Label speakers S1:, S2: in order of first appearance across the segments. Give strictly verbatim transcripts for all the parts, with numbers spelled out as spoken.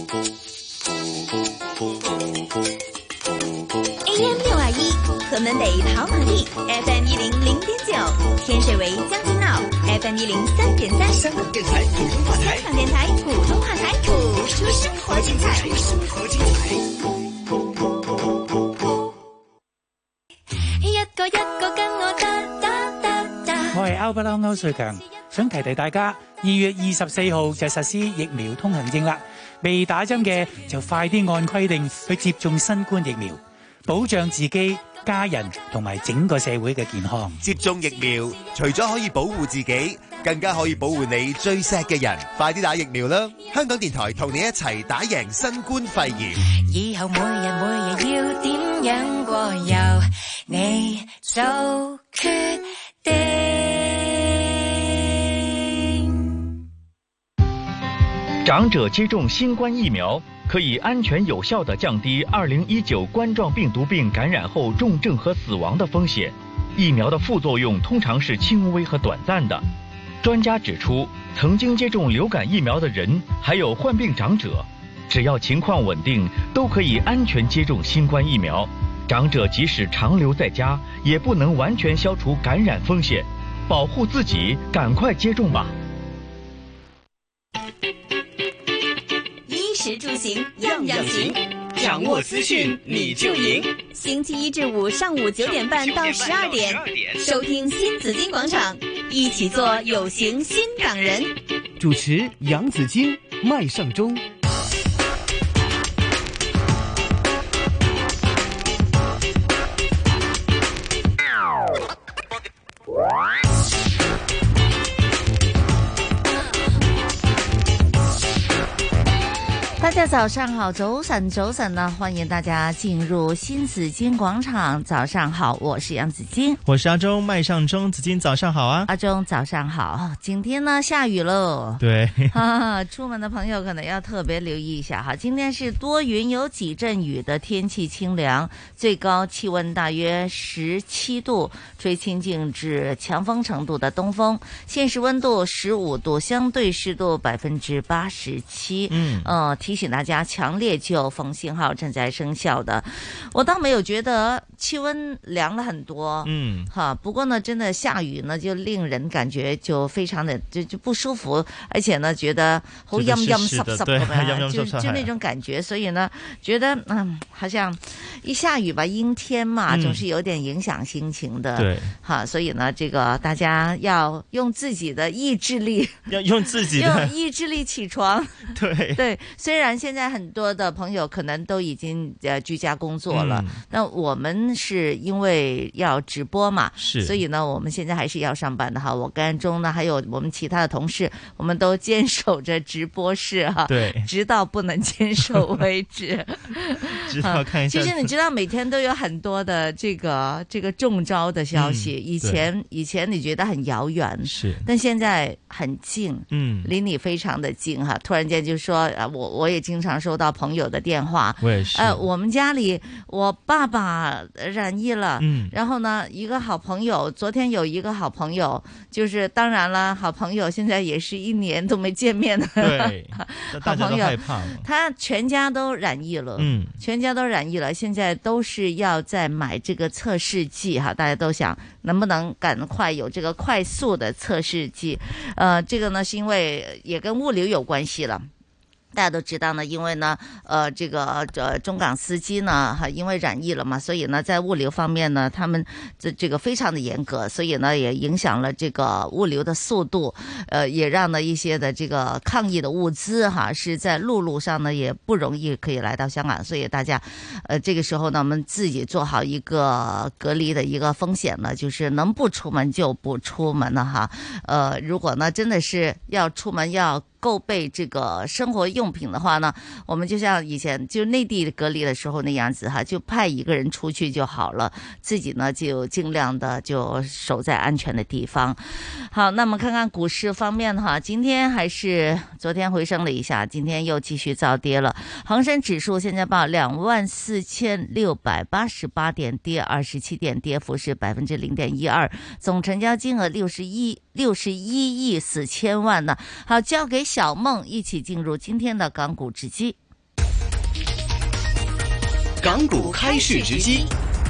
S1: A M 六二一，河门北跑马地 ，F M 一零零点九，天水围将军澳 ，F M 一零三点三，
S2: 香港电台普通话台，
S1: 香港电台普通话台，谱出生活精彩，
S2: 生活精彩。
S1: 一個一個跟我得得得得。
S3: 我係歐不嬲歐瑞強，想提提大家，二月二十四號就實施疫苗通行證啦。未打針嘅就快啲按規定去接種新冠疫苗，保障自己、家人同埋整個社會嘅健康。
S4: 接種疫苗，除咗可以保護自己，更加可以保護你最錫嘅人。快啲打疫苗啦！香港電台同你一齊打贏新冠肺炎。
S5: 以後每日每日要點樣過，由你做決定。
S6: 長者接種新冠疫苗，可以安全有效地降低二零一九冠狀病毒病感染後重症和死亡的風險。疫苗的副作用通常是輕微和短暫的。專家指出，曾經接種流感疫苗的人，還有患病長者，只要情況穩定，都可以安全接種新冠疫苗。長者即使長留在家，也不能完全消除感染風險。保護自己，趕快接種吧。
S1: 衣食住行樣樣行，
S2: 掌握資訊你就贏。
S1: 星期一至五上午九點半到十二點，收聽新紫荊廣場，一起做有型新港人。
S2: 主持楊紫荊、麥尚中。
S7: 大家早上好，早晨早晨呢，歡迎大家進入新紫荊廣場。早上好，我是楊紫荊，
S8: 我是阿中，麥尚中。紫荊早上好啊，
S7: 阿中早上好。今天呢下雨了，
S8: 對，
S7: 啊，出門的朋友可能要特別留意一下哈。今天是多雲有幾陣雨的天氣，清涼，最高氣溫大約十七度，吹清勁至強風程度的東風，現時溫度十五度，相對濕度百分之八十七。嗯，呃，提醒大家強烈季候風信號正在生效的。我倒沒有覺得氣溫涼了很多，嗯，哈，不過呢，真的下雨呢，就令人感覺就非常的就就不舒服，而且呢，覺得好陰陰濕濕咁樣，就就那種感覺，所以呢，覺得嗯，好像一下雨吧，陰天嘛，總是有點影響心情的，對，哈，所以呢，這個大家要用自己的意志力，
S8: 要用自己的
S7: 用意志力起床，
S8: 對
S7: 對，雖然現在很多的朋友可能都已經呃居家工作了，那、嗯、我們是因為要直播嘛，是，所以呢，我們現在還是要上班的哈。我跟中呢，還有我們其他的同事，我們都堅守着直播室哈，對，直到不能堅守為止。
S8: 直到看一下。
S7: 其實你知道，每天都有很多的這個這個中招的消息，嗯、以前以前你覺得很遙遠，是，但現在很近，嗯，離你非常的近哈。突然間就說啊，我我也經常收到朋友的電話，我也是，呃，我們家裏我爸爸染疫了，嗯，然後呢，一個好朋友，昨天有一個好朋友，就是當然了，好朋友現在也是一年都沒見面的，對，好朋友，他全家都染疫了，嗯，全家都染疫了，現在都是要再買這個測試劑哈，大家都想能不能趕快有這個快速的測試劑，呃，這個呢是因為也跟物流有關係了。大家都知道呢，因為呢，呃，這個呃中港司機呢，哈，因為染疫了嘛，所以呢，在物流方面呢，他們這這個非常的嚴格，所以呢，也影響了這個物流的速度，呃，也讓呢一些的這個抗疫的物資哈，是在陸路上呢也不容易可以來到香港，所以大家，呃，這個時候呢，我們自己做好一個隔離的一個風險呢，就是能不出門就不出門了哈，呃，如果呢真的是要出門要購備這個生活用品的話呢，我們就像以前就內地隔離的時候那樣子哈，就派一個人出去就好了，自己呢就盡量的就守在安全的地方。好，那麼看看股市方面哈，今天還是昨天回升了一下，今天又繼續造跌了。恒生指數現在報兩萬四千六百八十八點，跌二十七點，跌幅是百分之零點一二，總成交金額六十一六十一億四千萬呢。好，交給小夢一起進入今天的港股直擊。
S2: 港股开市直击。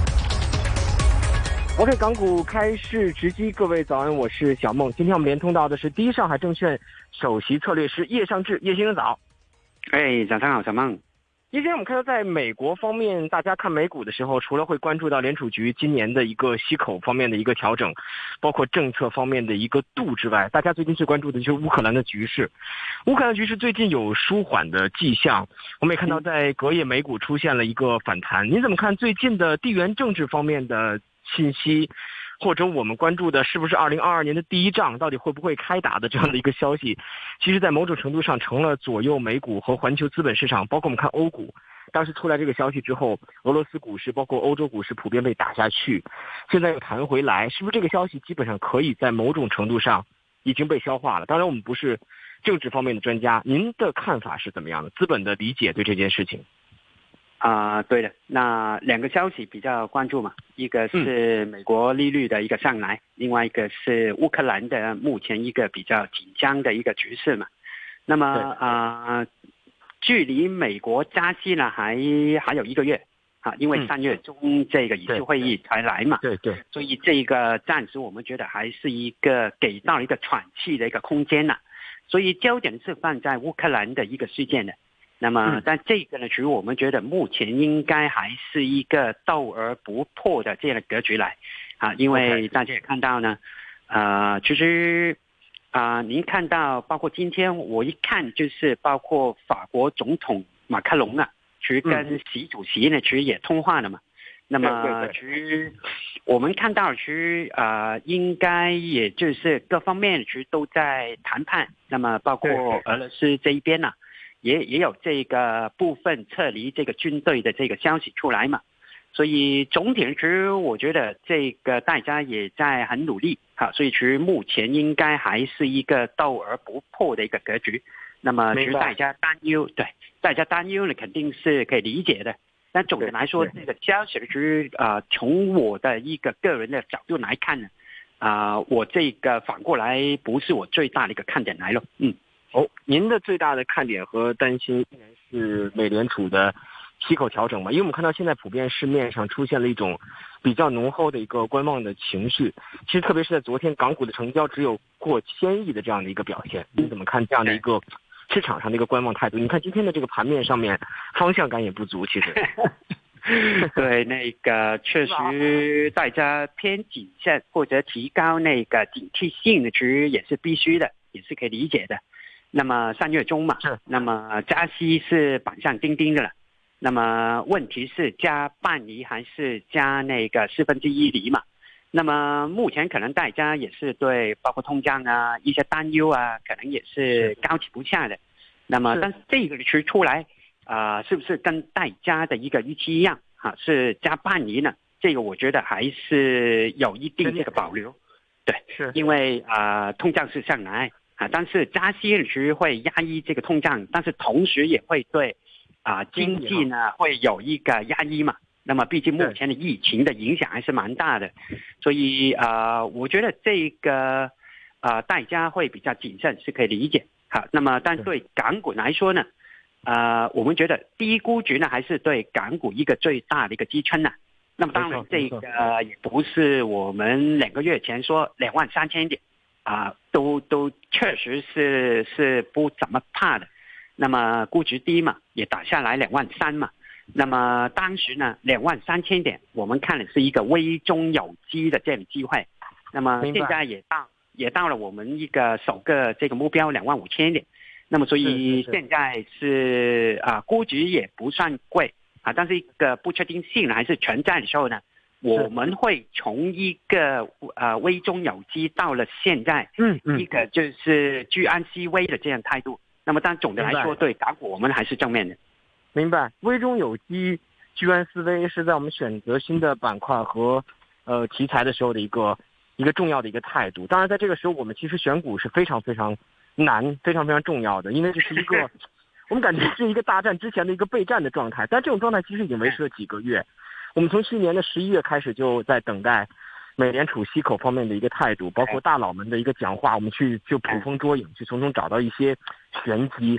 S9: OK， 港股开市直击，各位早安，我是小梦。今天我们连通到的是第一上海证券首席策略师叶尚志，叶先生早。
S10: 哎，早上好，小梦。
S9: 叶先生，我们看到在美国方面，大家看美股的时候，除了会关注到联储局今年的一个息口方面的一个调整，包括政策方面的一个度之外，大家最近最关注的就是乌克兰的局势。乌克兰局势最近有舒缓的迹象，我们也看到在隔夜美股出现了一个反弹。您怎么看最近的地缘政治方面的信息，或者我们关注的是不是二零二二年的第一仗到底会不会开打的这样的一个消息，其实在某种程度上成了左右美股和环球资本市场，包括我们看欧股，当时出来这个消息之后，俄罗斯股市包括欧洲股市普遍被打下去，现在又弹回来，是不是这个消息基本上可以在某种程度上已经被消化了？当然我们不是政治方面的专家，您的看法是怎么样的？资本的理解对这件事情？
S10: 啊、呃，对的，那两个消息比较关注嘛，一个是美国利率的一个上来，嗯、另外一个是乌克兰的目前一个比较紧张的一个局势嘛。那么啊、呃，距离美国加息呢还还有一个月啊，因为三月中这个议息会议才来嘛，
S9: 对 对, 对，
S10: 所以这个暂时我们觉得还是一个给到一个喘气的一个空间呐、啊，所以焦点是放在乌克兰的一个事件的。那么，但这个呢，其实我们觉得目前应该还是一个斗而不破的这样的格局来，啊，因为大家也看到呢，呃，其实啊、呃，您看到包括今天我一看就是包括法国总统马克龙啊，其实跟习主席呢，其实也通话了嘛。那么，其实我们看到，其实呃，应该也就是各方面其实都在谈判。那么，包括俄罗斯这一边呢、啊。也也有这个部分撤离这个军队的这个消息出来嘛，所以总体其实我觉得这个大家也在很努力哈，所以其实目前应该还是一个斗而不破的一个格局。那么其实大家担忧，对大家担忧呢肯定是可以理解的。但总的来说，这个消息其实啊，从我的一个个人的角度来看呢，啊、呃，我这个反过来不是我最大的一个看点来了，嗯。
S9: 哦，您的最大的看点和担心依然是美联储的息口调整嘛？因为我们看到现在普遍市面上出现了一种比较浓厚的一个观望的情绪，其实特别是在昨天港股的成交只有过千亿的这样的一个表现，你怎么看这样的一个市场上的一个观望态度？你看今天的这个盘面上面方向感也不足，其实。
S10: 对，那个确实大家偏谨慎或者提高那个警惕性的，其实也是必须的，也是可以理解的。那么三月中嘛，那么加息是板上钉钉的了。那么问题是加半厘还是加那个四分之一厘嘛？那么目前可能大家也是对包括通胀啊一些担忧啊，可能也是高企不下的。那么但是这个其实出来啊、呃，是不是跟大家的一个预期一样啊？是加半厘呢？这个我觉得还是有一定这个保留。对，是因为啊、呃，通胀是上来。啊，但是加息其实会压抑这个通胀，但是同时也会对啊、呃、经济呢会有一个压抑嘛。那么毕竟目前的疫情的影响还是蛮大的，所以啊、呃，我觉得这个啊、呃、大家会比较谨慎是可以理解。好，那么但对港股来说呢，呃，我们觉得低估值呢还是对港股一个最大的一个支撑呢。那么当然这个也不是我们两个月前说两万三千点。啊，都都确实是是不怎么怕的。那么估值低嘛，也打下来两万三嘛。那么当时呢，两万三千点，我们看的是一个危中有机的这种机会。那么现在也到也到了我们一个首个这个目标两万五千点。那么所以现在是啊，估值也不算贵啊，但是一个不确定性还是存在的时候呢。我们会从一个呃危中有机到了现在，嗯嗯，一个就是居安思危的这样态度。那么但总的来说，对港股我们还是正面的。
S9: 明白，危中有机、居安思危是在我们选择新的板块和呃题材的时候的一个一个重要的一个态度。当然，在这个时候，我们其实选股是非常非常难、非常非常重要的，因为这是一个我们感觉是一个大战之前的一个备战的状态。但这种状态其实已经维持了几个月。我们从去年的十一月开始就在等待美联储息口方面的一个态度，包括大佬们的一个讲话，我们去就捕风捉影，去从中找到一些玄机。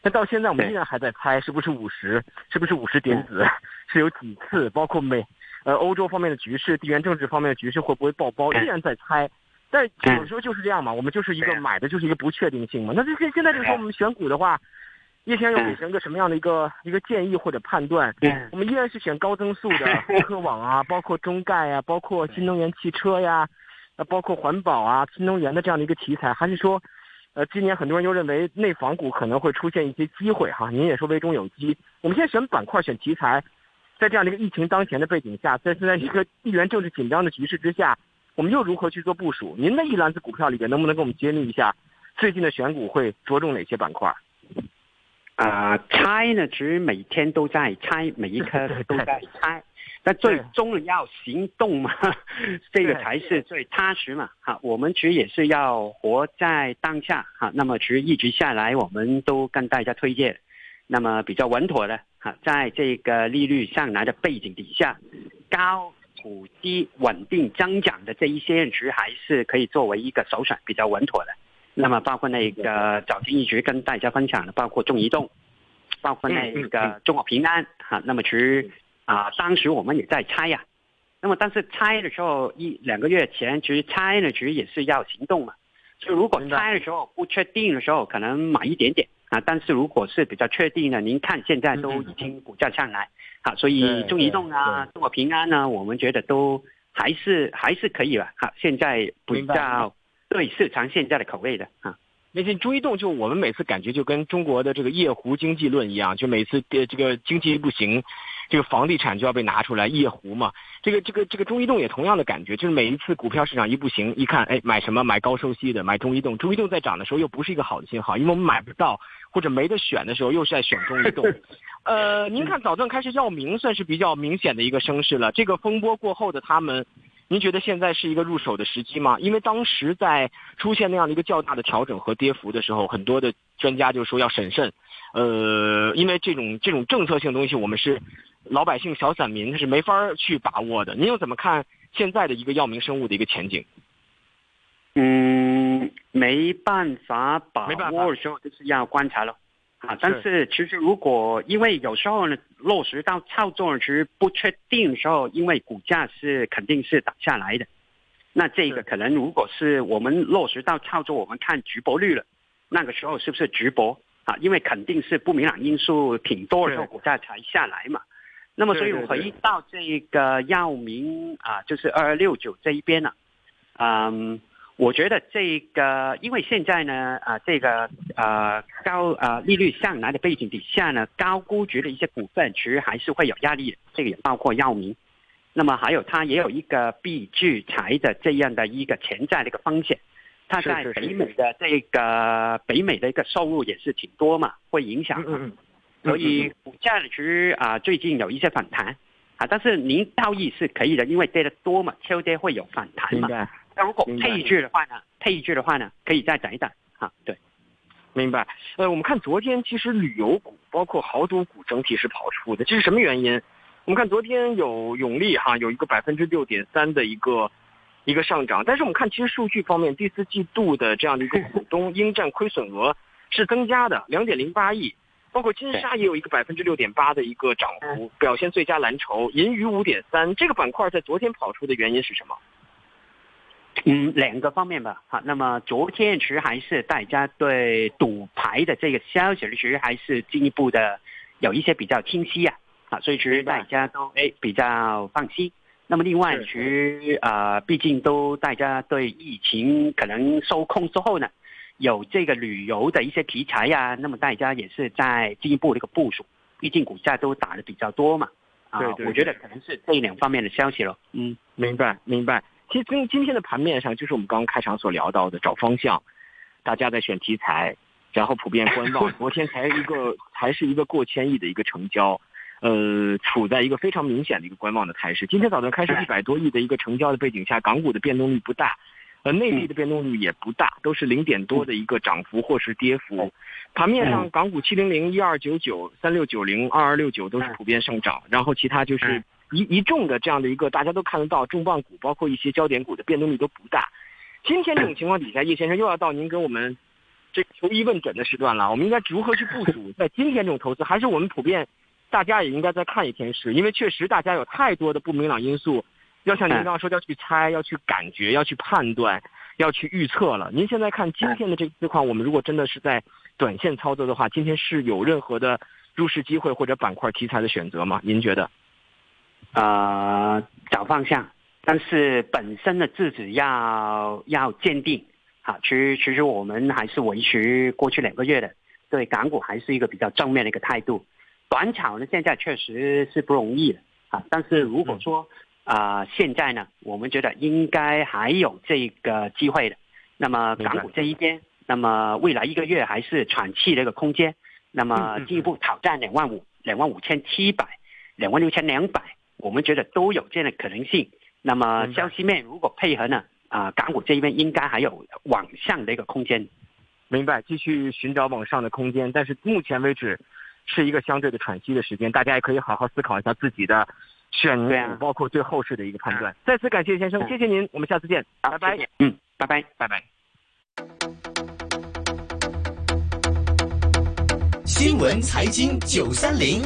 S9: 那到现在我们依然还在猜是不是五十，是不是五十点子，是有几次，包括美呃欧洲方面的局势、地缘政治方面的局势会不会爆包，依然在猜。但有时候就是这样嘛，我们就是一个买的就是一个不确定性嘛。那这现现在这个时候我们选股的话，叶先生有给成一个什么样的一个一个建议或者判断？我们依然是选高增速的科网啊，包括中概啊，包括新能源汽车呀，呃，包括环保啊、新能源的这样的一个题材，还是说，呃，今年很多人又认为内房股可能会出现一些机会哈？您也说危中有机。我们现在选板块、选题材，在这样的一个疫情当前的背景下，在现在一个地缘政治紧张的局势之下，我们又如何去做部署？您的一篮子股票里边，能不能给我们揭秘一下最近的选股会着重哪些板块？
S10: 啊、呃，猜呢，其实每天都在猜，每一刻都在猜，但最终要行动嘛，这个才是最踏实嘛。哈，我们其实也是要活在当下哈。那么其实一直下来，我们都跟大家推荐，那么比较稳妥的哈，在这个利率上来的背景底下，高股息稳定增长的这一些，其实还是可以作为一个首选，比较稳妥的。那么包括那个早前一直跟大家分享的，包括中移动，包括那个中国平安哈。那么其实啊，当时我们也在猜呀、啊。那么但是猜的时候，一两个月前，其实猜呢，其实也是要行动嘛。所以如果猜的时候不确定的时候，可能买一点点啊。但是如果是比较确定的，您看现在都已经股价上来啊，所以中移动啊、中国平安呢，我们觉得都还是还是可以吧。哈，现在比较对市场现在的口味的啊。
S9: 那些中移动就我们每次感觉就跟中国的这个夜壶经济论一样，就每次这个经济不行，这个房地产就要被拿出来夜壶嘛。这个这个这个中移动也同样的感觉，就是每一次股票市场一不行，一看哎买什么买高收息的，买中移动。中移动在涨的时候又不是一个好的信号，因为我们买不到或者没得选的时候又是在选中移动。呃，您看早段开始药明算是比较明显的一个升势了，这个风波过后的他们。您觉得现在是一个入手的时机吗？因为当时在出现那样的一个较大的调整和跌幅的时候，很多的专家就说要审慎，呃，因为这种这种政策性的东西，我们是老百姓小散民是没法去把握的。您又怎么看现在的一个药明生物的一个前景？
S10: 嗯，没办法把握的时候，就是要观察了。啊，但是其实如果因为有时候呢落实到操作呢，其实不确定的时候，因为股价是肯定是打下来的。那这个可能如果是我们落实到操作，我们看直播率了，那个时候是不是直播啊？因为肯定是不明朗因素挺多的时候，股价才下来嘛。那么所以回到这个药明啊，就是二二六九这一边呢、啊，嗯。我觉得这个，因为现在呢，啊，这个呃高啊利率上来的背景底下呢，高估值的一些股份其实还是会有压力的，这个也包括药明。那么还有它也有一个避制裁的这样的一个潜在的一个风险，它在北美的这个北美的一个收入也是挺多嘛，会影响。嗯嗯。所以股价其实啊最近有一些反弹啊，但是您交易是可以的，因为跌得多嘛，超跌会有反弹嘛。那如果配置的话呢？配置的话呢，可以再等一等哈。对，
S9: 明白。呃，我们看昨天其实旅游股包括豪赌股整体是跑出的，这是什么原因？我们看昨天有永利哈有一个百分之六点三的一个一个上涨，但是我们看其实数据方面，第四季度的这样的一个股东应占亏损额是增加的两点零八亿，包括金沙也有一个百分之六点八的一个涨幅，表现最佳蓝筹。银娱五点三，这个板块在昨天跑出的原因是什么？
S10: 嗯，两个方面吧。好，那么昨天其实还是大家对赌牌的这个消息，其实还是进一步的有一些比较清晰啊。啊，所以其实大家都哎比较放心。那么另外，其实啊，毕竟都大家对疫情可能收控之后呢，有这个旅游的一些题材呀、啊，那么大家也是在进一步的一个部署。毕竟股价都打得比较多嘛。啊，对对对，我觉得可能是这两方面的消息了。嗯，
S9: 明白明白。其实今今天的盘面上，就是我们刚刚开场所聊到的找方向，大家在选题材，然后普遍观望。昨天才一个还是一个过千亿的一个成交，呃，处在一个非常明显的一个观望的态势。今天早上开始一百多亿的一个成交的背景下，港股的变动率不大，呃，内地的变动率也不大，都是零点多的一个涨幅或是跌幅。盘面上，港股七零零、一二九九、三六九零、二二六九都是普遍上涨，然后其他就是。一一众的这样的一个大家都看得到重磅股，包括一些焦点股的变动率都不大。今天这种情况底下，叶先生又要到您跟我们这个求医问诊的时段了，我们应该如何去部署在今天这种投资？还是我们普遍大家也应该再看一天市，因为确实大家有太多的不明朗因素，要像您刚刚说要去猜、要去感觉、要去判断、要去预测了。您现在看今天的这个情况，我们如果真的是在短线操作的话，今天是有任何的入市机会或者板块题材的选择吗？您觉得？
S10: 呃，找方向，但是本身的自己要要坚定。好，其实其实我们还是维持过去两个月的对港股还是一个比较正面的一个态度。短炒呢，现在确实是不容易的啊。但是如果说啊、呃，现在呢，我们觉得应该还有这个机会的。那么港股这一边，那么未来一个月还是喘气的一个空间。那么进一步挑战两万五、两万五千七百、两万六千两百，我们觉得都有这样的可能性。那么消息面如果配合呢？啊、呃，港股这一边应该还有往上的一个空间。
S9: 明白，继续寻找往上的空间，但是目前为止是一个相对的喘息的时间，大家也可以好好思考一下自己的选股，啊、包括对后市的一个判断。啊、再次感谢先生，嗯、谢谢您，我们下次见，拜拜。
S10: 嗯，拜拜，
S9: 拜拜。
S2: 新闻财经九三零。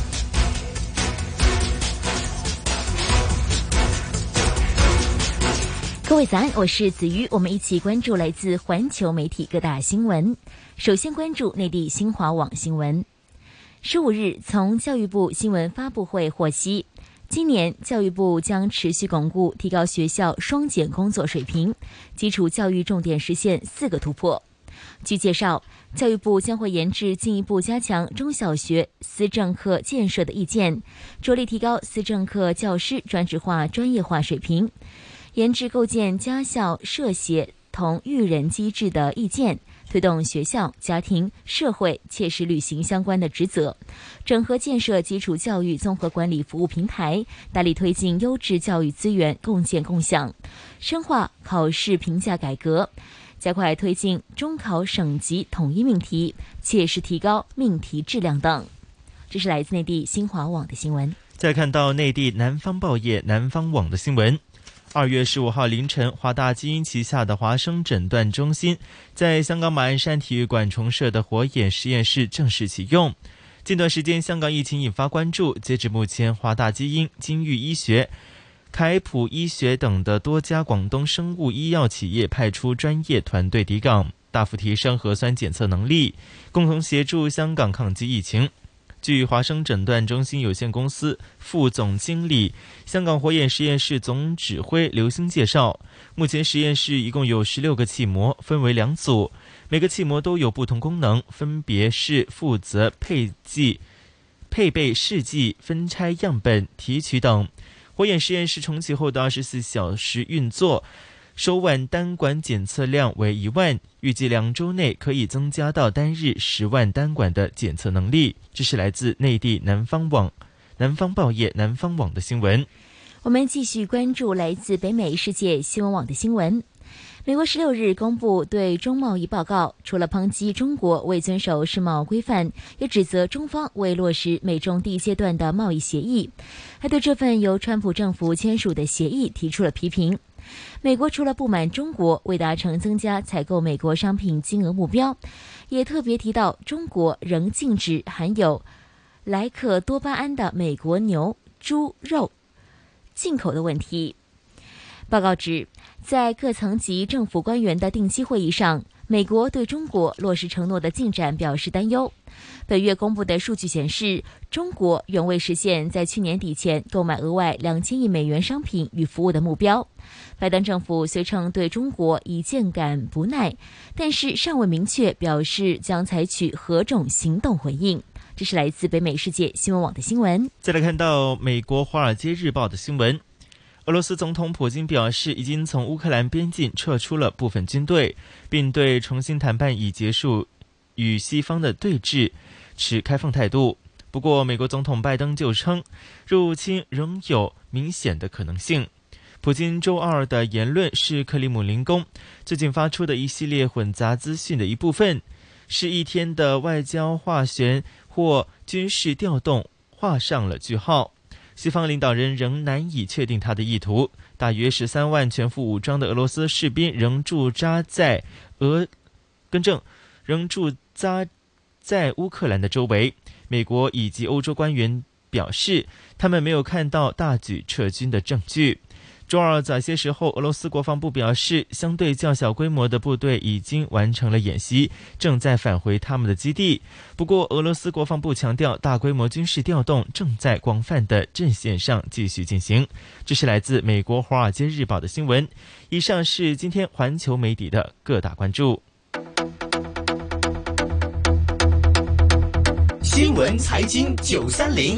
S11: 各位早安，我是子瑜，我们一起关注来自环球媒体各大新闻。首先关注内地新华网新闻。十五日，从教育部新闻发布会获悉，今年教育部将持续巩固提高学校双减工作水平，基础教育重点实现四个突破。据介绍，教育部将会研制进一步加强中小学思政课建设的意见，着力提高思政课教师专职化、专业化水平。研制构建家校社协同育人机制的意见，推动学校、家庭、社会切实履行相关的职责，整合建设基础教育综合管理服务平台，大力推进优质教育资源共建共享，深化考试评价改革，加快推进中考省级统一命题，切实提高命题质量等。这是来自内地新华网的新闻。
S8: 再看到内地南方报业、南方网的新闻。二月十五号凌晨，华大基因旗下的华生诊断中心在香港马鞍山体育馆重设的火眼实验室正式启用。近段时间，香港疫情引发关注，截至目前，华大基因、金域医学、凯普医学等的多家广东生物医药企业派出专业团队抵港，大幅提升核酸检测能力，共同协助香港抗击疫情。据华生诊断中心有限公司副总经理、香港火眼实验室总指挥刘星介绍，目前实验室一共有十六个气膜，分为两组，每个气膜都有不同功能，分别是负责配剂、配备试剂、分拆样本、提取等。火眼实验室重启后的二十四小时运作，首晚单管检测量为一万，预计两周内可以增加到单日十万单管的检测能力。这是来自内地南方网、南方报业、南方网的新闻。
S11: 我们继续关注来自北美世界新闻网的新闻。美国十六日公布对中贸易报告，除了抨击中国未遵守世贸规范，也指责中方未落实美中第一阶段的贸易协议，还对这份由川普政府签署的协议提出了批评。美国除了不满中国未达成增加采购美国商品金额目标，也特别提到中国仍禁止含有莱克多巴胺的美国牛、猪肉进口的问题。报告指，在各层级政府官员的定期会议上，美国对中国落实承诺的进展表示担忧。本月公布的数据显示，中国仍未实现在去年底前购买额外两千亿美元商品与服务的目标。拜登政府虽称对中国已渐感不耐，但是尚未明确表示将采取何种行动回应。这是来自北美世界新闻网的新闻。
S8: 再来看到美国《华尔街日报》的新闻。俄罗斯总统普京表示，已经从乌克兰边境撤出了部分军队，并对重新谈判以结束与西方的对峙持开放态度。不过，美国总统拜登就称，入侵仍有明显的可能性。普京周二的言论是克里姆林宫最近发出的一系列混杂资讯的一部分，是一天的外交斡旋或军事调动画上了句号。西方领导人仍难以确定他的意图。大约十三万全副武装的俄罗斯士兵仍驻扎在俄，更正， 仍驻扎在乌克兰的周围。美国以及欧洲官员表示，他们没有看到大举撤军的证据。周二早些时候，俄罗斯国防部表示，相对较小规模的部队已经完成了演习，正在返回他们的基地。不过，俄罗斯国防部强调，大规模军事调动正在广泛的阵线上继续进行。这是来自美国《华尔街日报》的新闻。以上是今天环球媒体的各大关注。
S2: 新闻财经九三零。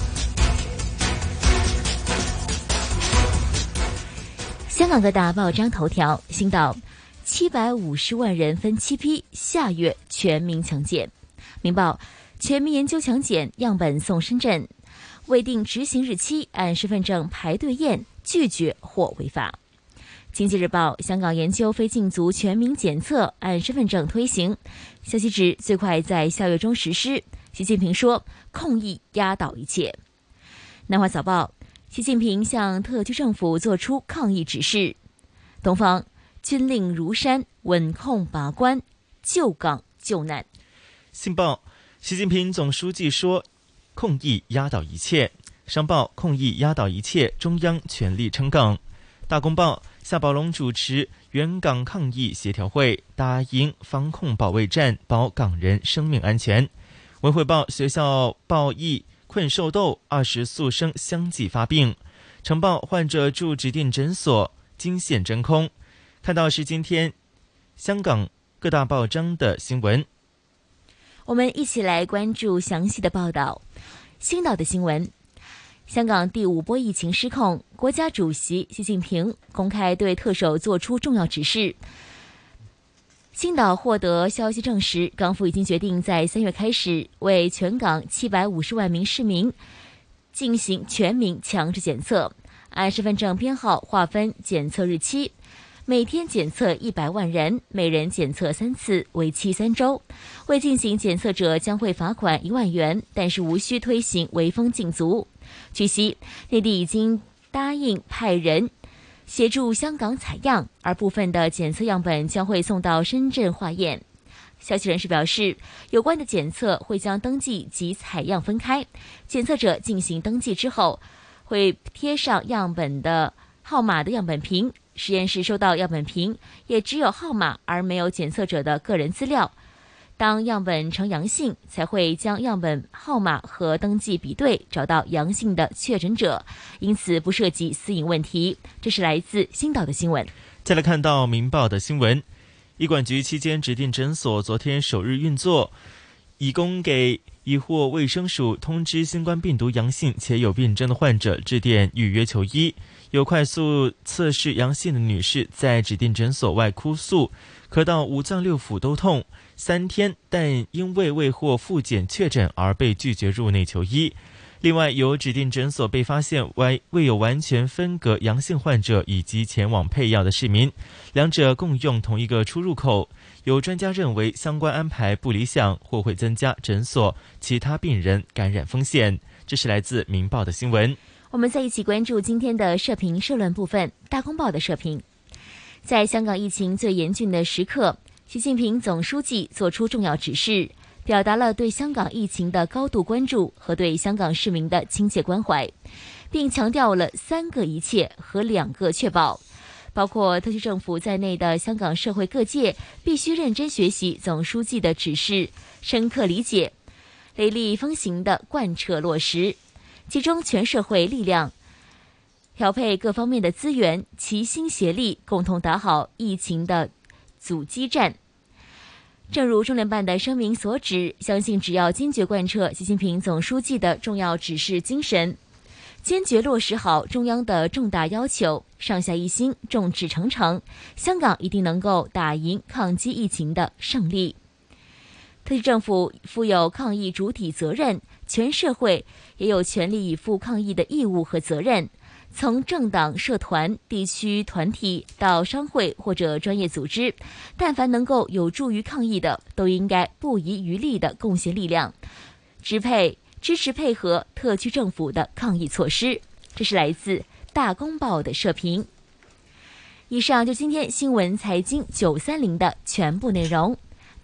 S11: 香港各大报章头条：星岛七百五十万人分七批，下月全民强检；明报全民研究强检样本送深圳，未定执行日期，按身份证排队验，拒绝或违法。经济日报香港研究非禁足全民检测，按身份证推行，消息指最快在下月中实施。习近平说，控疫压倒一切。南华早报习近平向特区政府作出抗疫指示。东方军令如山，稳控把关，救港救难。
S8: 信报习近平总书记说，控疫压倒一切。商报控疫压倒一切，中央全力撑港。大公报夏宝龙主持援港抗疫协调会，打赢防控保卫战，保港人生命安全。文汇报学校报疫困兽斗，二十宿生相继发病。晨报患者住指定诊所，惊现真空。看到是今天香港各大报章的新闻。
S11: 我们一起来关注详细的报道。星岛的新闻：香港第五波疫情失控，国家主席习近平公开对特首作出重要指示。星岛获得消息证实，港府已经决定在三月开始为全港七百五十万名市民进行全民强制检测，按身份证编号划分检测日期，每天检测一百万人，每人检测三次，为期三周。未进行检测者将会罚款一万元，但是无需推行围封禁足。据悉，内地已经答应派人协助香港采样，而部分的检测样本将会送到深圳化验。消息人士表示，有关的检测会将登记及采样分开，检测者进行登记之后，会贴上样本的号码的样本瓶，实验室收到样本瓶也只有号码而没有检测者的个人资料。当样本呈阳性，才会将样本号码和登记比对，找到阳性的确诊者，因此不涉及私隐问题。这是来自星岛的新闻。
S8: 再来看到民报的新闻，医管局期间指定诊所昨天首日运作，以供给已获卫生署通知新冠病毒阳性且有病征的患者致电预约求医。有快速测试阳性的女士在指定诊所外哭诉，咳到五脏六腑都痛三天，但因为未获复检确诊而被拒绝入内求医。另外，有指定诊所被发现未未有完全分隔阳性患者以及前往配药的市民，两者共用同一个出入口。有专家认为相关安排不理想，或会增加诊所其他病人感染风险。这是来自民报的新闻。
S11: 我们再一起关注今天的社评社论部分。大公报的社评：在香港疫情最严峻的时刻，习近平总书记作出重要指示，表达了对香港疫情的高度关注和对香港市民的亲切关怀，并强调了三个一切和两个确保，包括特区政府在内的香港社会各界必须认真学习总书记的指示，深刻理解，雷厉风行地贯彻落实，集中全社会力量，调配各方面的资源，齐心协力，共同打好疫情的阻击战。正如中联办的声明所指，相信只要坚决贯彻习近平总书记的重要指示精神，坚决落实好中央的重大要求，上下一心，众志成城，香港一定能够打赢抗击疫情的胜利。特区政府负有抗疫主体责任，全社会也有全力以赴抗疫的义务和责任。从政党、社团、地区团体到商会或者专业组织，但凡能够有助于抗疫的，都应该不遗余力地贡献力量，支配支持配合特区政府的抗疫措施。这是来自大公报的社评。以上就今天新闻财经九三零的全部内容。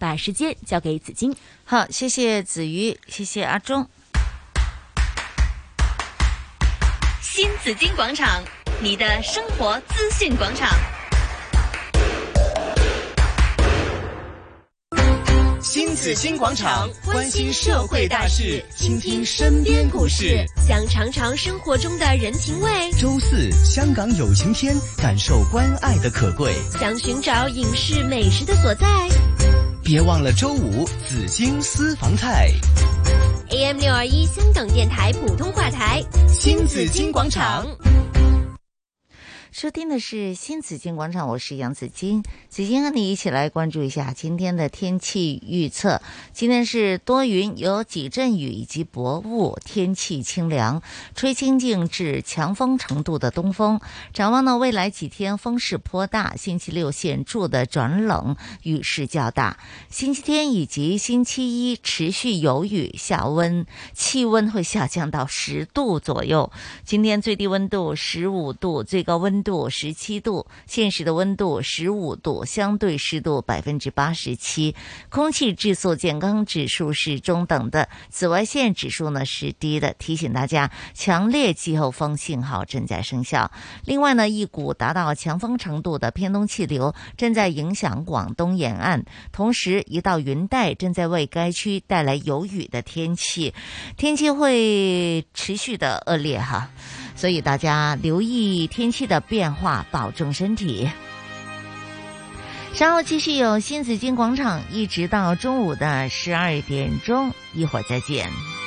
S11: 把时间交给子金。
S7: 好，谢谢子瑜，谢谢阿忠。
S1: 新紫金广场，你的生活资讯广场。
S2: 新紫金广场，关心社会大事，倾听身边故事，
S12: 想尝尝生活中的人情味。
S2: 周四，香港有晴天，感受关爱的可贵。
S12: 想寻找影视美食的所在，
S2: 别忘了周五紫金私房菜。
S12: A M 六二一香港电台普通话台，
S2: 新紫金广场。
S7: 收听的是新紫金广场，我是杨紫金。紫金和你一起来关注一下今天的天气预测。今天是多云，有几阵雨以及薄雾，天气清凉，吹清劲至强风程度的东风。展望呢，未来几天风势颇大，星期六显著的转冷，雨势较大。星期天以及星期一持续有雨，下温，气温会下降到十度左右。今天最低温度十五度，最高温度十七度，现时的温度十五度，相对湿度百分之八十七，空气质素健康指数是中等的，紫外线指数呢是低的，提醒大家强烈季候风信号正在生效。另外呢，一股达到强风程度的偏东气流正在影响广东沿岸，同时一道云带正在为该区带来有雨的天气，天气会持续的恶劣哈。所以大家留意天气的变化，保重身体。稍后继续有新紫金广场，一直到中午的十二点钟，一会儿再见。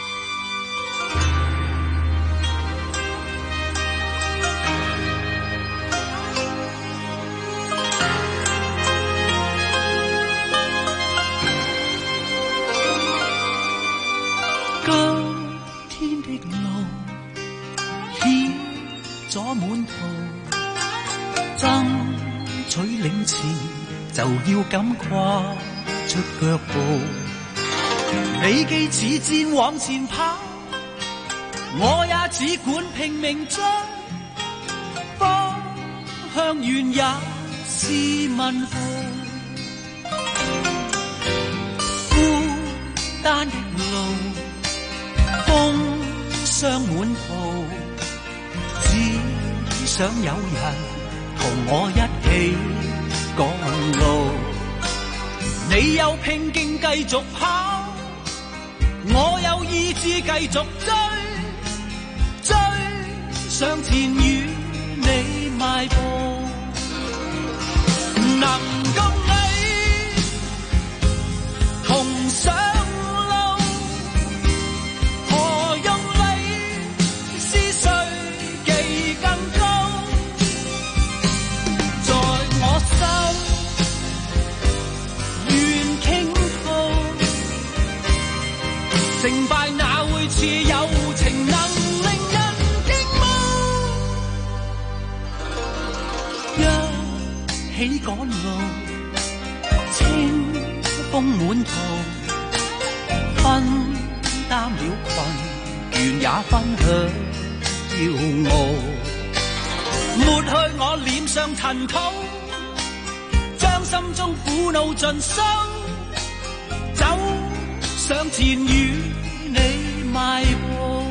S13: 今天的路險阻滿途，爭取領前就要敢跨出腳步。你既似箭往前跑，我也只管拼命追，方向遠也是問號。孤單的路，風霜滿途，只想有人同我一起趕路。你有拼勁繼續跑，我有意志繼續追，追上前與你邁步，能共你同上路，何用你是誰技更高，在我心願傾吐，成敗哪會似友情能令人驚慕，一起趕路，清風滿途，分擔了困，願也分享驕傲，抹去我臉上塵土，將心中苦惱盡收，走上前與你邁步。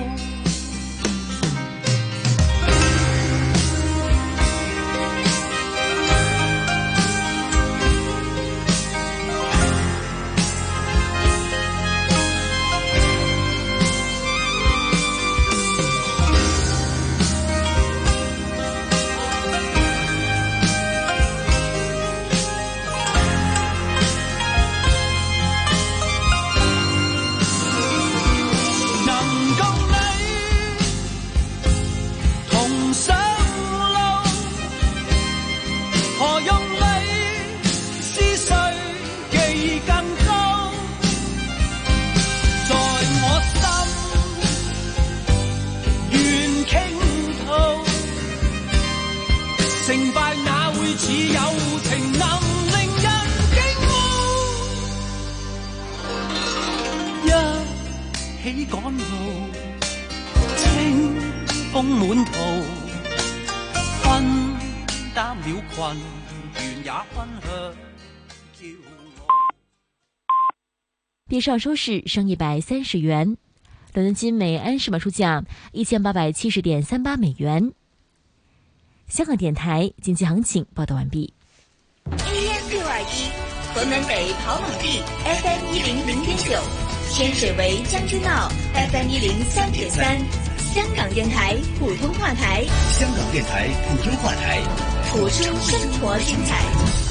S13: 起趕路，清風滿途，分擔了困，願也分享驕傲。
S11: 比上收市升一百三十元。伦敦金每安士卖出价一千八百七十点三八美元。香港电台经济行情报道完毕。
S1: A M 六二一，河门北跑马地 F M 一零零点九，天水围将军澳 F M 一零三点三，香港电台普通话台，
S2: 香港电台普通话台，
S1: 谱出生活精彩。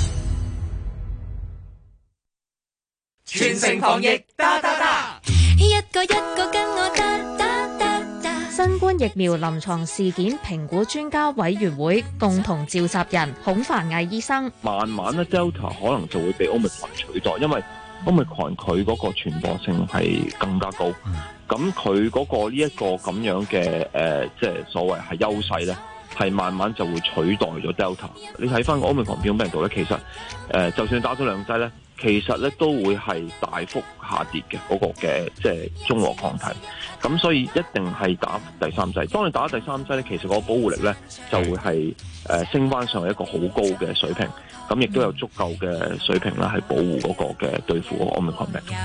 S2: 全城防疫打打打，
S12: 一個一個跟我打打打打。
S14: 新冠疫苗臨床事件評估專家委員會共同召集人孔繁毅醫生，
S15: 慢慢咧 Delta 可能就會被 Omicron 取代，因為 Omicron 佢嗰個傳播性係更加高，咁佢嗰個呢一個咁樣嘅誒、呃，即係所謂係優勢咧，係慢慢就會取代咗 Delta。你睇翻個 Omicron 變種病毒咧，其實誒、呃，就算打咗兩劑咧。其實咧都會係大幅下跌嘅嗰個嘅即係中和抗體，咁所以一定係打第三劑。當你打第三劑咧，其實個保護力咧就會係誒升翻上一個好高嘅水平，咁亦都有足夠嘅水平啦，係保護嗰個嘅對付嗰個 Omicron 病毒。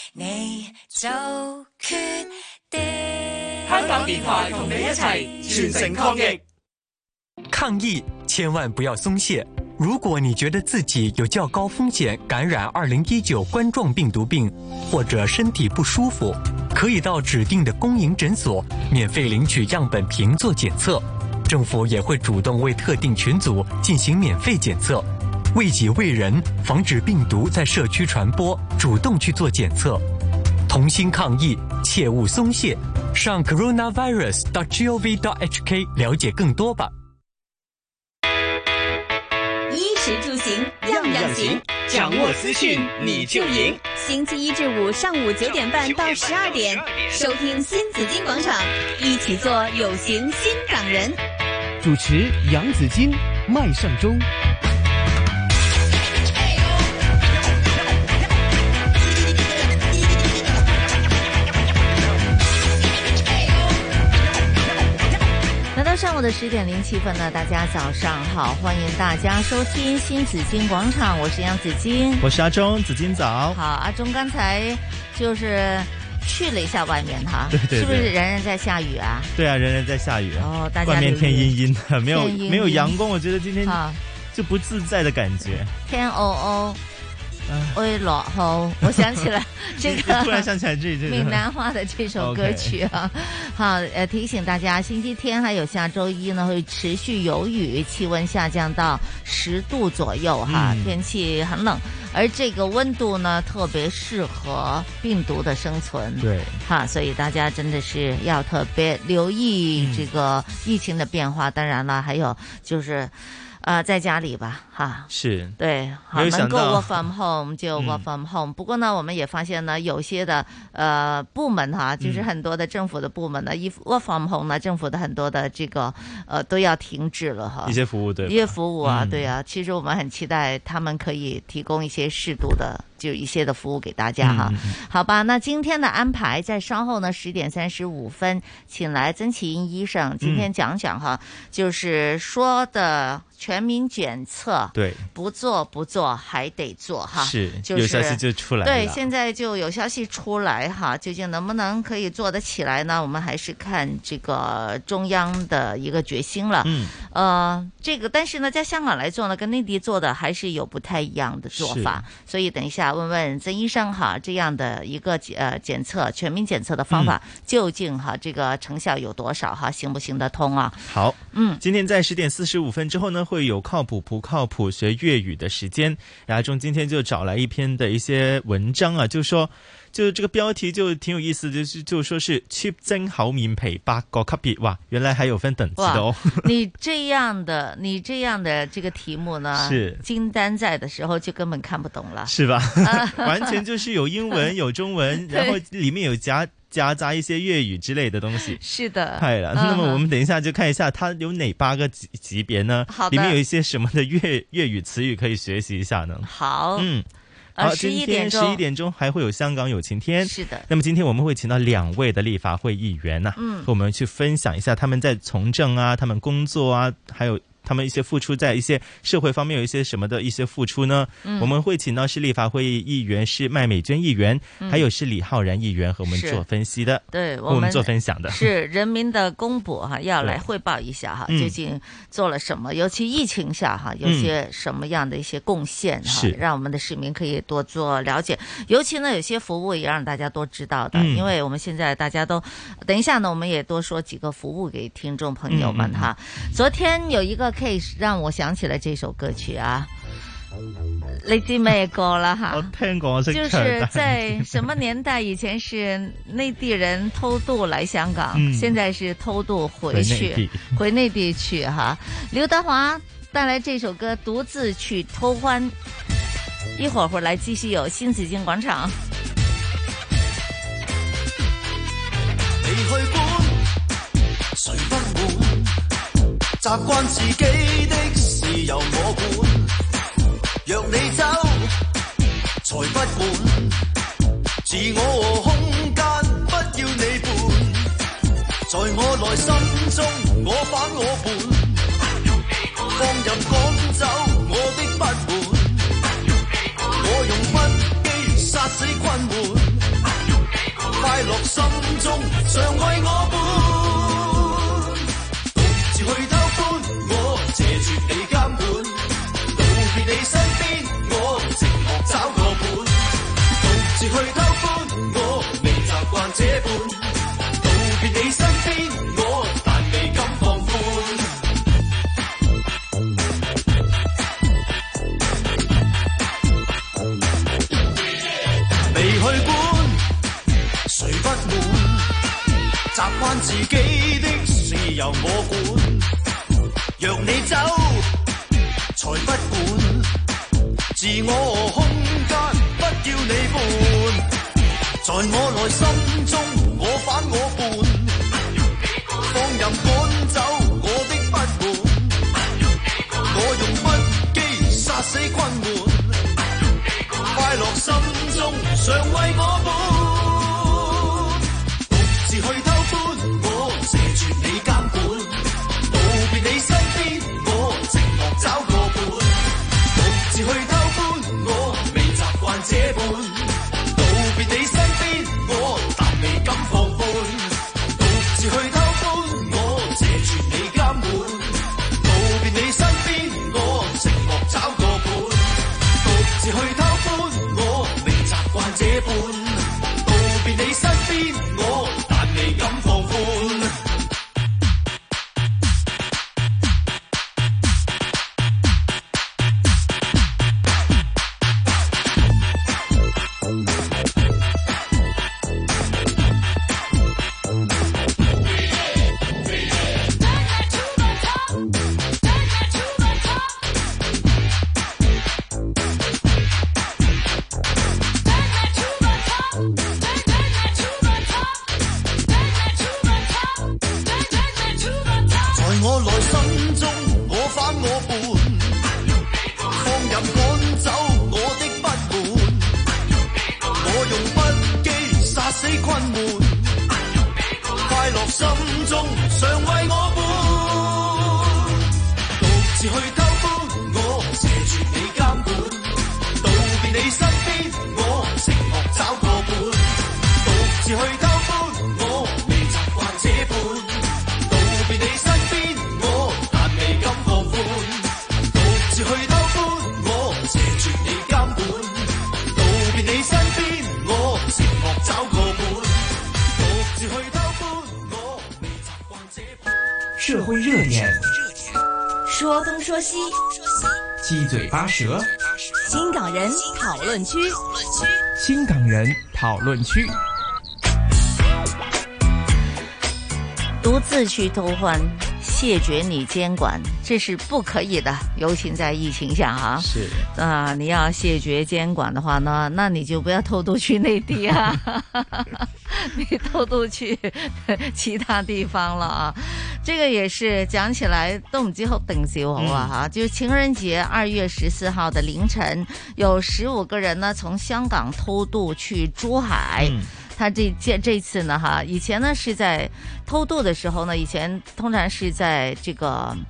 S2: 香港電台同你一齊全城抗疫，
S16: 抗疫千萬不要鬆懈。如果你覺得自己有較高風險感染二零一九冠狀病毒病，或者身體不舒服，可以到指定的公營診所免費領取樣本瓶做檢測。政府也會主動為特定群組進行免費檢測，為己為人，防止病毒在社區傳播，主動去做檢測。同心抗疫，切勿鬆懈。上 coronavirus dot gov dot h k 了解更多吧。
S1: 衣食住行樣樣行，
S2: 掌握資訊你就贏。
S1: 星期一至五上午九點半到十二點，收聽新紫荊廣場，一起做有型新港人。
S2: 主持楊紫荊、麥尚中。
S7: 来到上午的十點零七分呢，大家早上好，歡迎大家收聽新紫荊廣場，我是楊紫荊，
S8: 我是阿忠，紫荊早。
S7: 好，阿忠剛才就是去了一下外面哈，
S8: 對對對，
S7: 是不是仍然在下雨啊？
S8: 對啊，仍然在下雨。
S7: 哦，大家
S8: 外面天陰陰的，沒有
S7: 陰陰
S8: 沒有陽光，我覺得今天就不自在的感覺。
S7: 天哦哦。會落後，我想起來這個
S8: 突然想起來這這
S7: 閩南話的這首歌曲啊， okay. 好，呃，提醒大家，星期天還有下周一呢，會持續有雨，氣溫下降到十度左右哈，嗯、天氣很冷，而這個溫度呢，特別適合病毒的生存，
S8: 對，
S7: 哈，所以大家真的是要特別留意這個疫情的變化，嗯、當然了，還有就是。呃，在家裏吧，哈，
S8: 是
S7: 對，好，能夠 work from home 就 work from home。嗯、不過呢，我們也發現呢，有些的呃部門哈，就是很多的政府的部門呢，一 work from home 呢，政府的很多的這個呃都要停止了哈。
S8: 一些服務對，
S7: 一些服務啊，
S8: 嗯、
S7: 對啊，其實我們很期待他們可以提供一些適度的。就一些的服務給大家哈，嗯、好吧，那今天的安排在稍後呢十點三十五分，請來曾祈殷醫生，今天講講哈，嗯、就是說的全民檢測，
S8: 對，
S7: 不做不做還得做哈，
S8: 是，
S7: 就是、
S8: 有消息就出來了，
S7: 對，現在就有消息出來哈，究竟能不能可以做得起來呢？我們還是看這個中央的一個決心了，嗯，呃，這個但是呢，在香港來做呢，跟內地做的還是有不太一樣的做法，所以等一下。問問曾醫生哈，這樣的一個呃檢測全民檢測的方法，嗯、究竟哈這個成效有多少哈，行不行得通啊？
S8: 好，嗯，今天在十點四十五分之後呢，會有靠譜不靠譜學粵語的時間。然後中今天就找來一篇的一些文章啊，就說。就這個標題就挺有意思，就是就說是 cheap 蒸厚面皮八個級別，哇，原來還有分等級的哦。
S7: 你這樣的，你這樣的這個題目呢，是金丹在的時候就根本看不懂了，
S8: 是吧？完全就是有英文有中文，然後裏面有夾夾雜一些粵語之類的東西。
S7: 是的，
S8: 係啦。那麼我們等一下就看一下，它有哪八個級級別呢？好的，裡面有一些什麼的粵粵語詞語可以學習一下呢？
S7: 好，
S8: 嗯。
S7: 好，十一點鐘，
S8: 十一點鐘還會有香港有晴天。
S7: 是的。
S8: 那麼今天我們會請到兩位的立法會議員呐、啊，嗯，和我們去分享一下他們在從政啊，他們工作啊，還有。 他们一些付出在一些社会方面有一些什么的一些付出呢？嗯、我们会请到是立法会议员是麦美娟议员，嗯、还有是李浩然议员和我们做分析的，
S7: 对，
S8: 我们, 我们做分享的，
S7: 是人民的公仆哈，要来汇报一下哈，究竟做了什么？尤其疫情下哈，有些什么样的一些贡献哈，嗯、让我们的市民可以多做了解。尤其呢，有些服务也让大家多知道的，嗯、因为我们现在大家都，等一下呢，我们也多说几个服务给听众朋友们哈。嗯、昨天有一个 case 让我想起了这首歌曲啊。你知咩歌啦哈？
S8: 我聽過，我識唱。
S7: 就是在什麼年代？以前是內地人偷渡來香港，嗯、現在是偷渡回去，回內地去哈。劉德華帶來這首歌《獨自去偷歡》，一會兒會來繼續有新紫荊廣場。
S17: 你去管，誰不滿？習慣自己的事由我管。若你走，才不管自我和空間，不要你伴。在我內心中，我反我叛，放任趕走我的不滿。我用不羈殺死困悶，快樂心中常為我伴。獨自去偷歡，我謝絕你監管。你身邊，我寂寞找個伴，獨自去偷歡，我未習慣這般。道別你身邊，我但未敢放寬。未去管，誰不滿？習慣自己的事由我管。若你走，才不管自我和空間，不要你伴。在我內心中，我反我叛，放任趕走我的不滿。我用不羈殺死困悶，快樂心中常為我伴。獨自去偷歡，我謝絕你監管。道別你身邊，我寂寞找個伴。獨自去偷歡，我未習慣這般。道別你身邊，我但未敢放寬。獨自去偷歡，我謝絕你監管。道別你身邊，我寂寞找個伴。獨自去偷歡，我未習慣這般。道別你身邊，我但未敢放寬。
S2: 社会热点，
S1: 说东说西，
S2: 七嘴八舌，
S1: 新港人讨论区，
S2: 新港人讨论区。
S7: 独自去偷欢，谢绝你监管，这是不可以的，尤其在疫情下啊。
S8: 是
S7: 啊、呃，你要谢绝监管的话呢，那你就不要偷渡去内地啊，你偷渡去其他地方了啊。这个也是讲起来都唔知好定少好啊哈、嗯！就情人节二月十四号的凌晨，有十五个人呢从香港偷渡去珠海。嗯，他这这这次呢哈，以前呢是在偷渡的时候呢，以前通常是在这个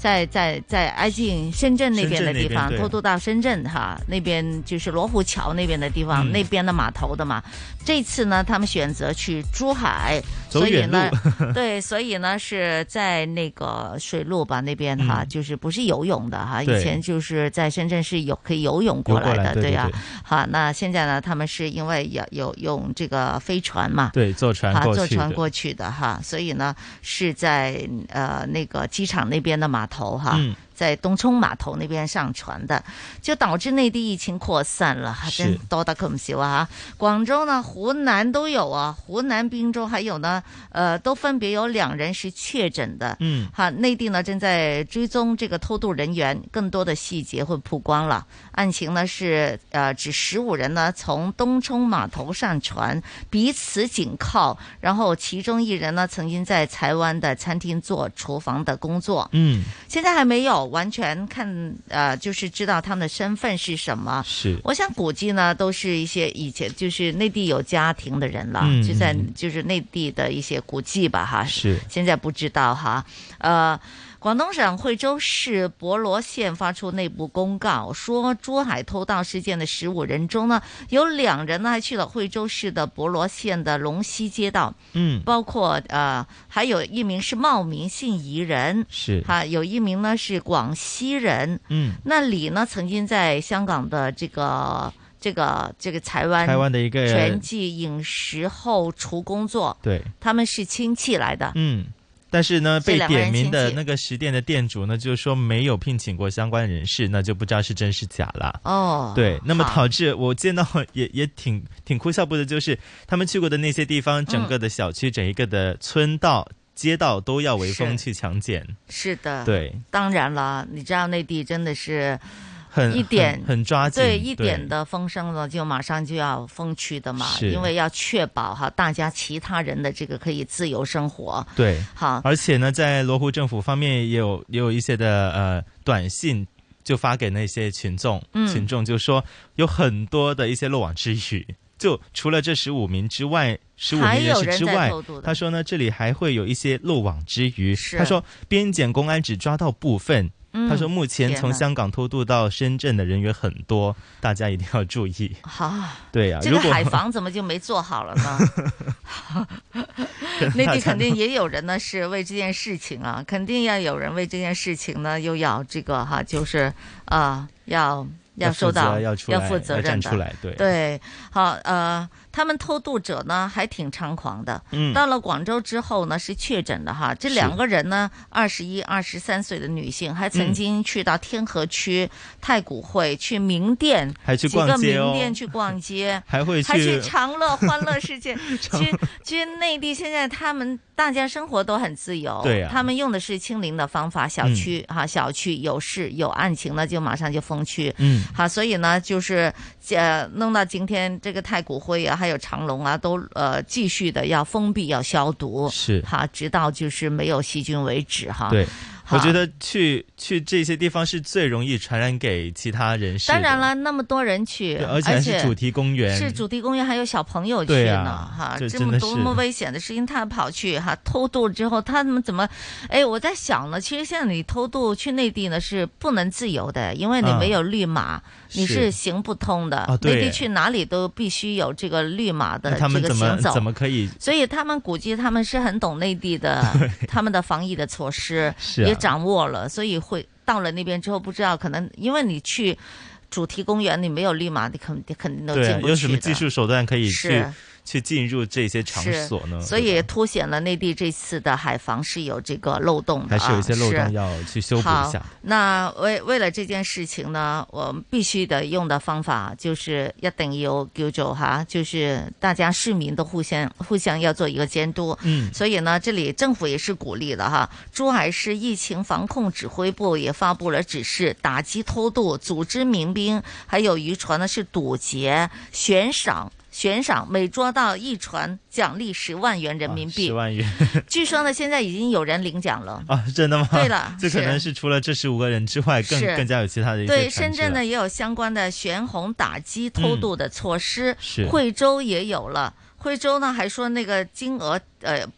S7: 在在在挨近深圳那边的地方，偷渡到深圳哈，那边就是罗湖桥那边的地方，嗯、那边的码头的嘛。这次呢，他们选择去珠海，所以呢，对，所以呢是在那个水路吧那边哈、嗯，就是不是游泳的哈，以前就是在深圳是有可以游泳过来的，来对呀、啊。好，那现在呢，他们是因为有有用这个飞船嘛，
S8: 对，坐船过去的，
S7: 坐船过去的哈，所以呢是在呃那个机场那边的码头哈。嗯，在東涌碼頭那邊上船的，就導致內地疫情擴散了，真多得可唔少啊！廣州呢、湖南都有啊，湖南汀州還有呢，呃，都分別有兩人是確診的。嗯，哈，內地呢正在追蹤這個偷渡人員，更多的細節會曝光了。案情呢是，呃，指十五人呢從東涌碼頭上船，彼此緊靠，然後其中一人呢曾經在台灣的餐廳做廚房的工作。嗯，現在還沒有完全看，呃，就是知道他們的身份是什麼。是，我想估計呢，都是一些以前就是內地有家庭的人了，嗯、就在就是內地的一些估計吧，哈。是，現在不知道哈，呃。廣東省惠州市博羅縣發出內部公告，說珠海偷盜事件的十五人中呢，有兩人呢還去了惠州市的博羅縣的龍溪街道，嗯，包括呃，還有一名是茂名姓宜人，是，哈，有一名呢是廣西人，嗯，那李呢曾經在香港的這個這個這個台灣
S8: 台灣的一個
S7: 全季飲食後廚工作，對，他們是親戚來的，
S8: 嗯。但是呢，被點名的那個食店的店主呢，就是說沒有聘請過相關人士，那就不知道是真是假了。哦，對，那麼導致我見到也也挺挺哭笑不得，就是他們去過的那些地方，整個的小區、嗯、整一個的村道、街道都要圍封去強檢。是的，對，當然了，你知道內地真的是。很一點 很, 很抓緊，對一點的風聲呢，就馬上就要封區的嘛，因為要確保哈大家其他人的這個可以自由生活。對，好，而且呢，在羅湖政府方面也有也有一些的呃短信，就發給那些群眾，嗯、群眾就說有很多的一些漏網之魚，就除了這十五名之外，十五名人士之外，他說呢，這裡還會有一些漏網之魚。他說邊檢公安只抓到部分。他說目前從香港偷渡到深圳的人員很多，大家一定要注意。好，對呀、啊，這個海防怎麼就沒做好了呢？內地肯定也有人呢，是為這件事情啊，肯定要有人為這件事情呢，又要這個哈，就是啊、呃，要要受到要負責任的，站出來，對對，好，呃。他們偷渡者呢還挺猖狂的，嗯，到了廣州之後呢是確診的哈，這兩個人呢二十一、二十三歲的女性，還曾經去到天河區太古匯去名店，還去逛街哦，幾個名店去逛街，還會去還去長樂歡樂世界。其實其實內地現在他們大家生活都很自由，對啊，他們用的是清零的方法，小區哈、嗯、小區有事有案情呢就馬上就封區，嗯，好，所以呢就是呃弄到今天這個太古匯啊。還有長隆啊，都呃繼續的要封閉，要消毒，是哈，直到就是沒有細菌為止哈。對，我覺得去去這些地方是最容易傳染給其他人士。當然了，那麼多人去，而且是主題公園，是主題公園，還有小朋友去呢，啊、哈，這麼多麼危險的事情，他跑去哈偷渡之後，他們怎麼？哎，我在想呢，其實現在你偷渡去內地呢是不能自由的，因為你沒有綠碼。嗯你是行不通的，內、哦、地去哪裡都必須有這個綠碼的這個行走，怎麼可以？所以他們估計他們是很懂內地的，他們的防疫的措施也掌握了，所以會到了那邊之後，不知道可能因為你去主題公園，你沒有綠碼，你肯定肯定都進不去的。對，有什麼技術手段可以去？去進入這些場所呢，所以凸顯了內地這次的海防是有這個漏洞的，還是有一些漏洞要去修補一下。那為為了這件事情呢，我們必須的用的方法就是一定要叫做哈，就是大家市民都互相互相要做一個監督。嗯，所以呢，這裡政府也是鼓勵了哈，珠海市疫情防控指揮部也發布了指示，打擊偷渡、組織民兵，還有漁船呢是堵截、懸賞。懸賞每捉到一船獎勵十萬元人民幣，十、啊、萬元。據說呢，現在已經有人領獎了啊！真的嗎？對了，這可能是除了這十五個人之外，更更加有其他的一些。對，深圳呢也有相關的懸紅打擊偷渡的措施，嗯、惠州也有了。惠州呢還說那個金額呃。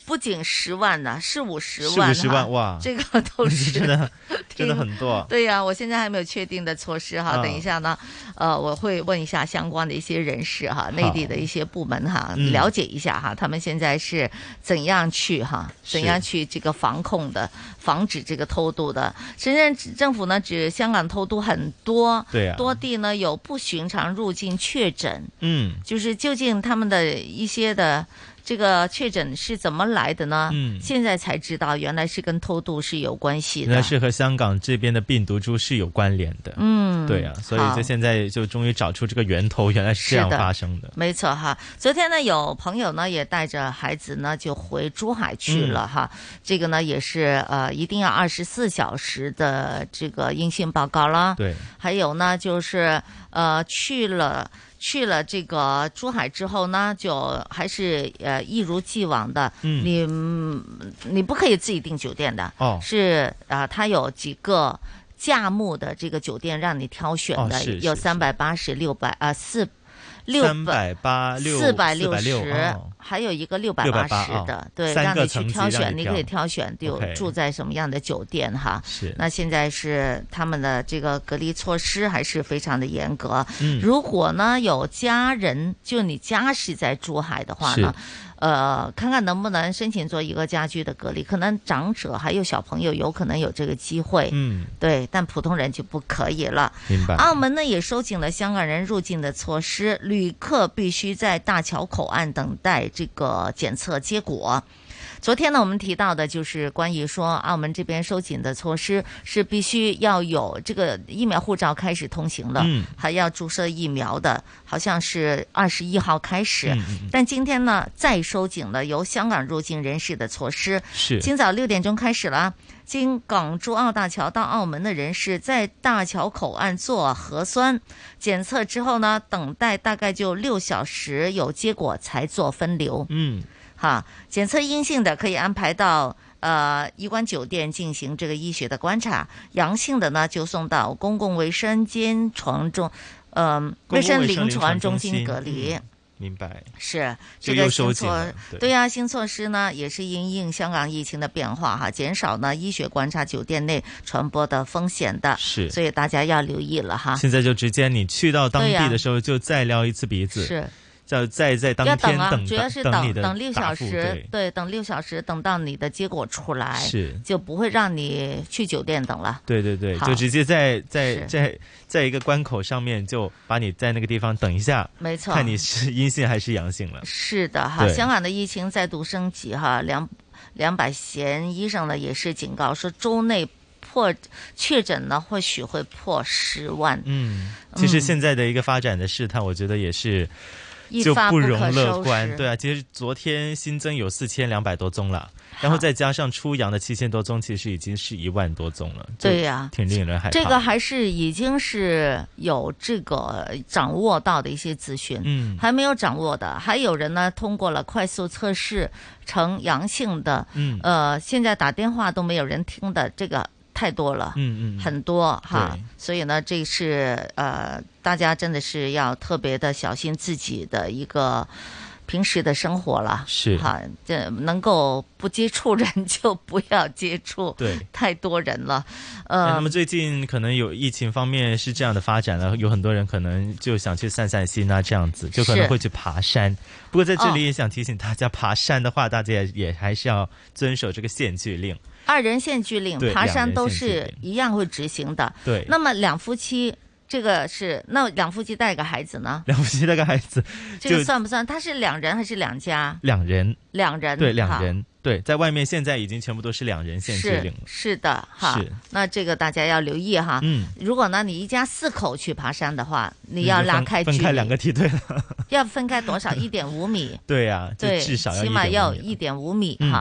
S7: 不仅十万呢、啊，是五十万，
S8: 是五十万哇，
S7: 这个都是
S8: 真的真的很多。
S7: 对呀、啊，我现在还没有确定的措施哈，等一下呢，呃，我会问一下相关的一些人士哈，内地的一些部门哈，嗯、了解一下哈，他们现在是怎样去哈，怎样去这个防控的，防止这个偷渡的。深圳政府呢指香港偷渡很多，
S8: 对啊，
S7: 多地呢有不寻常入境确诊，
S8: 嗯，
S7: 就是究竟他们的一些的。这个确诊是怎么来的呢？嗯，现在才知道，原来是跟偷渡是有关系的，
S8: 原来是和香港这边的病毒株是有关联的。
S7: 嗯，
S8: 对啊，所以就现在就终于找出这个源头，原来是这样发生的。
S7: 没错哈，昨天呢，有朋友呢也带着孩子呢就回珠海去了哈，嗯、这个呢也是呃一定要二十四小时的这个阴性报告啦。
S8: 对，
S7: 还有呢就是呃去了。去了这个珠海之后呢，就还是呃一如既往的，嗯、你你不可以自己订酒店的，
S8: 哦，
S7: 是啊，它、呃、有几个价目的这个酒店让你挑选的，
S8: 哦、是
S7: 有三百八十、六百啊四。六
S8: 百八六
S7: 四百六十，还有一个六百八十的，哦、对，让你去挑选，你可以挑选就住在什么样的酒店哈。
S8: 是，
S7: 那现在是他们的这个隔离措施还是非常的严格。
S8: 嗯，
S7: 如果呢有家人，就你家是在珠海的话呢。呃，看看能不能申请做一个家居的隔离，可能长者还有小朋友有可能有这个机会，
S8: 嗯，
S7: 对，但普通人就不可以了。
S8: 明白。
S7: 澳门呢也收紧了香港人入境的措施，旅客必须在大桥口岸等待这个检测结果。昨天呢，我们提到的就是关于说澳门这边收紧的措施是必须要有这个疫苗护照开始通行了，
S8: 嗯，
S7: 还要注射疫苗的，好像是二十一号开始。
S8: 嗯嗯、
S7: 但今天呢，再收紧了由香港入境人士的措施。
S8: 是，
S7: 今早六点钟开始了，经港珠澳大桥到澳门的人士在大桥口岸做核酸检测之后呢，等待大概就六小时，有结果才做分流。
S8: 嗯。
S7: 哈，检测阴性的可以安排到呃医观酒店进行这个医学的观察，阳性的呢就送到公共卫生间床中，呃卫生临床中心隔离。
S8: 嗯、明白。
S7: 是这个新措，
S8: 对
S7: 呀、啊，新措施呢也是因应香港疫情的变化哈，减少呢医学观察酒店内传播的风险的。
S8: 是，
S7: 所以大家要留意了哈。
S8: 现在就直接你去到当地的时候就再撩一次鼻子。
S7: 是。
S8: 要在在当天
S7: 等啊，
S8: 等
S7: 主要是等等六小时，
S8: 对,
S7: 对，等六小时，等到你的结果出来，
S8: 是
S7: 就不会让你去酒店等了。
S8: 对对对，就直接在在在在一个关口上面就把你在那个地方等一下，
S7: 没错，
S8: 看你是阴性还是阳性了。
S7: 是的哈，香港的疫情再度升级哈，梁梁百贤医生呢也是警告说，周内破确诊呢或许会破十万。
S8: 嗯，其实现在的一个发展的事态，我觉得也是。就不容乐观，对啊，其实昨天新增有四千两百多宗了，然后再加上出阳的七千多宗，其实已经是一万多宗了。
S7: 对呀、啊，
S8: 挺令人害怕。
S7: 这个还是已经是有这个掌握到的一些资讯，
S8: 嗯，
S7: 还没有掌握的，还有人呢通过了快速测试呈阳性的，
S8: 嗯，
S7: 呃，现在打电话都没有人听的这个。太多了，
S8: 嗯嗯，
S7: 很多哈，所以呢，这是呃，大家真的是要特别的小心自己的一个平时的生活了，
S8: 是
S7: 哈，这能够不接触人就不要接触，
S8: 对，
S7: 太多人了，呃，
S8: 那么最近可能有疫情方面是这样的发展了，有很多人可能就想去散散心啊，这样子就可能会去爬山。不过在这里也想提醒大家，哦、爬山的话，大家也也还是要遵守这个限聚令。
S7: 二人限聚令，爬山都是一样会执行的。
S8: 对，
S7: 那么两夫妻这个是，那两夫妻带个孩子呢？
S8: 两夫妻带个孩子，
S7: 这个算不算？他是两人还是两家？
S8: 两人，
S7: 两人，
S8: 对，两人，对，在外面现在已经全部都是两人限聚令了。
S7: 是, 是的，哈，
S8: 是。
S7: 那这个大家要留意哈。
S8: 嗯，
S7: 如果呢你一家四口去爬山的话，你要拉开距离，
S8: 分开两个梯队了，
S7: 要分开多少？一点五米。
S8: 对呀、啊，
S7: 对，
S8: 至少要
S7: 起码要一点五米哈。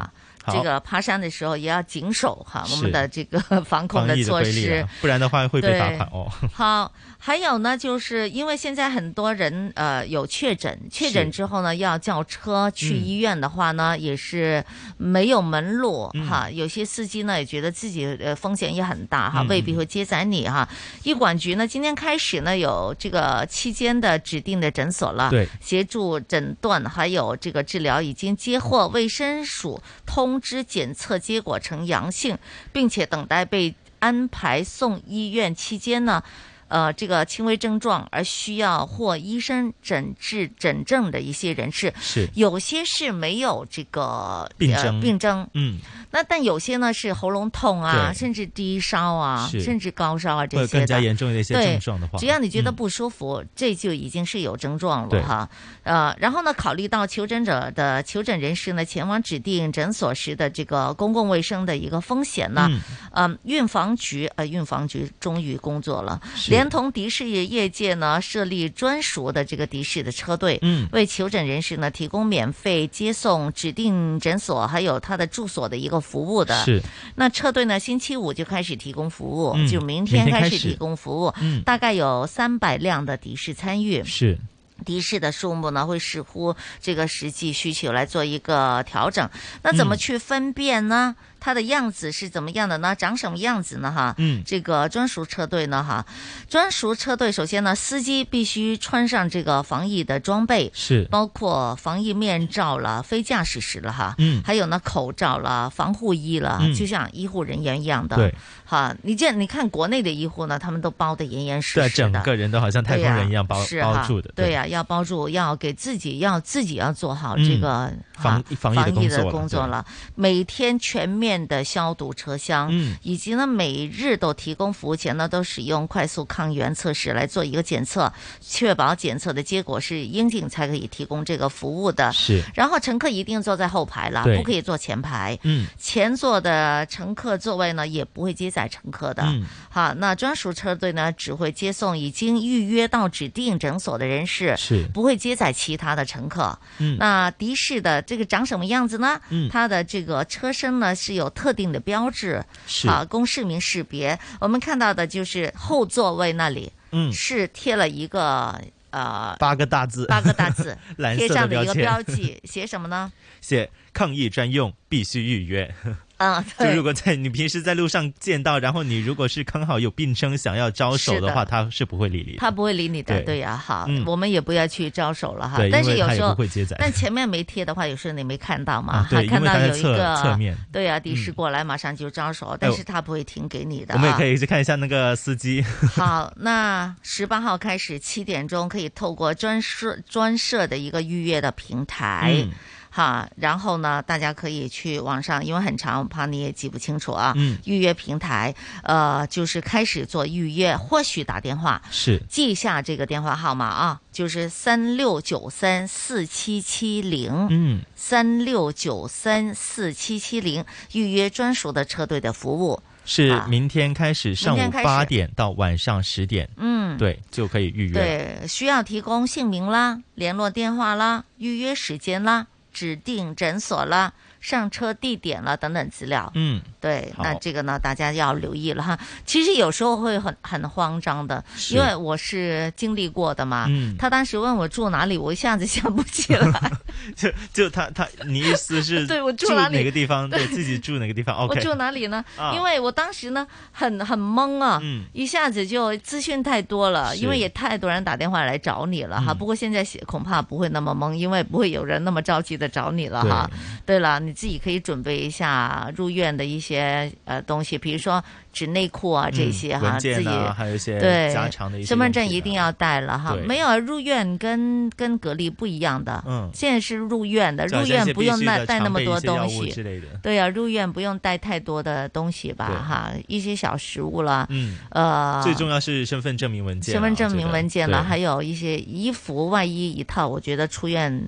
S7: 这个爬山的时候也要谨守哈我们的这个防控的措施，
S8: 啊、不然的话会被罚款哦。
S7: 好，还有呢，就是因为现在很多人呃有确诊，确诊之后呢要叫车去医院的话呢，嗯、也是没有门路、嗯、哈。有些司机呢也觉得自己呃风险也很大哈，未必会接载你哈。嗯、医管局呢今天开始呢有这个期间的指定的诊所了，
S8: 对，
S7: 协助诊断还有这个治疗，已经接获卫生署通知检测结果呈阳性，并且等待被安排送医院期间呢。呃，这个轻微症状而需要或医生诊治诊症的一些人士，
S8: 是
S7: 有些是没有这个
S8: 病症、
S7: 呃、病症，
S8: 嗯，
S7: 那但有些呢是喉咙痛啊，甚至低烧啊，甚至高烧啊这些的，
S8: 更加严重的一些症状的话，
S7: 只要你觉得不舒服，嗯、这就已经是有症状了哈。呃，然后呢，考虑到求诊者的求诊人士呢前往指定诊所时的这个公共卫生的一个风险呢，嗯，呃、运防局呃运防局终于工作了。连同的士业界呢，设立专属的这个的士的车队，嗯，为求诊人士呢提供免费接送指定诊所还有他的住所的一个服务的。
S8: 是，
S7: 那车队呢，星期五就开始提供服务，
S8: 嗯、
S7: 就明天开始提供服务，嗯，大概有三百辆的的士参与。
S8: 是。
S7: 的士的数目呢，会视乎这个实际需求来做一个调整。那怎么去分辨呢？嗯、它的样子是怎么样的呢？长什么样子呢？哈，
S8: 嗯，
S7: 这个专属车队呢，哈，专属车队首先呢，司机必须穿上这个防疫的装备，
S8: 是
S7: 包括防疫面罩了、非驾驶时了哈，
S8: 嗯，
S7: 还有呢口罩了、防护衣了，
S8: 嗯、
S7: 就像医护人员一样的，
S8: 对，
S7: 哈，你这你看国内的医护呢，他们都包得严严实实的，
S8: 对，整个人都好像太空人一样包、
S7: 啊、
S8: 包住的，
S7: 对呀、啊，要包住，要给自己要自己要做好这个、
S8: 嗯、防防疫的
S7: 防疫的
S8: 工
S7: 工作了，每天全面的消毒车厢，
S8: 嗯，
S7: 以及呢每日都提供服务前呢都使用快速抗原测试来做一个检测，确保检测的结果是阴性才可以提供这个服务的。
S8: 是，
S7: 然后乘客一定坐在后排了，不可以坐前排。
S8: 嗯，
S7: 前座的乘客座位呢也不会接载乘客的。
S8: 嗯，
S7: 好，那专属车队呢只会接送已经预约到指定诊所的人士，
S8: 是
S7: 不会接载其他的乘客。
S8: 嗯，
S7: 那的士的这个长什么样子呢？
S8: 嗯，
S7: 它的这个车身呢是有特定的标志，
S8: 是
S7: 啊，供市民识别。我们看到的就是后座位那里，
S8: 嗯，
S7: 是贴了一个呃
S8: 八个大字，
S7: 八个大字贴上的一个标
S8: 签
S7: 记，写什么呢？
S8: 写抗疫专用，必须预约。
S7: 嗯，
S8: 就如果在你平时在路上见到，然后你如果是刚好有病症想要招手的话，他是不会理你的。
S7: 他不会理你的，对呀、啊，好、嗯，我们也不要去招手了哈。
S8: 对，
S7: 但是有时候，
S8: 会接载
S7: 但前面没贴的话，有时候你没看到嘛，
S8: 啊、对，
S7: 看到有一
S8: 个侧面，
S7: 对呀、啊，的士过来马上就招手，嗯、但是他不会停给你的、啊。
S8: 我们也可以去看一下那个司机。
S7: 好，那十八号开始七点钟可以透过专设专设的一个预约的平台。嗯哈，然后呢，大家可以去网上，因为很长，我怕你也记不清楚啊。
S8: 嗯，
S7: 预约平台，呃，就是开始做预约，或许打电话，
S8: 是
S7: 记一下这个电话号码啊，就是三六九三四七七零，
S8: 嗯，
S7: 三六九三四七七零，预约专属的车队的服务。
S8: 是明天开始上午八点到晚上十点，
S7: 嗯，
S8: 对，就可以预约。
S7: 对，需要提供姓名啦、联络电话啦、预约时间啦、指定诊所啦、上车地点了等等资料。
S8: 嗯，
S7: 对，那这个呢，大家要留意了哈。其实有时候会很很慌张的，因为我是经历过的嘛。
S8: 嗯，
S7: 他当时问我住哪里，我一下子想不起来。
S8: 就就他他，你意思是
S7: 对我
S8: 住
S7: 哪里
S8: 哪个地方？对自己住哪个地方 ？OK，
S7: 我住哪里呢？
S8: 啊、
S7: 因为我当时呢很很懵啊，
S8: 嗯，
S7: 一下子就资讯太多了，因为也太多人打电话来找你了哈。
S8: 嗯、
S7: 不过现在恐怕不会那么懵，因为不会有人那么着急的找你了哈。对了，你自己可以准备一下入院的一些呃东西，比如说纸内裤啊这些哈，
S8: 嗯、自
S7: 己
S8: 还有一些
S7: 对
S8: 家常的一些
S7: 身份证一定要带了哈。没有入院跟跟隔离不一样的，
S8: 嗯，
S7: 现在是入院的，入院不用带带那么多东西，对呀、啊，入院不用带太多的东西吧哈，一些小食物了，
S8: 嗯，
S7: 呃，
S8: 最重要是身份证明文件，
S7: 身份证明文件了，还有一些衣服、外衣一套，我觉得出院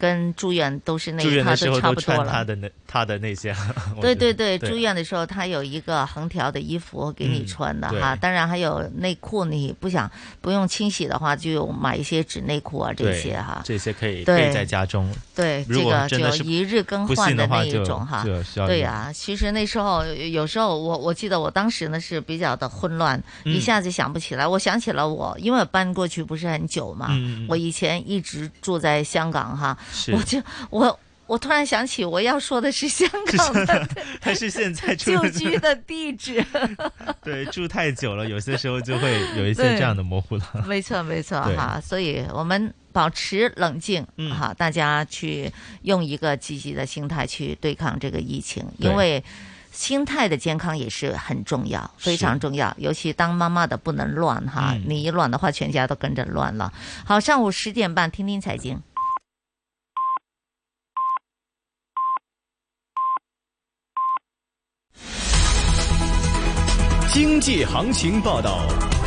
S7: 跟住院都是那一套
S8: 都
S7: 差不多了。
S8: 他的那他的那些，
S7: 对对对，住院的时候他有一个横条的衣服给你穿的、嗯、哈，当然还有内裤，你不想不用清洗的话，就买一些纸内裤啊这些哈，
S8: 这些可以备在家中。
S7: 对，这个就一日更换的那一种哈。对呀、啊，其实那时候有时候我我记得我当时呢是比较的混乱，一下子想不起来。嗯、我想起了我，因为我搬过去不是很久嘛，嗯、我以前一直住在香港哈，我就我。我突然想起我要说的是香港的，
S8: 但是现在
S7: 旧居的地址。
S8: 对，住太久了，有些时候就会有一些这样的模糊了。
S7: 没错，没错哈，所以我们保持冷静，嗯，哈，大家去用一个积极的心态去对抗这个疫情，因为心态的健康也是很重要，非常重要。尤其当妈妈的不能乱哈，嗯、你一乱的话，全家都跟着乱了。好，上午十点半，听听财经。
S2: 经济行情报道。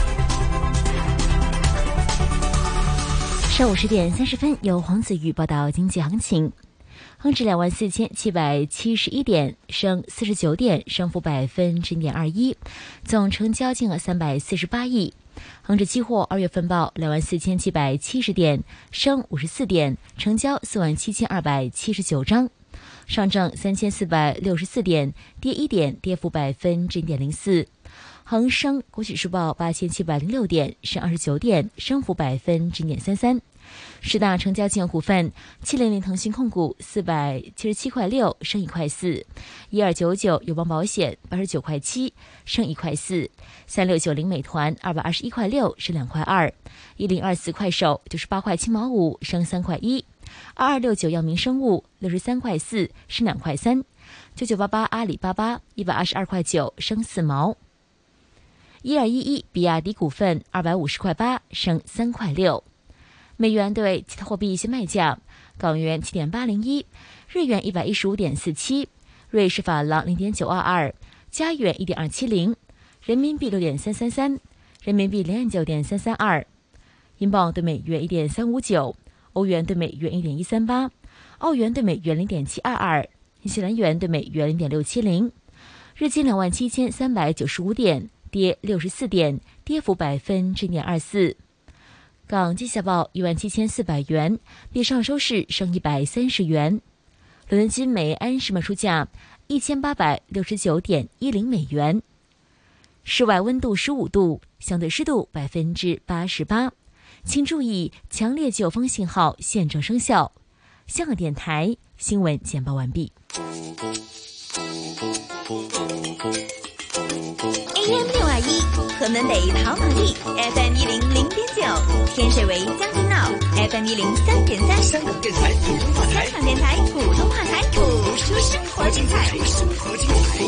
S11: 上午十点三十分，由黄子瑜报道经济行情。恒指两万四千七百七十一点，升四十九点，升幅百分之零点二一，总成交金额三百四十八亿。恒指期货二月份报两万四千七百七十点，升五十四点，成交四万七千二百七十九张。上证三千四百六十四点，跌一点，跌幅百分之零点零四。恒生国指数报八千七百零六点，升二十九点，升幅百分之零点三三。十大成交金额股份：七零零腾讯控股四百七十七块六，升一块四；一二九九友邦保险八十九块七，升一块四；三六九零美团二百二十一块六，升两块二；一零二四快手九十八块七毛五，升三块一；二二六九药明生物六十三块四，升两块三；九九八八阿里巴巴一百二十二块九，升四毛。一二一一比亚迪股份二百五十块八，升三块六。美元对其他货币一些卖价：港元七点八零一，日元一百一十五点四七，瑞士法郎零点九二二，加元一点二七零，人民币六点三三三，人民币零点九点三三二，英镑对美元一点三五九，欧元对美元一点一三八，澳元对美元零点七二二，新西兰元对美元零点六七零。日经两万七千三百九十五点，跌六十四点，跌幅百分之零点二四。港金下报一万七千四百元，比上收市升一百三十元。伦敦金每安士卖出价一千八百六十九点一零美元。室外温度十五度，相对湿度百分之八十八。请注意，强烈季候风信号现正生效。香港电台新闻简报完毕。
S1: A M 六二一，河门北跑马地 F M 一零零点九，天水围将军澳 F M 一零三点三，香港电台普通话台，香港电台普通话台，谱出生活精彩，生活精彩。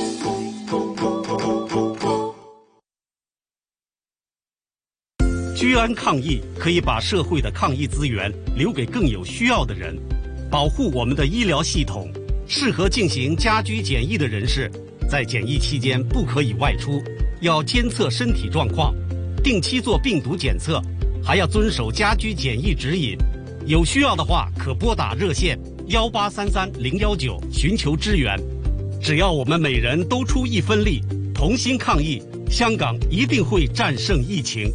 S18: 居安抗疫可以把社会的抗疫资源留给更有需要的人，保护我们的医疗系统。适合进行家居检疫的人士，在检疫期间不可以外出，要监测身体状况，定期做病毒检测，还要遵守家居检疫指引。有需要的话，可拨打热线幺八三三零幺九寻求支援。只要我们每人都出一分力，同心抗疫，香港一定会战胜疫情。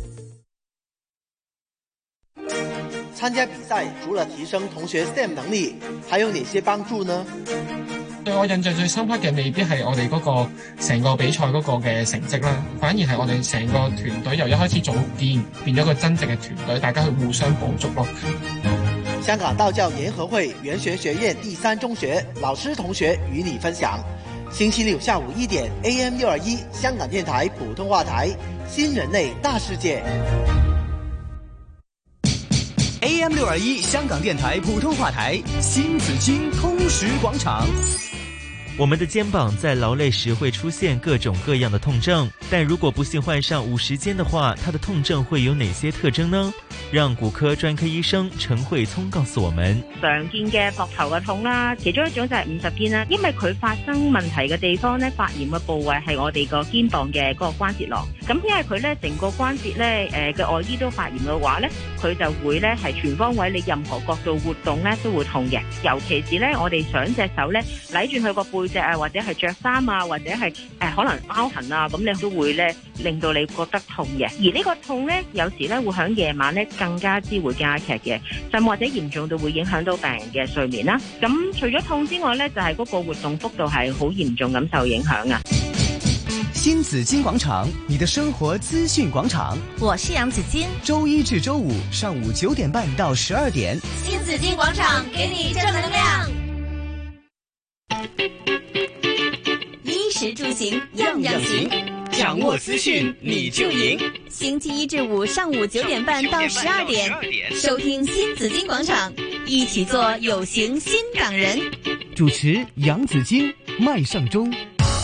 S19: 参加比賽除了提升同學 S T E M 能力，還有哪些幫助呢？
S20: 對我印象最深刻嘅未必係我哋嗰個成個比賽嗰個嘅成績啦，反而係我哋成個團隊由一開始組建變咗個真正嘅團隊，大家去互相補足咯。
S19: 香港道教研合會圓玄學院第三中學老師同學與你分享，星期六下午一點 A M 六二一香港電台普通話台，新人類大世界。
S2: A M 六二一香港電台普通話台，新紫荊通識廣場。
S8: 我們的肩膀在勞累時會出現各種各樣的痛症，但如果不幸患上五十肩的話，它的痛症會有哪些特徵呢？ 讓骨科專科醫生陳慧聰告訴我們：
S21: 常見嘅膊頭嘅痛啦，其中一種就係五十肩啦，因為佢發生問題嘅地方咧，發炎嘅部位係我哋個肩膀嘅嗰個關節囊。咁因為佢咧成個關節咧誒嘅外衣都發炎嘅話咧，佢就會咧係全方位，你任何角度活動咧都會痛嘅。尤其是咧我哋想隻手咧扭轉佢個背脊啊，或者係着衫啊，或者係誒、呃、可能包痕啊，咁你都會咧令到你覺得痛嘅。而呢個痛咧有時咧會喺夜晚咧更加之會加劇嘅，甚或者嚴重到會影響到病人嘅睡眠啦。咁除咗痛之外咧，就係、是、嗰個活動幅度係好嚴重咁受影響啊。
S2: 新紫荊廣場，你的生活資訊廣場，
S7: 我是楊子矜。
S2: 周一至周五上午九點半到十二點，
S12: 新紫荊廣場給你正能量。衣食住行樣樣行，
S2: 掌握資訊你就贏。
S12: 星期一至五上午九點半到十二點，收聽新紫荊廣場，一起做有型新港人。
S2: 主持楊子矜、麥尚中。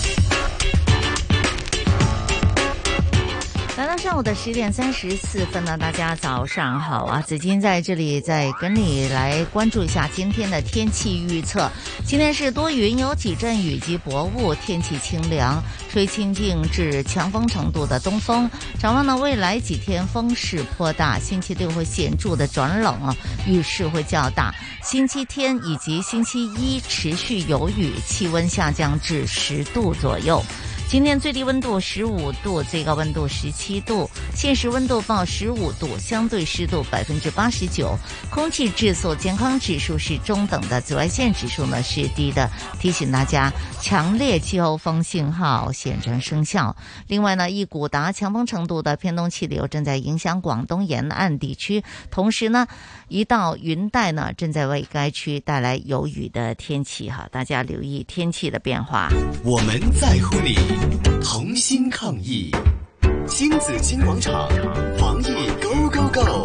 S7: 來到上午的十點三十四分呢，大家早上好啊！子矜在這裡再跟你來關注一下今天的天氣預測。今天是多雲，有幾陣雨及薄霧，天氣清涼，吹清勁至強風程度的東風。展望呢，未來幾天風勢頗大，星期六會顯著的轉冷啊，雨勢會較大。星期天以及星期一持續有雨，氣溫下降至十度左右。今天最低溫度十五度，最高溫度十七度，現時溫度報十五度，相對濕度百分之八十九，空氣質素健康指數是中等的，紫外線指數呢是低的，提醒大家強烈季候風信號現正生效。另外呢，一股達強風程度的偏東氣流正在影響廣東沿岸地區，同時呢，一道雲帶呢正在為該區帶來有雨的天氣哈，大家留意天氣的變化。
S2: 我們在乎你，同心抗疫，新紫荊廣場防疫 Go Go Go。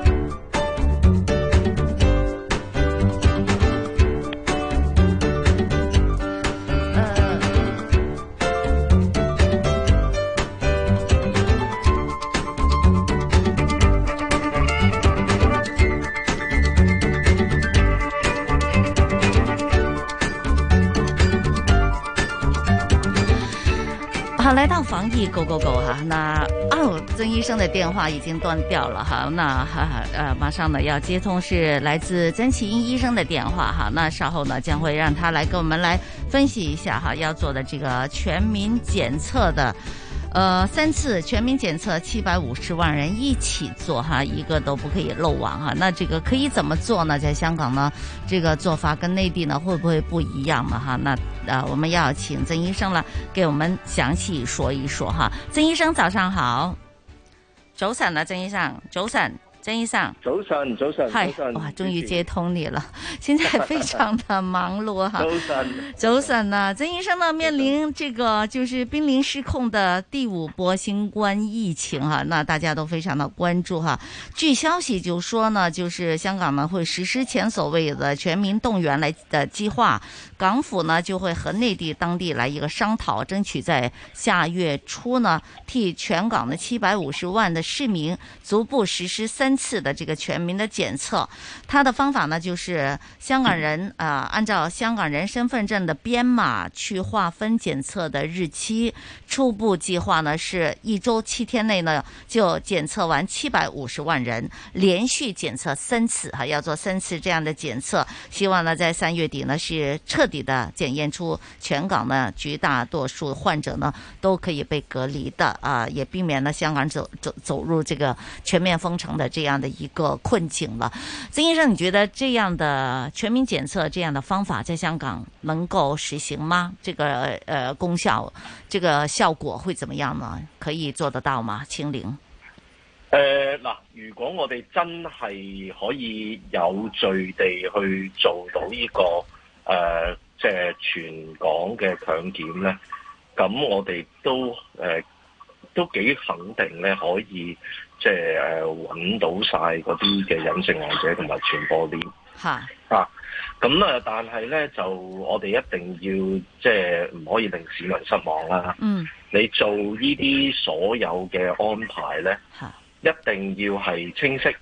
S7: 好，來到防疫 Go Go Go 哈，那哦，曾醫生的電話已經斷掉了哈，那哈哈呃，馬上呢要接通是來自曾祈殷醫生的電話哈，那稍後呢將會讓他來跟我們來分析一下哈，要做的這個全民檢測的。呃，三次全民檢測，七百五十萬人一起做哈，一個都不可以漏網哈。那這個可以怎麼做呢？在香港呢，這個做法跟內地呢會不會不一樣呢？哈，那呃，我們要請曾醫生呢給我們詳細說一說哈。曾醫生早上好，早晨啊，曾醫生，早晨。曾醫生，
S22: 早晨，早晨，
S7: 係哇，終於接通你了，現在非常的忙碌哈。早晨，早晨啊，曾醫生呢面臨這個就是瀕臨失控的第五波新冠疫情哈，那大家都非常的關注哈。據消息就說呢，就是香港呢會實施前所未有的全民動員來的計劃，港府呢就會和內地當地來一個商討，爭取在下月初呢替全港的七百五十萬的市民逐步實施三次的這個全民的檢測，它的方法呢，就是香港人啊、呃，按照香港人身份證的編碼去劃分檢測的日期。初步計劃呢，是一周七天內呢就檢測完七百五十萬人，連續檢測三次哈，要做三次這樣的檢測。希望呢，在三月底呢，是徹底的檢驗出全港呢絕大多數患者呢都可以被隔離的啊、呃，也避免了香港走走走入這個全面封城的這樣。這樣的一個困境了，曾醫生，你覺得這樣的全民檢測這樣的方法在香港能夠實行嗎？這個呃功效，這個效果會怎麼樣呢？可以做得到嗎？清零？
S22: 誒嗱、呃，如果我哋真係可以有序地去做到呢、這個誒，即、呃、係全港嘅強檢咧，咁我哋都誒、呃、都幾肯定咧，可以。即係誒揾到晒嗰啲嘅隱性患者同埋傳播鏈嚇啊！咁啊，但係咧就我哋一定要即係唔可以令市民失望啦。嗯，你做呢啲所有嘅安排咧，一定要係清晰，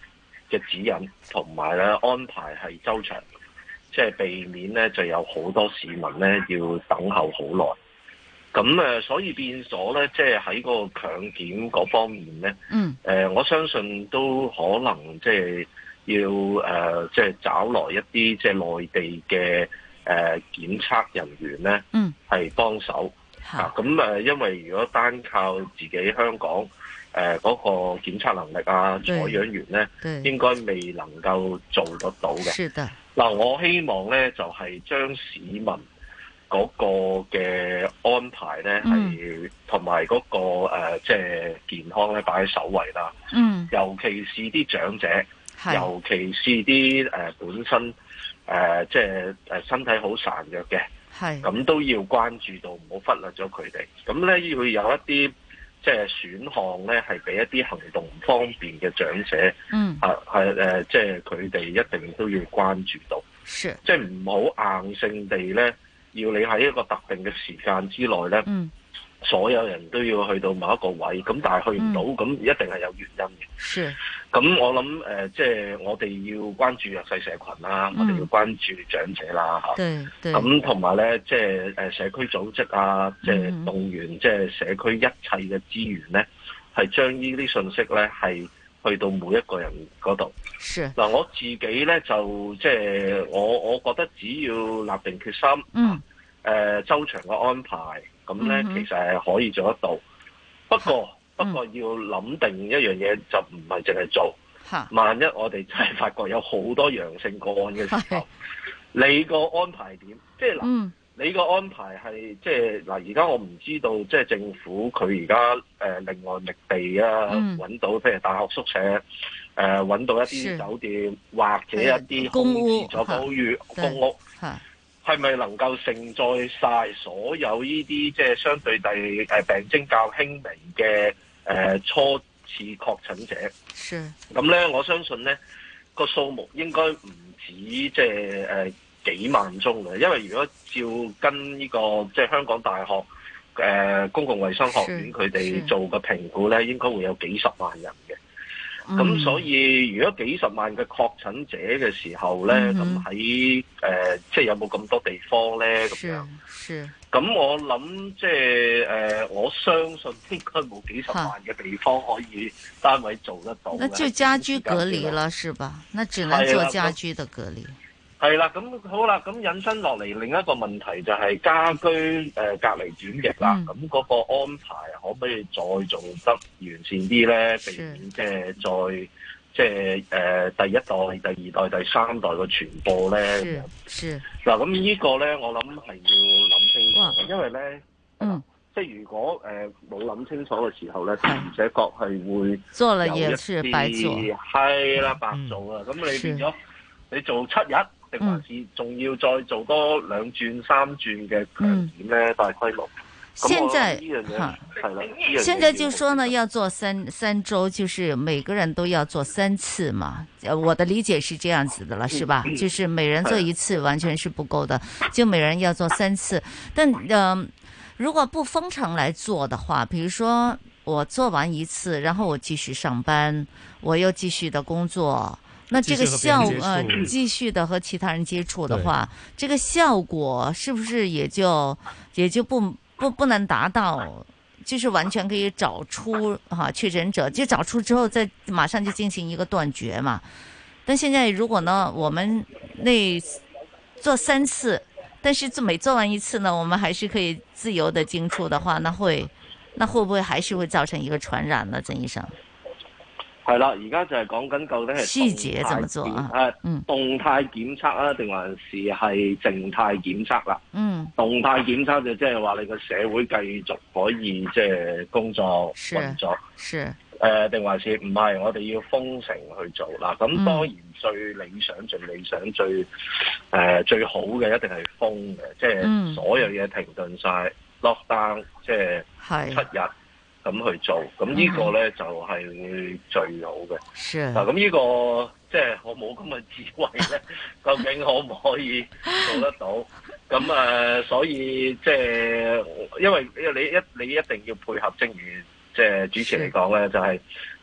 S22: 嘅指引同埋咧安排係周詳，即係避免咧就有好多市民咧要等候好耐。咁誒，所以變咗咧，即係喺嗰個強檢嗰方面咧，嗯，誒、呃，我相信都可能即係要誒，即係找來一啲即係內地嘅誒檢測人員咧，嗯，係幫手嚇。咁誒、啊，因為如果單靠自己香港誒嗰、呃那個檢測能力啊、採樣員咧，應該未能夠做得到嘅。是的。嗱，我希望咧就係、是、將市民嗰個嘅安排咧，係同埋嗰個誒，即係健康咧，擺喺首位啦。嗯，尤其是啲長者，尤其是啲誒、呃、本身誒，即係誒身體好孱弱嘅，係咁都要關注到，唔好忽略咗佢哋。咁咧要有一啲即係選項咧，係俾一啲行動唔方便嘅長者，嗯，係係誒，即係佢哋一定都要關注到，是即係唔好硬性地咧。要你喺一個特定嘅時間之內咧、嗯，所有人都要去到某一個位，咁但係去唔到，咁、嗯、一定係有原因嘅。是。咁我諗誒，即、呃、係、就是、我哋要關注弱勢社群啦、嗯，我哋要關注長者啦嚇。對對。咁同埋咧，即係誒社區組織啊，即、就、係、是、動員即係、就是、社區一切嘅資源咧，係將呢啲信息咧係去到每一個人嗰度。是。嗱，我自己咧就即係、就是、我我覺得只要立定決心。嗯。誒、呃、周詳嘅安排，咁咧、嗯、其實係可以做得到。不過、嗯、不過要諗定一樣嘢，就唔係淨係做。萬一我哋真係發覺有好多陽性個案嘅時候，你個安排點？即係嗱、嗯，你個安排係即係嗱，而家我唔知道，即係政府佢而家誒另外覓地啊，揾、嗯、到譬如大學宿舍，誒、呃、揾到一啲酒店或者一啲空置咗公寓公屋。係咪能夠承載晒所有呢啲即係相對地誒病徵較輕微嘅誒、呃、初次確診者？是。咁咧，我相信咧個數目應該唔止即係誒幾萬宗嘅，因為如果照跟呢、這個即係香港大學誒、呃、公共衛生學院佢哋做嘅評估咧，應該會有幾十萬人嘅。咁、嗯、所以如果幾十萬嘅確診者嘅時候咧，咁喺誒即係有冇咁多地方咧？咁樣，是。咁我諗即係誒，我相信應該冇幾十萬嘅地方可以單位做得到。
S7: 那就家居隔離了，是吧？那只能做家居的隔離。
S22: 係啦，咁好啦，咁引申落嚟另一個問題就係家居誒、呃、隔離轉疫啦。咁、嗯、嗰個安排可唔可以再做得完善啲咧？避免即係再即係誒第一代、第二代、第三代嘅傳播咧。是嗱，咁呢個咧，我諗係要諗清楚嘅，因為咧，嗯，即係如果誒冇諗清楚嘅時候咧，的而且確係會
S7: 做了也是白做，
S22: 係啦，白做啊！咁、嗯、你變咗你做七日。定還是仲要再做多兩轉三轉嘅強檢咧，大規模。
S7: 現在哈，現在就說呢，要做三三周，就是每個人都要做三次嘛。我的理解是這樣子的了，是吧？就是每人做一次完全是不夠的，就每人要做三次。但嗯、呃，如果不封城來做的話，比如說我做完一次，然後我繼續上班，我又繼續的工作。那這個效呃繼續的和其他人接觸的話，這個效果是不是也就也就不不不能達到，就是完全可以找出哈確診者，就找出之後再馬上就進行一個斷絕嘛？但現在如果呢，我們那做三次，但是做每做完一次呢，我們還是可以自由的進出的話，那會那會不會還是會造成一個傳染呢？曾醫生？
S22: 係啦，而家就係講緊究竟係
S7: 細節怎麼做啊？
S22: 誒、嗯，動態檢測啊，定還是係靜態檢測啦？嗯，動態檢測就即係話你個社會繼續可以即係工作運作，是誒，定、呃、還是唔係？我哋要封城去做啦。咁當然最理想、嗯、最理想、最誒、呃、最好嘅一定係封嘅，即係所有嘢停頓晒 lockdown，即係七日。咁去做，咁呢個咧、嗯、就係、是、會最好嘅。嗱，咁呢個即係我冇咁嘅智慧咧，究竟可唔可以做得到？咁誒、呃，所以即係因為你一你一定要配合，正如即係主持嚟講咧，就係、是、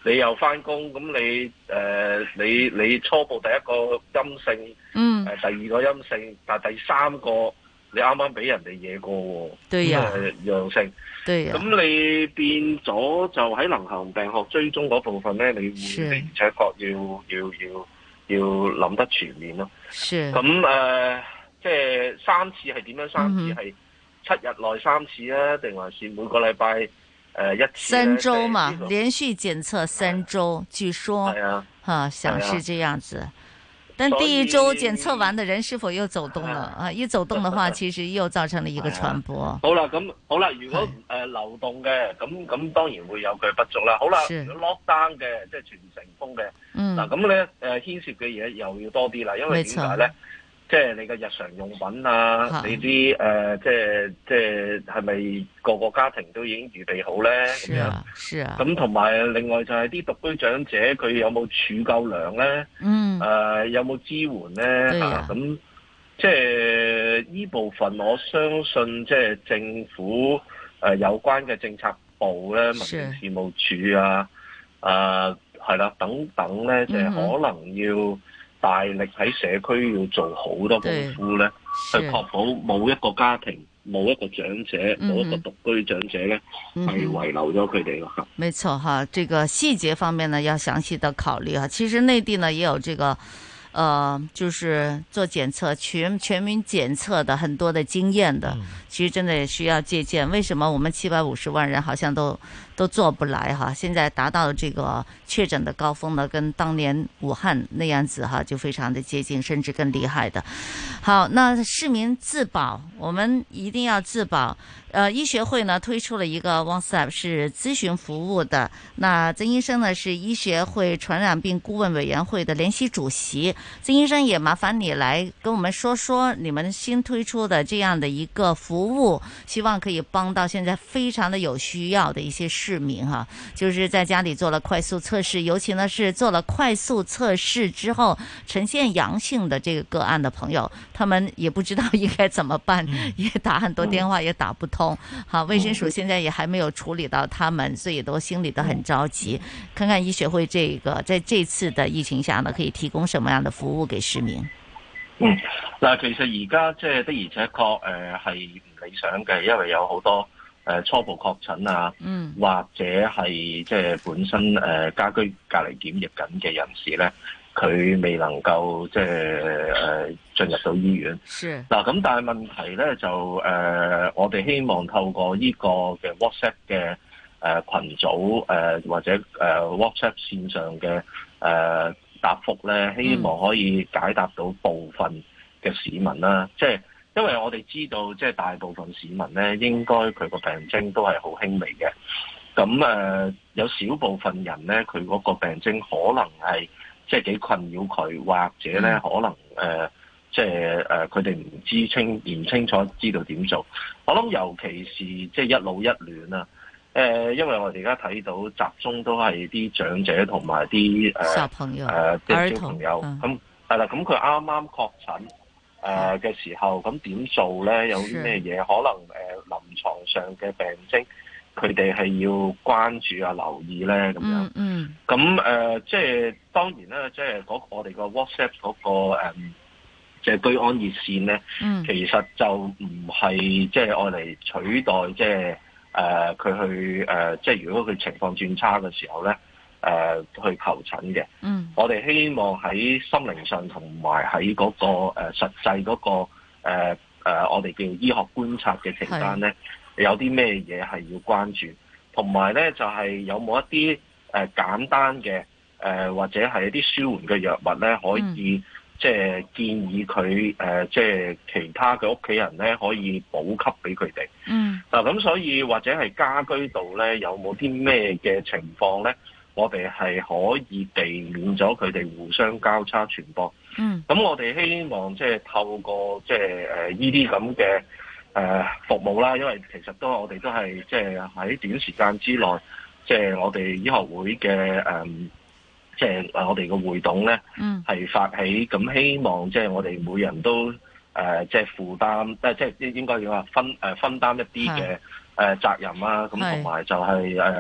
S22: 你又翻工，咁你誒、呃、你你初步第一個陰性，
S7: 嗯，
S22: 誒、呃、第二個陰性，但係第三個你啱啱俾人哋惹過喎，
S7: 對呀、啊，
S22: 陽性，
S7: 對呀、啊，
S22: 咁你變咗就喺流行病學追蹤嗰部分咧，你會的而且確要要要要諗得全面咯。
S7: 是，
S22: 咁誒、呃，即係三次係點樣？三次係、嗯、七日內三次啊，定還是每個禮拜？誒、呃，一次
S7: 三周嘛，這個、連續檢測三周，據說，
S22: 啊，
S7: 哈，想是這樣子。啊、但第一周檢測完的人是否又走動了啊？一走動的話，其實又造成了一個傳播。
S22: 啊、好啦，咁好啦，如果誒、呃、流動嘅，咁咁當然會有佢不足啦。好啦，如果 lock down 嘅，即係全城封嘅，嗱咁咧誒牽涉嘅嘢又要多啲啦，因為點解咧？即係你嘅日常用品啊，你啲誒、呃，即係即係係咪個個家庭都已經預備好咧？咁樣，
S7: 是啊。
S22: 咁同埋另外就係啲獨居長者，佢有冇儲夠糧咧？嗯。誒、呃，有冇支援咧？嚇，咁即係呢部分，我相信即係政府誒、呃、有關嘅政策部咧，民政事務處啊，誒係啦，等等咧，就係、是、可能要大力喺社區要做好多功夫咧，去確保冇一個家庭、冇一個長者、冇、嗯、一個獨居長者咧，係遺留咗佢哋咯。
S7: 沒錯哈，這個細節方面呢，要詳細的考慮哈。其實內地呢也有這個，呃，就是做檢測全全民檢測的很多的經驗的，嗯、其實真的也需要借鑑。為什麼我們七百五十萬人好像都都做不來哈？現在達到這個確診的高峰呢，跟當年武漢那樣子哈，就非常的接近，甚至更厲害的。好，那市民自保，我們一定要自保。呃，醫學會呢推出了一個 WhatsApp 是諮詢服務的。那曾醫生呢是醫學會傳染病顧問委員會的聯席主席。曾醫生也麻煩你來跟我們說說你們新推出的這樣的一個服務，希望可以幫到現在非常的有需要的一些市民哈，就是在家裏做了快速測試，尤其呢是做了快速測試之後呈現陽性的這個個案的朋友，他們也不知道應該怎麼辦，也打很多電話也打不通。好，衛生署現在也還沒有處理到他們，所以都心裏都很着急。看看醫學會這個在這次的疫情下呢，可以提供什麼樣的服務給市民？
S22: 嗯，嗱，其實而家即係的而且確誒係唔理想嘅，因為有好多誒、呃、初步確診啊，嗯，或者係即係本身誒、呃、家居隔離檢疫緊嘅人士咧。佢未能夠即係誒進入到醫院。是。嗱咁，但係問題咧就誒、呃，我哋希望透過呢個嘅 WhatsApp 嘅誒、呃、群組誒、呃、或者誒、呃、WhatsApp 線上嘅誒、呃、答覆咧，希望可以解答到部分嘅市民啦。即係因為我哋知道，即係大部分市民咧，應該佢個病徵都係好輕微嘅。咁誒、呃、有少部分人咧，佢嗰個病徵可能係即係幾困擾佢，或者咧可能誒、呃，即係誒佢哋唔知清唔清楚知道點做。我諗尤其是即係一老一嫩啊，誒、呃，因為我哋而家睇到集中都係啲長者同埋啲誒
S7: 小朋友
S22: 誒啲小朋友，咁係啦，咁佢啱啱確診誒嘅時候，咁點做咧？有啲咩嘢可能誒、呃、臨床上嘅病徵？佢哋係要關注啊、留意咧咁樣。嗯。咁、嗯、誒、呃，即係當然啦，即係嗰我哋個 WhatsApp 嗰、那個誒，即係居安熱線咧。嗯。其實就唔係即係愛嚟取代，即係誒佢去誒、呃，即係如果佢情況轉差嘅時候咧，誒、呃、去求診嘅。嗯。我哋希望喺心靈上同埋喺嗰個誒、呃、實際嗰、那個誒、呃呃、我哋叫醫學觀察嘅期間咧。有啲咩嘢係要關注，同埋咧就係、是、有冇一啲誒、呃、簡單嘅誒、呃、或者係一啲舒緩嘅藥物咧，可以、嗯、即係建議佢誒、呃、即係其他嘅屋企人咧可以補給俾佢哋。嗯，嗱咁所以或者係家居度咧有冇啲咩嘅情況咧，我哋係可以避免咗佢哋互相交叉傳播。嗯，咁我哋希望即係透過即係誒呢啲咁嘅。誒、呃、服務啦，因為其實都我哋都係即係喺短時間之內，即、就、係、是、我哋醫學會嘅誒，即係誒我哋嘅會董咧，係、嗯、發起咁希望即係我哋每人都誒即係負擔，誒即係應該要話分誒、呃、分擔一啲嘅誒責任啦，咁同埋就係誒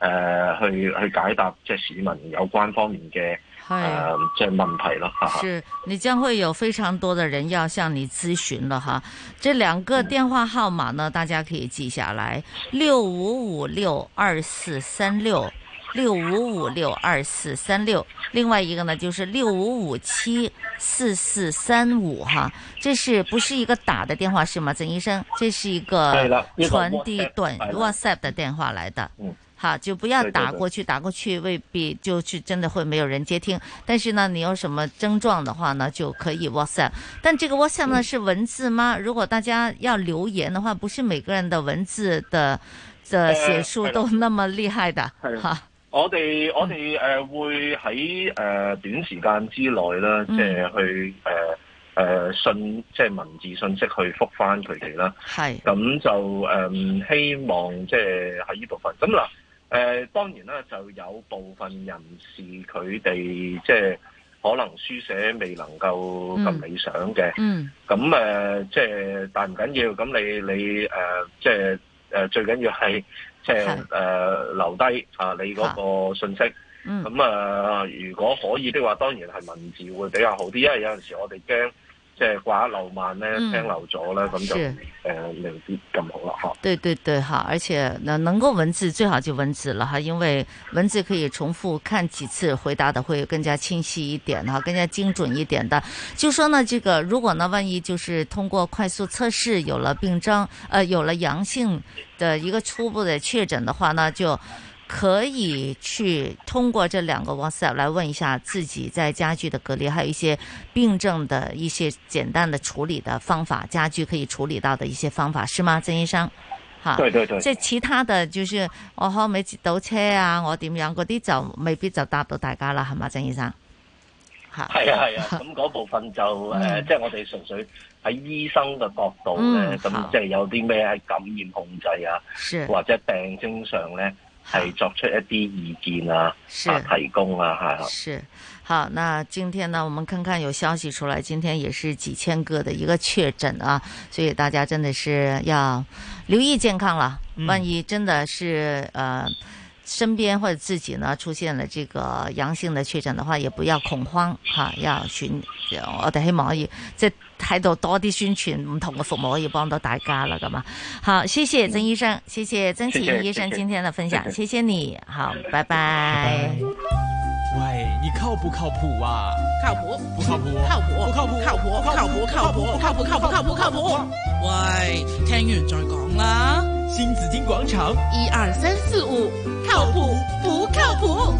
S22: 呃、去去解答即係市民有關方面嘅誒即係問題咯。
S7: 是你將會有非常多的人要向你諮詢了哈。這兩個電話號碼呢，大家可以記下來：六五五六二四三六。六五五六二四三六，另外一個呢就是六五五七四四三五哈，這是不是一個打的電話是嗎？曾醫生，這是一個傳遞短 WhatsApp 的電話來的，嗯，好，就不要打過去，打過去未必就是真的會沒有人接聽，但是呢，你有什麼症狀的話呢，就可以 WhatsApp，但這個 WhatsApp 呢是文字嗎？如果大家要留言的話，不是每個人的文字的的寫數都那麼厲害的，哈。
S22: 我哋我哋誒、呃、會喺誒、呃、短時間之內啦，即係去誒誒、呃、信即係文字信息去覆返佢哋啦。係咁就誒、呃、希望即係喺呢部分。咁嗱誒當然啦，就有部分人士佢哋即係可能書寫未能夠咁理想嘅。嗯。咁誒、呃、即係但唔緊要，咁你你誒、呃、即係誒、呃、最緊要係。即係誒、呃、留低啊你嗰個信息，咁啊、呃、如果可以的話，當然係文字會比較好啲，因為有陣時我哋驚即係掛一漏萬咧，聽漏咗咧，咁就誒未必咁好啦嚇。
S7: 對對對哈，而且能能夠文字最好就文字了哈，因為文字可以重複看幾次，回答的會更加清晰一點哈，更加精準一點的。就說呢，這個如果呢，萬一就是通過快速測試有了病徵，呃，有了陽性的一個初步的確診的話呢，就可以去通過這兩個 WhatsApp 來問一下自己在家居的隔離，還有一些病症的一些簡單的處理的方法，家居可以處理到的一些方法，是嗎，曾醫生？哈，
S22: 對對對，
S7: 即係其他的就是我可唔可以截到車啊？我點樣嗰啲就未必就答到大家啦，係嘛，曾醫生？
S22: 係啊係啊，咁嗰部分就誒、嗯呃，即係我哋純粹喺醫生嘅角度咧，咁、嗯、即係有啲咩喺感染控制啊，或者病徵上咧，係作出一啲意見啊，啊提供啊，係。
S7: 是，好，那今天呢，我們看看有消息出來，今天也是幾千個的一個確診啊，所以大家真的是要留意健康了。嗯、萬一真的是呃。身邊或者自己呢出現了這個陽性的確診的話，也不要恐慌哈，要宣，我哋希望可以即係喺度多啲宣傳唔同嘅服務，可以幫到大家啦，咁啊，好，謝謝曾醫生，謝謝曾祈殷醫生今天的分享，謝謝，謝謝你，好，拜拜。拜拜。
S3: 喂，你靠不靠譜啊？
S4: 靠譜，
S3: 不靠譜，
S4: 靠譜，
S3: 不靠譜，
S4: 靠譜，靠譜，靠譜，靠譜，靠譜，靠譜，靠譜。喂，聽完再講啦。
S3: 新紫荊廣場，
S4: 一二三四五，靠譜不靠譜？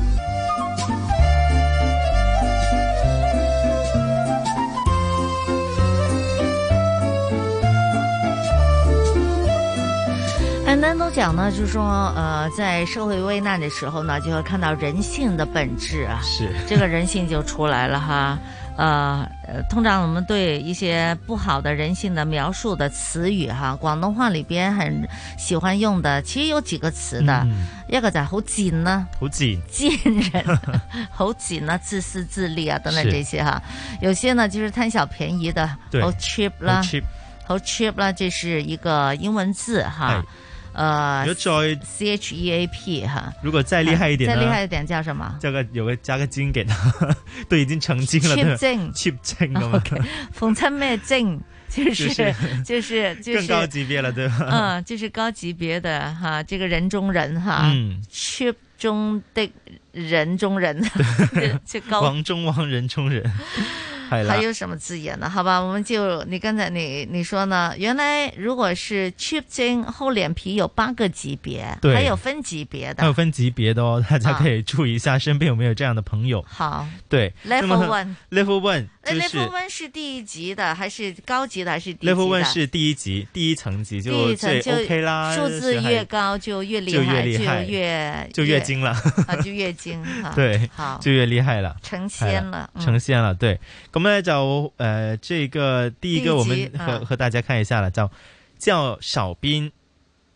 S7: 安丹都講呢，就是說，呃，在社會危難的時候呢，就會看到人性的本質啊，是這個人性就出來了哈。呃，通常我們對一些不好的人性的描述的詞語哈，廣東話裏邊很喜歡用的，其實有幾個詞的，嗯、一個就係好賤啦，好賤，賤人，好賤啦，自私自利啊等等這些哈，有些呢就是貪小便宜的，好 cheap 啦，好 cheap 啦，這是一個英文字哈。呃，
S8: 如果再
S7: C H E A P 哈，
S8: 如果再厲害一點呢，
S7: 再厲害一點叫什麼？
S8: 這個有個加個精給他，都已經成精了。cheap 精 ，cheap 精咁嘛。
S7: 逢親咩精？就是就是就是
S8: 更高級別了，對吧？
S7: 嗯，就是高級別的哈，這個人中人哈，嗯，cheap 中的人中人，就高
S8: 王中王人中人。
S7: 還有什麼字眼呢？好吧，我們就你剛才你你說呢？原來如果是 cheap 精厚臉皮有八個級別，對，還有分級別的，
S8: 還有分級別的哦，大家可以注意一下，身邊有沒有這樣的朋友？
S7: 好，
S8: 對
S7: ，level one，level
S8: one，就是
S7: level one 是第一級的，還是高級的，還是低級的？
S8: level one 是第一級，第一層級就最 OK 啦，
S7: 數字越高就越厲害，就越
S8: 就越精了
S7: 啊，就越精，
S8: 對，
S7: 好，
S8: 就越厲害了，
S7: 成仙了，
S8: 成仙了，對，咁咧就呃這個第一個我們和和大家看一下了，叫叫少賓。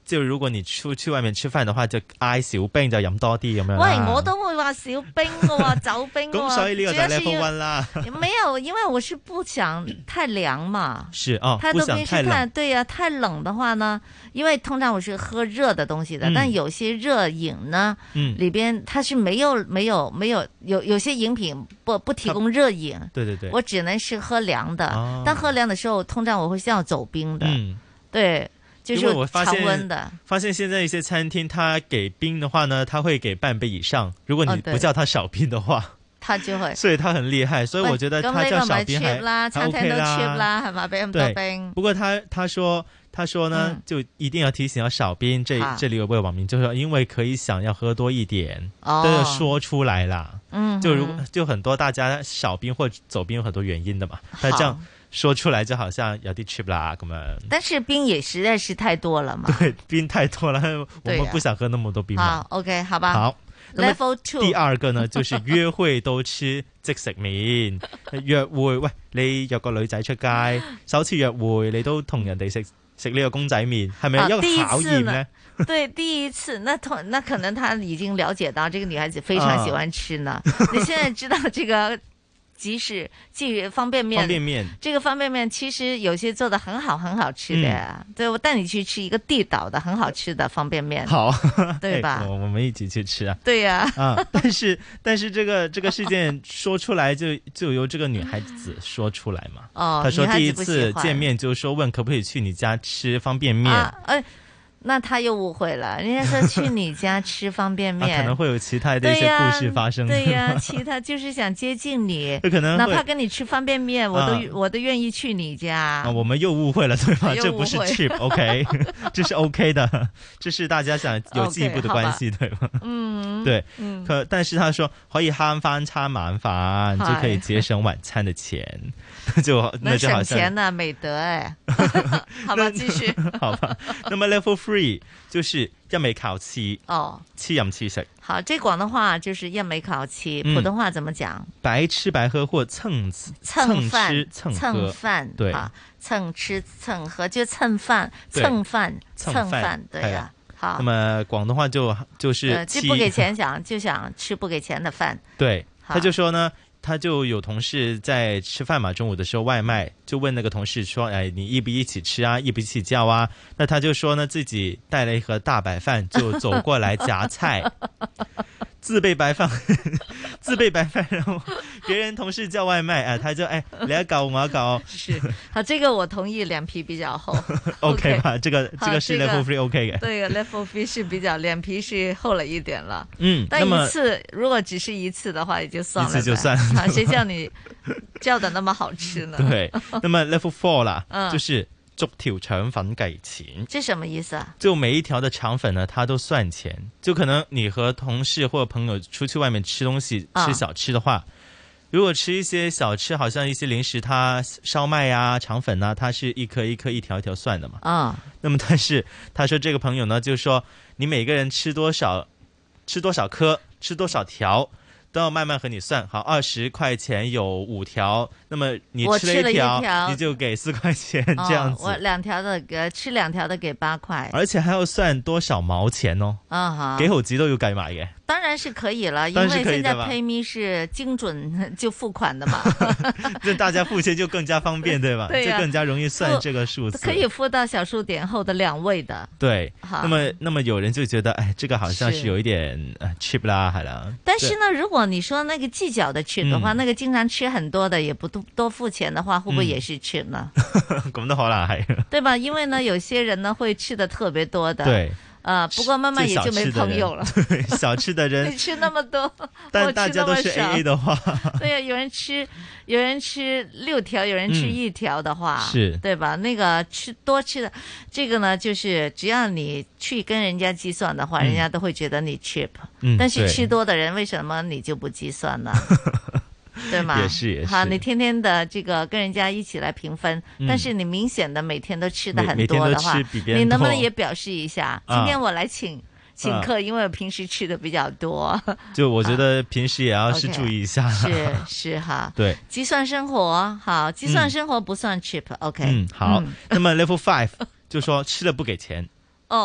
S8: 就如果你出去外面吃飯的話，就嗌小冰就飲多啲咁樣。
S7: 喂，我都會話小冰嘅喎，走冰嘅喎。
S8: 咁所以呢個就 level one 啦。
S7: 沒有，因為我是不想太涼嘛。
S8: 是哦，
S7: 太多冰是太對呀、啊，太冷的話呢，因為通常我是喝熱的東西的，嗯、但有些熱飲呢，嗯，裏邊它是沒有沒有沒有有有些飲品不不提供熱飲。
S8: 對對對，
S7: 我只能是喝涼的。哦、但喝涼的時候，通常我會是要走冰的。嗯，對。就是
S8: 因為我發現
S7: 常溫的，
S8: 發現現在一些餐廳，它給冰的話呢，它會給半杯以上。如果你不叫它少冰的話，
S7: 它就會，
S8: 所以它很厲害。所以我覺得它叫少冰還
S7: 啦，餐廳都 cheap 啦，係嘛，俾咁多冰。
S8: 不過他他說他說呢、嗯，就一定要提醒要少冰。這這裡有位網民就說，因為可以想要喝多一點，
S7: 哦，
S8: 都要說出來啦。
S7: 嗯，
S8: 就如就很多大家少冰或走冰有很多原因的嘛。他這樣說出來就好像有啲 cheap 啦咁樣，
S7: 但是冰也實在是太多了嘛。
S8: 對，冰太多了，我們不想喝那麼多冰嘛。
S7: 好 ，OK， 好吧。
S8: 好
S7: ，Level two。
S8: 第二個呢，就是約會都吃即食麵。約會，喂，你約個女仔出街，首次約會你都同人哋食食呢個公仔麵，係咪一個考驗呢？
S7: 對，第一次，那同那可能他已經了解到這個女孩子非常喜歡吃呢。啊、你現在知道這個。即使即方便麵，
S8: 方便麵
S7: 這個方便麵其實有些做得很好，很好吃的呀。嗯、對，我帶你去吃一個地道的很好吃的方便麵，
S8: 好，
S7: 對吧？
S8: 我我們一起去吃啊。
S7: 對呀、啊，
S8: 啊，但是但是這個這個事件說出來就就由這個女孩子說出來嘛。
S7: 哦，
S8: 她說第一次見面就說問可不可以去你家吃方便麵。
S7: 啊，哎。那他又誤會了，人家說去你家吃方便麵，
S8: 啊、可能會有其他的一些故事發生。
S7: 對呀、啊啊，其他就是想接近你，
S8: 可能
S7: 哪怕跟你吃方便麵，我都、啊、我都願意去你家。
S8: 啊，我們又誤會了，對吧？這不是 cheap，OK， 這是 OK 的，這是大家想有進一步的關係， okay, 對吧？
S7: 嗯，
S8: 對。嗯、可但是他說可以慳翻餐晚飯，就可以節省晚餐的錢，就那就好像
S7: 省錢呢，美德哎。好吧，繼續。
S8: 好吧，那麼 level three 就是一味靠吃
S7: 哦，
S8: 吃飲吃食。
S7: 好，這廣東話就是一味靠吃，普通話怎麼講？
S8: 白吃白喝或蹭
S7: 蹭飯
S8: 蹭
S7: 蹭飯，
S8: 對
S7: 啊，蹭吃蹭喝就蹭飯蹭飯蹭飯，對呀。好，
S8: 那麼廣東話就就是
S7: 就不給錢想就想吃不給錢的飯。
S8: 對，他就說呢。他就有同事在吃飯嘛，中午的時候外賣，就問那個同事說：“哎，你一不一起吃啊？一不一起叫啊？”那他就說呢，自己帶了一盒大白飯，就走過來夾菜，自備白飯，自備白飯，然後別人同事叫外賣，啊，他就哎，你一嚿我一嚿。
S7: 是，好，這個我同意，臉皮比較厚。
S8: OK 吧，這個這個是 level three OK 嘅。
S7: 對，level three 是比較臉皮是厚了一點了。
S8: 嗯，
S7: 但一次如果只是一次的話，也就算了。
S8: 一次就算。
S7: 啊，誰叫你叫的那麼好吃呢？
S8: 對，那麼 level four 啦，嗯，就是逐條腸粉計錢。
S7: 這什麼意思啊？
S8: 就每一條的腸粉呢，它都算錢。就可能你和同事或者朋友出去外面吃東西，吃小吃的話，啊，如果吃一些小吃，好像一些零食，它燒麥啊、腸粉啊，它是一顆一顆、一條一條算的嘛。
S7: 啊，
S8: 那麼但是他說這個朋友呢，就說你每個人吃多少，吃多少顆，吃多少條。都要慢慢和你算好，二十塊錢有五條，那麼你吃了一條，一條你就給四塊錢，這樣子。
S7: 哦，我兩條的給吃兩條的給八塊，
S8: 而且還要算多少毛錢哦。
S7: 啊哈，
S8: 幾毫子都要計埋嘅。
S7: 當然是可以了，因為現在 PayMe 是精準就付款的嘛，
S8: 那大家付錢就更加方便，對吧？對、啊、就更加容易算這個數字，
S7: 可以付到小數點後的兩位的。
S8: 對，那麼那麼有人就覺得，哎，這個好像是有一點 cheap 啦，係啦。
S7: 但是呢，如果你說那個計較的 cheap 的話，嗯、那個經常吃很多的也不多多付錢的話，會不會也是 cheap 呢？
S8: 咁都可能係，
S7: 對吧？因為呢，有些人呢會吃的特別多的。
S8: 對。
S7: 啊，不過慢慢也就沒朋友了。
S8: 對，小吃的人，
S7: 你吃那麼多，
S8: 但大家都是 A A 的話，
S7: 對呀，有人吃，有人吃六條，有人吃一條的話，
S8: 嗯、是
S7: 對吧？那個吃多吃的，這個呢，就是只要你去跟人家計算的話，嗯、人家都會覺得你 cheap。
S8: 嗯，
S7: 但是吃多的人，為什麼你就不計算呢？對嗎？
S8: 也是也是。
S7: 好，你天天的這個跟人家一起來平分，嗯、但是你明顯的每天都吃的很多的話，你能不能也表示一下？啊、今天我來請請客，啊、因為我平時吃的比較多。
S8: 就我覺得平時也要是注意一下。
S7: 是是哈。
S8: 對，
S7: 計算生活好，計算生活不算 cheap、嗯。OK。
S8: 嗯，好。嗯、那麼 level five 就說吃了不給錢。
S7: 哦。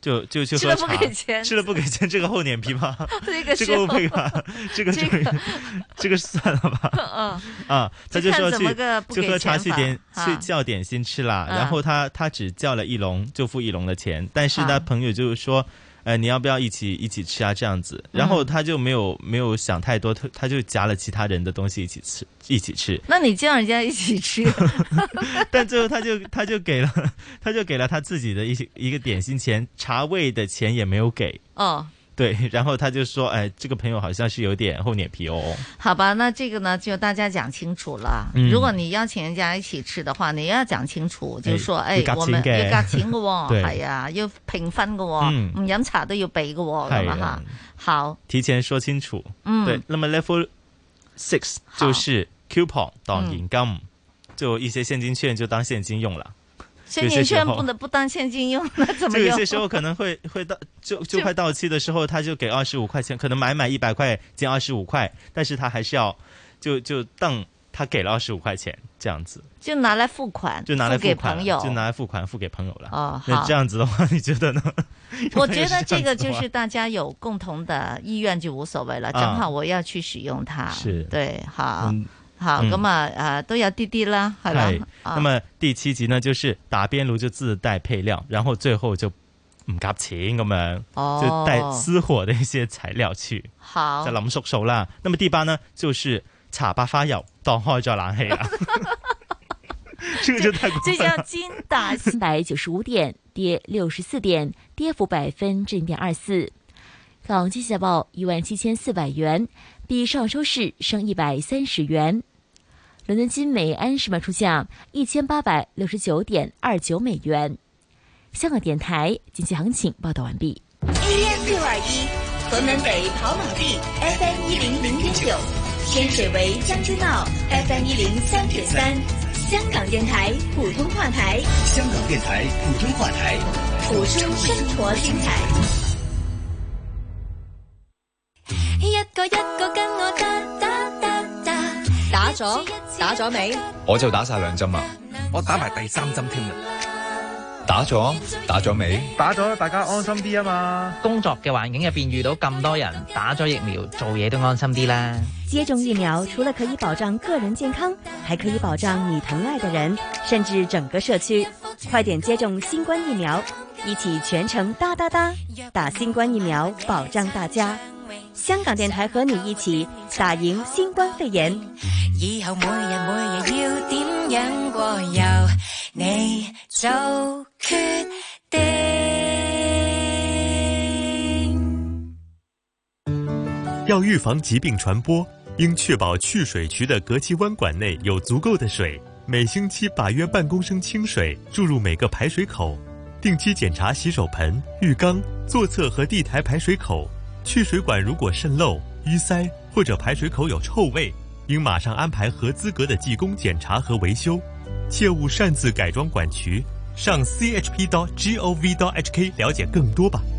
S8: 就就就
S7: 喝茶，吃了不给錢，
S8: 吃了不給錢，這個厚臉皮嗎？
S7: 這個
S8: 這個 OK 吧？這個這個這個算了吧？
S7: 嗯
S8: 啊，他就說去
S7: 就
S8: 喝茶去點去叫點心吃啦，然後他他只叫了一籠，就付一籠的錢，但是他朋友就是說。呃，你要不要一起一起吃啊？這樣子，然後他就沒有沒有想太多，他他就夾了其他人的東西一起吃，一起吃。
S7: 那你叫人家一起吃，
S8: 但最後他就他就給了他就給了他自己的一一個點心錢，茶位的錢也沒有給。
S7: 哦。
S8: 對，然後他就說，哎，這個朋友好像是有點厚臉皮哦。
S7: 好吧，那這個呢，就大家講清楚了。嗯、如果你邀請人家一起吃的話，你要講清楚，就說，哎，哎我們要夾錢嘅喎，係啊，要平分嘅喎，唔、嗯、飲茶都要俾嘅喎，咁啊吓。好，
S8: 提前說清楚。
S7: 嗯，
S8: 對。那麼 level six 就是 coupon 當現金，嗯、就一些現金券就當現金用了。
S7: 現金券不能不當現金用，那怎麼用？
S8: 就有些時候可能會會到就就快到期的時候，他就給二十五塊錢，可能買買一百塊減二十五塊，但是他還是要就就當他給了二十五塊錢這樣子，
S7: 就拿來付款，
S8: 就拿來付款
S7: 付給朋友，
S8: 就拿來付款付給朋友了。
S7: 哦，
S8: 那這樣子的話，你覺得呢？
S7: 我覺得這個就是大家有共同的意願就無所謂了，正好我要去使用它，是對，好。嗯好，咁、嗯、啊，啊都有啲啲啦，係啦。
S8: 那麼第七集呢，就是打邊爐就自帶配料，然後最後就唔夾錢咁樣，
S7: 哦、
S8: 就帶私伙的一些材料去，
S7: 好
S8: 就諗熟數啦。那麼第八呢，就是茶百花油當開咗冷氣啦。這個就太過分了。
S7: 這叫金打
S11: 四百九十五點，跌六十四點，跌幅百分之零點二四。港經濟報一萬七千四百元，比上周市升一百三十元。倫敦金每安士賣出價一千八百六十九點二九美元。香港電台經濟行情報道完畢。
S1: A M 六二一，屯門北跑馬地 F M 一零零點九，天水圍將軍澳 F M 一零三點三，香港電台普通話台。
S2: 香港電台普通話台，
S1: 譜出生活精彩。
S12: 一個一個跟我打打打打，打咗打咗未？
S5: 我就打晒兩針啊，我打埋第三針添啦。打咗打咗未？
S6: 打咗，大家安心啲啊嘛。
S23: 工作嘅環境入邊遇到咁多人打咗疫苗，做嘢都安心啲啦。
S24: 接種疫苗除了可以保障個人健康，還可以保障你疼愛的人，甚至整個社區。快點接種新冠疫苗，一起全程打打打，打新冠疫苗，保障大家。香港電台和你一起打贏新冠肺炎。
S12: 以後每日每日要點樣過由你做決定。
S25: 要預防疾病傳播，應確保去水渠的隔氣彎管內有足夠的水，每星期把約半公升清水注入每個排水口，定期檢查洗手盆、浴缸、座側和地台排水口。去水管如果滲漏、淤塞或者排水口有臭味，應馬上安排合資格的技工檢查和維修，切勿擅自改裝管渠。上 c h p dot gov dot h k 了解更多吧。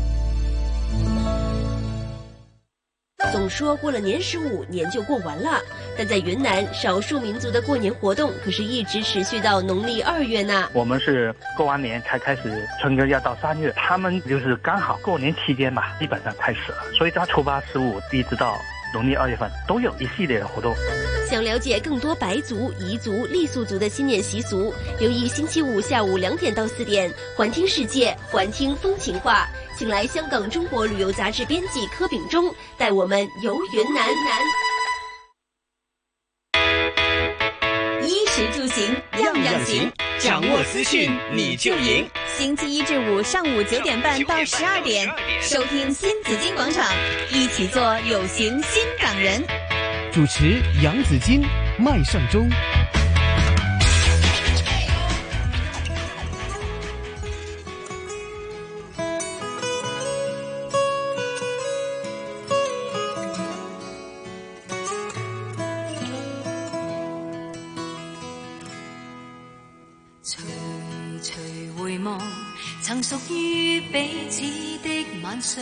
S26: 總說過了年十五，年就過完了，但在雲南，少數民族的過年活動可是一直持續到農曆二月呢。
S6: 我們是過完年才開始，春節要到三月，他們就是剛好過年期間嘛，基本上開始了，所以到初八、十五一直到農曆二月份都有一系列的活動。
S26: 想了解更多白族、彝族、傈僳族的新年習俗，留意星期五下午兩點到四點，環聽世界，環聽風情話，請來香港中國旅遊雜誌編輯柯炳忠帶我們遊雲南。
S12: 衣食住行樣樣行，
S2: 掌握資訊你就贏。
S12: 星期一至五上午九點半到十二點，收聽新紫荊廣場，一起做有型新港人。
S3: 主持楊紫荊、麥尚中。
S27: 徐徐回望，曾屬於彼此的晚上，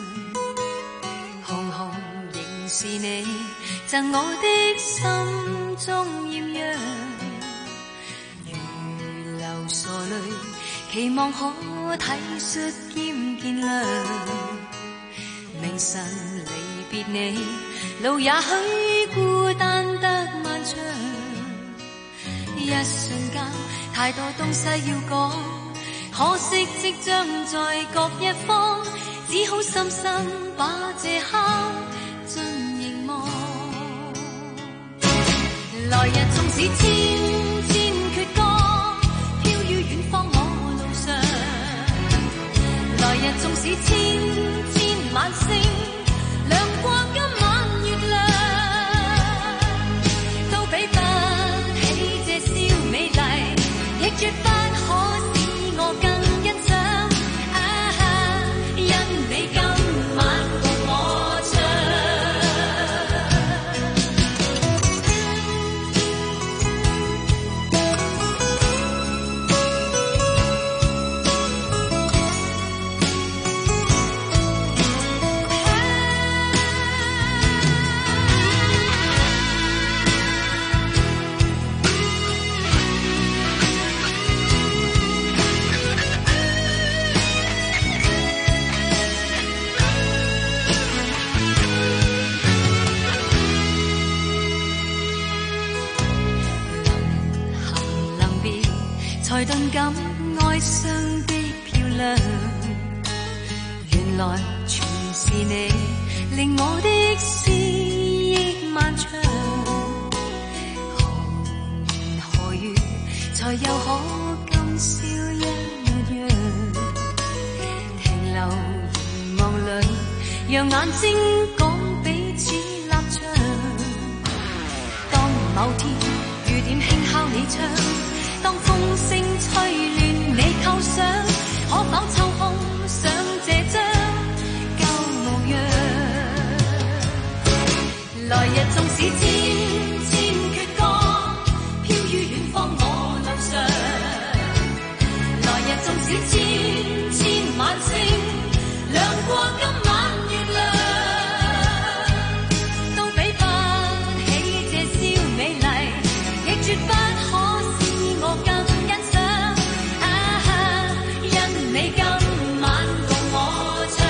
S27: 紅紅仍是你贈我的心中豔陽，如流傻淚， 期望可體恤兼見諒。明晨離別你，路也許孤單得漫長。一瞬間，太多東西要講，可惜即將在各一方，只好深深把這刻盡凝望。來日縱使千千闕歌，飄於遠方我路上。來日縱使千千晚星，亮過今晚月亮，都比不起這宵美麗，亦絕不可使我更欣賞。啊，因你今晚共我唱。才頓感哀傷的漂亮，原來全是你令我的思憶漫長。何年何月才又可今宵一樣，停留凝望裏，讓眼睛講彼此立場。當某天雨點輕敲你窗，當風聲吹亂你構想，可否抽空想這張舊模樣？來日縱使千千闕歌，飄於遠方我路上。來日縱使千千晚星，亮過今晚月亮，都比不起這宵美麗，亦絕不可我更欣賞。啊，因你今晚共我唱。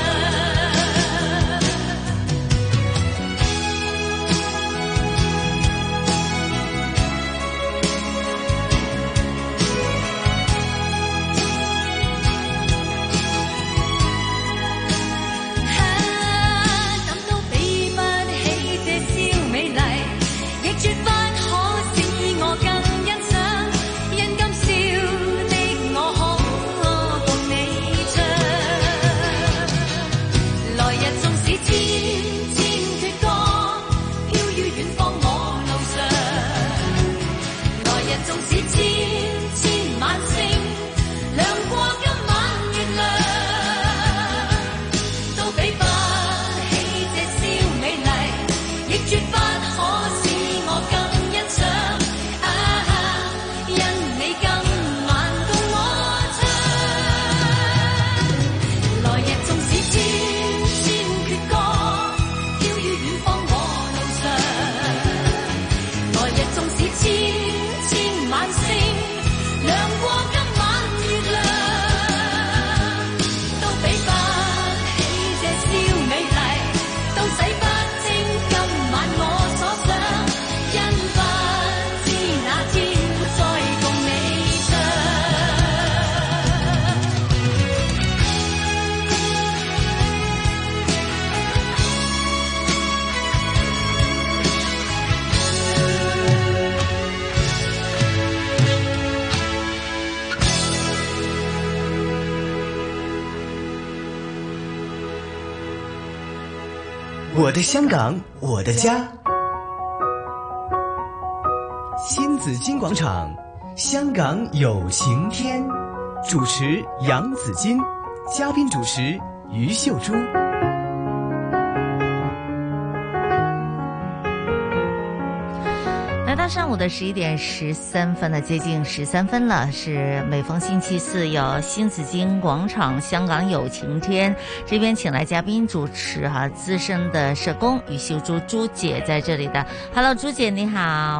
S27: 啊，怎都比不起這宵美麗，亦絕不可使我更欣賞。
S2: 我的香港，我的家。新紫金广场，香港有晴天。主持杨紫金，嘉宾主持于秀珠。
S7: 来到上午的十一点十三分了，接近十三分了，是每逢星期四有新紫金广场香港有晴天，这边请来嘉宾主持哈，资深的社工于秀珠珠姐在这里的。Hello， 珠姐你好。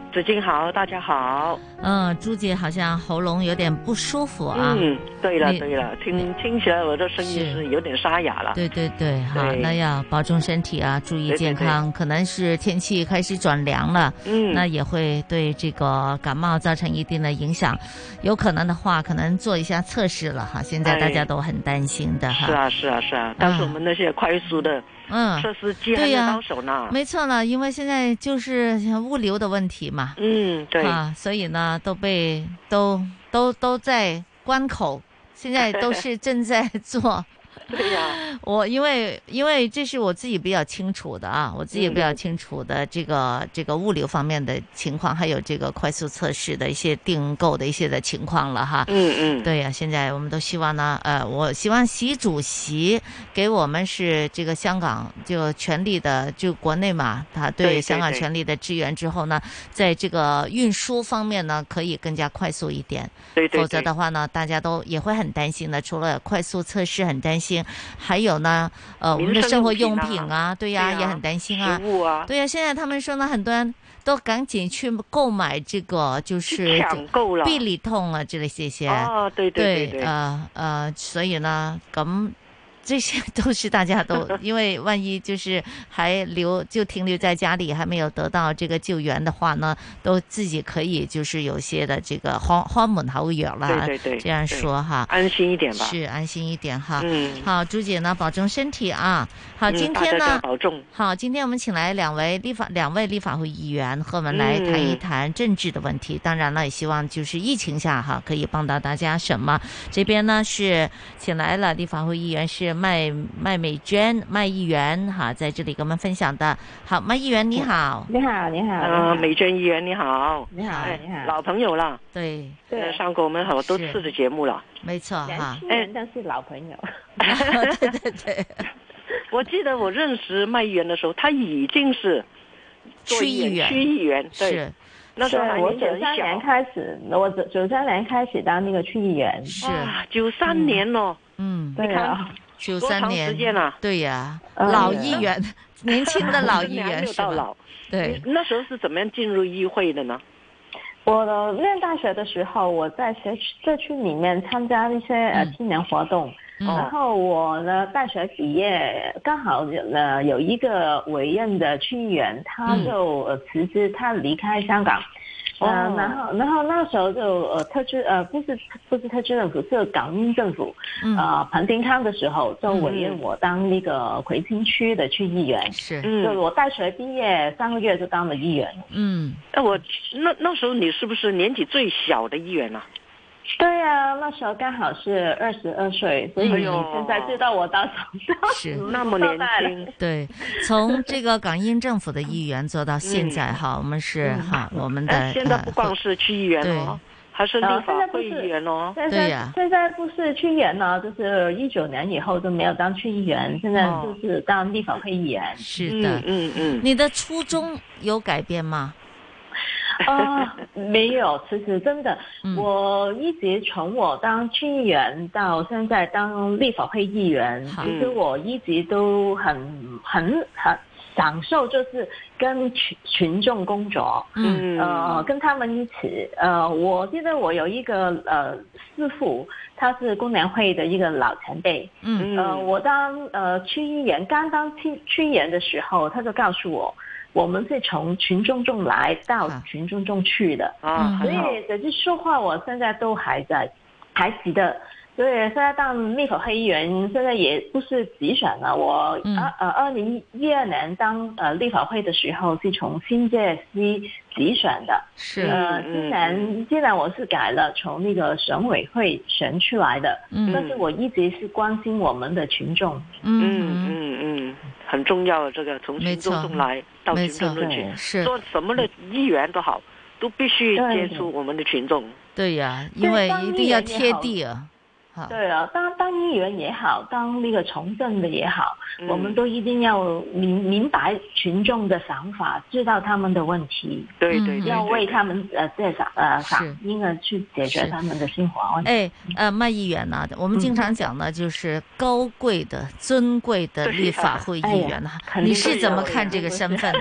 S9: 子金好，大家好。
S7: 嗯，朱姐好像喉咙有点不舒服啊。
S9: 嗯，对了对了，听听起来我的声音是有点沙哑了。
S7: 对对对，好，那要保重身体啊，注意健康。对对对，可能是天气开始转凉了，嗯，那也会对这个感冒造成一定的影响。有可能的话，可能做一下测试了哈。现在大家都很担心的哈。
S9: 是啊是啊是啊，但是我们那些快速的。嗯，测试机还没到手呢。
S7: 没错了，因为现在就是物流的问题嘛。
S9: 嗯，对
S7: 啊，所以呢，都被都都都在关口，现在都是正在做。
S9: 对呀、
S7: 啊，我因为因为这是我自己比较清楚的啊，我自己比较清楚的这个、嗯、这个物流方面的情况，还有这个快速测试的一些订购的一些的情况了哈。
S9: 嗯嗯，
S7: 对呀、啊，现在我们都希望呢，呃，我希望习主席给我们是这个香港就全力的就国内嘛，他对香港全力的支援之后呢，在这个运输方面呢，可以更加快速一点。
S9: 对对对，
S7: 否则的话呢，大家都也会很担心的。除了快速测试很担心，还有呢，呃，我们的生活用品啊，对呀、啊，也很担心啊。
S9: 食物啊，
S7: 对呀、啊，现在他们说呢，很多人都赶紧去购买这个，就是
S9: 抢购了
S7: 必理痛啊，这类这些。
S9: 哦，对对对对，
S7: 呃呃，所以呢，咁。这些都是大家都，因为万一就是还留就停留在家里，还没有得到这个救援的话呢，都自己可以就是有些的这个花花門口藥啦，
S9: 对对对，
S7: 这样说哈，
S9: 安心一点吧，
S7: 是安心一点哈。
S9: 嗯，
S7: 好，朱姐呢，保重身体啊。好，今天呢，
S9: 嗯、保重。
S7: 好，今天我们请来两位立法两位立法会议员和我们来谈一谈政治的问题。嗯、当然了，也希望就是疫情下哈，可以帮到大家什么。这边呢是请来了立法会议员是麦麦美娟麦议员哈，在这里跟我们分享的。好，麦议员你好，
S10: 你好你好，
S9: 呃，美娟议员你好，
S10: 你好你好，
S9: 老朋友了，
S7: 对
S9: 对，上过我们好多次的节目了，
S7: 没错哈，
S10: 哎，但是老朋友，
S7: 对对对，
S9: 我记得我认识麦议员的时候，他已经是
S7: 区议员，
S9: 区议员对。
S7: 是
S9: 那时候
S10: 我九三年开始，我九九三年开始当那个区议员，
S7: 是
S9: 九三年咯，
S7: 嗯，
S9: 对啊，
S7: 九三年
S9: 时间啊，
S7: 对呀，老议员，年轻的老议员是吧？对，
S9: 那时候是怎么样进入议会的呢？
S10: 我的念大学的时候，我在社区社区里面参加一些呃青年活动。嗯、然后我呢，大学毕业刚好呃有一个委任的区议员，他就呃辞职，他离开香港，呃，哦、然后然后那时候就呃特区呃不是不是特区政府，是港英政府，嗯、呃彭定康的时候就委任我当那个葵青区的区议员，
S7: 是，
S10: 嗯，就我大学毕业三个月就当了议员，
S7: 嗯，
S9: 那我那那时候你是不是年纪最小的议员啊？
S10: 对啊，那时候刚好是二十二岁，所以你现在知道我到什么
S7: 是
S9: 那么年轻。
S7: 对，从这个港英政府的议员做到现在哈，嗯、我们是哈、嗯、我们的、
S9: 呃、现在不光是区议员哦，还是立法会议员哦。
S10: 现在
S7: 对呀、
S10: 啊，现在不是区议员呢，就是一九年以后就没有当区议员，现在就是当立法会议员。
S7: 是的，
S9: 嗯嗯嗯。
S7: 你的初衷有改变吗？
S10: 啊、呃，没有，其实真的，嗯、我一直从我当区议员到现在当立法会议员，其实我一直都很很很享受，就是跟群群众工作，嗯，呃，跟他们一起，呃，我记得我有一个呃师傅，他是工联会的一个老前辈，嗯，呃，我当呃区议员刚当区区议员的时候，他就告诉我。我们是从群众中来到群众中去的，啊，所以这句说话我现在都还在，还记得。所以现在当立法会议员，现在也不是直选了。我二呃二零一二年当呃立法会的时候，是从新界西直选的。
S7: 是。
S10: 呃，今年既然我是改了，从那个省委会选出来的。嗯。但是我一直是关心我们的群众。
S9: 嗯嗯嗯，很重要的这个从群众中来到群众中去，
S7: 是
S9: 做什么的议员都好，都必须接触我们的群众。
S7: 对呀、啊，因为一定要贴地啊。
S10: 对啊，当当议员也好，当那个从政的也好，嗯、我们都一定要明明白群众的想法，知道他们的问题，
S9: 对对对，
S10: 要为他们呃在想呃想因而去解决他们的生活问题。
S7: 哎，呃，麦议员呢，我们经常讲的就是高贵的、尊贵的立法会议员哈、啊哎，你是怎么看这个身份的？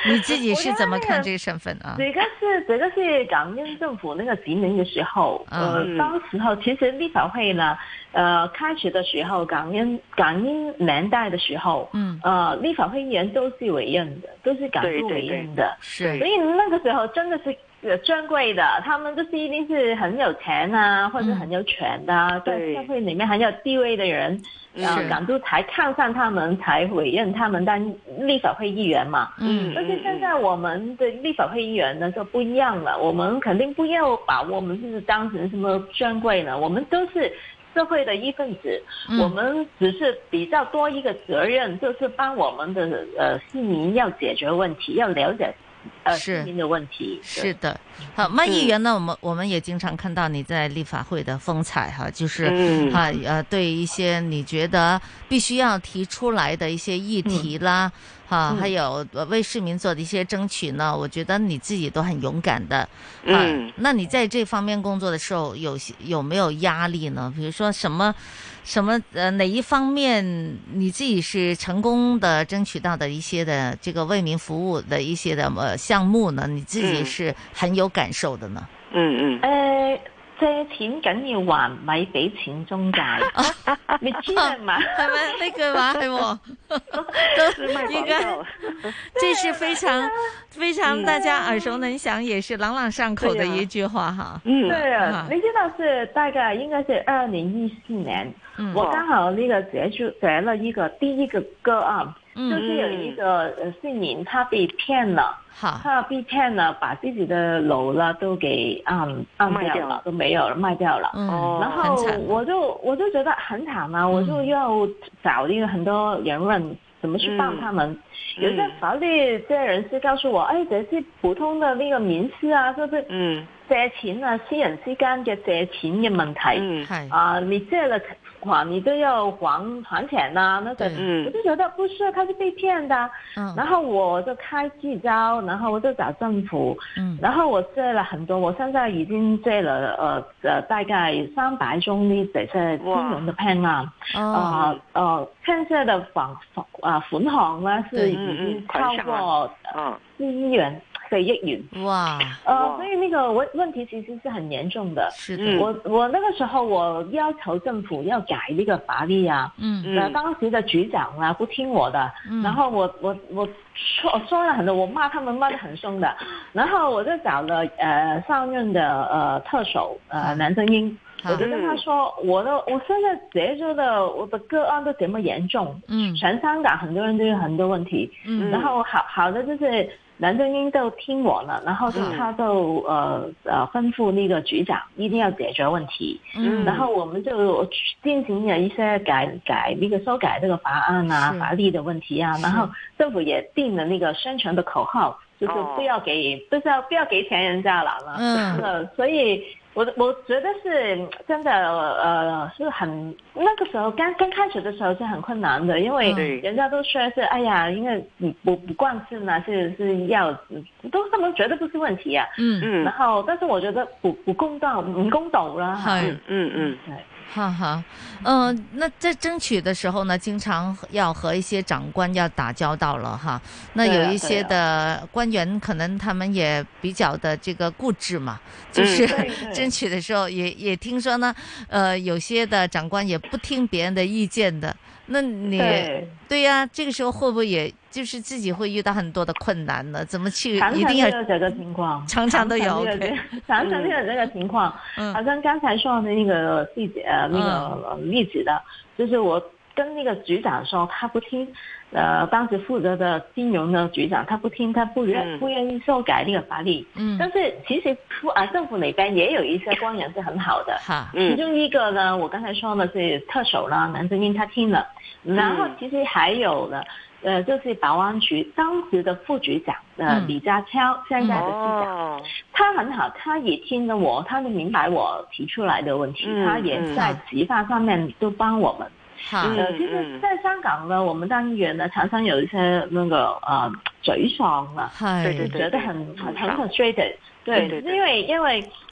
S7: 你自己是怎么看这个身份啊？
S10: 这个是这个是港英政府那个殖民的时候，呃，
S7: 嗯、
S10: 当时候其实立法会呢，呃，开始的时候，港英港英年代的时候，
S7: 嗯，
S10: 呃，立法会议员都是委任的，都是港督委任的，
S7: 是，
S10: 所以那个时候真的是。尊贵的，他们都是一定是很有钱啊，或者很有权的、啊，在、嗯、社会里面很有地位的人，呃，港督才看上他们，才委任他们当立法会议员嘛。
S7: 嗯，
S10: 但是现在我们的立法会议员呢就不一样了，我们肯定不要把我们就是当成什么尊贵呢，我们都是社会的一份子、嗯，我们只是比较多一个责任，就是帮我们的呃市民要解决问题，要了解。呃，市民的问题
S7: 是的。好，那议员呢？我们我们也经常看到你在立法会的风采哈，就是哈、嗯、呃，对一些你觉得必须要提出来的一些议题啦，哈、嗯，还有为市民做的一些争取呢，我觉得你自己都很勇敢的。嗯，那你在这方面工作的时候有有没有压力呢？比如说什么？什么呃哪一方面你自己是成功的争取到的一些的這個為民服務的一些的呃項目呢？你自己是很有感受的呢？
S10: 嗯嗯。誒，借錢緊要還，咪俾錢中介。你知道嗎？
S7: 係咪呢句話係喎？都應該，這是非常非常大家耳熟能詳，也是朗朗上口的一句話哈。
S10: 嗯，對啊，你知道是大概應該是二零一四年。嗯、我剛好那個接觸接了一個第一個個案，嗯、就是有一個呃市民他被騙了，他被騙了，把自己的樓了都給按按掉了，了都沒有了，賣掉了。嗯，然後我就我就覺得很慘啊，我就要找一個很多人問怎麼去幫他們。嗯、有些法律這些人士告訴我，哎，這是普通的那個民事啊，就是嗯借錢啊，私人之間嘅借錢嘅問題。嗯，係啊，你借了。你都要還還錢呐、啊，那個、嗯、我就覺得不是，他是被騙的、嗯。然後我就開記招，然後我就找政府，嗯、然後我借了很多，我現在已經借了呃呃大概三百宗的這些金融的騙案，呃呃騙借的款啊款項呢是已經超過呃四億元。四億元
S7: 哇，
S10: 呃，所以那個問問題其實是很嚴重的。
S7: 是的，
S10: 我我那個時候我要求政府要改那個法律啊，嗯，呃，當時的局長啊不聽我的，嗯、然後我我我說我說了很多，我罵他們罵得很兇的，然後我就找了呃上任的呃特首呃藍正英。我就跟他說，我的我現在接觸的我的個案都這麼嚴重，嗯，全香港很多人都有很多問題，嗯，然後好好的就是藍正英都聽我了，然後他就呃呃吩咐那個局長一定要解決問題，嗯，然後我們就進行了一些改改那個修改這個法案啊法律的問題啊，然後政府也定了那個宣傳的口號，就是不要給不是要不要給錢人家了，嗯，呃，所以。我我覺得是真的，呃，是很那個時候剛剛開始的時候是很困難的，因為人家都說是，哎呀，因為你不不慣事呢，是是要，都他們覺得不是問題啊，嗯嗯，然後但是我覺得不不公道，唔公道啦，
S7: 係，嗯嗯，對。哈哈，嗯、呃，那在爭取的時候呢，經常要和一些長官要打交道了哈。那有一些的官員可能他們也比較的這個固執嘛，就是爭取的時候也也聽說呢，呃，有些的長官也不聽別人的意見的。那你對，對呀、啊，這個時候會不會也就是自己會遇到很多的困難呢？怎麼去一定要？
S10: 常常都有這個情況，
S7: 常常都有，
S10: 常常都有這個情況。嗯，好像剛才說的那個細節，呃，那個例子的，就是我跟那個局長說，他不聽，呃，當時負責的金融的局長，他不聽，他不願不願意修改那個法律。嗯，但是其實啊，政府那邊也有一些官員是很好的。哈，嗯，其中一個呢，我剛才說的是特首啦，藍正英他聽了。然後其實還有呢，呃，就是保安局當時的副局長，呃，李家超，現在的局長，他很好，他也聽了我，他就明白我提出來的問題，他也在執法上面都幫我們。呃，其實在香港呢，我們當議員呢，常常有一些那個呃沮喪啊，對對對，覺得很很很 frustrated，對，因為因為。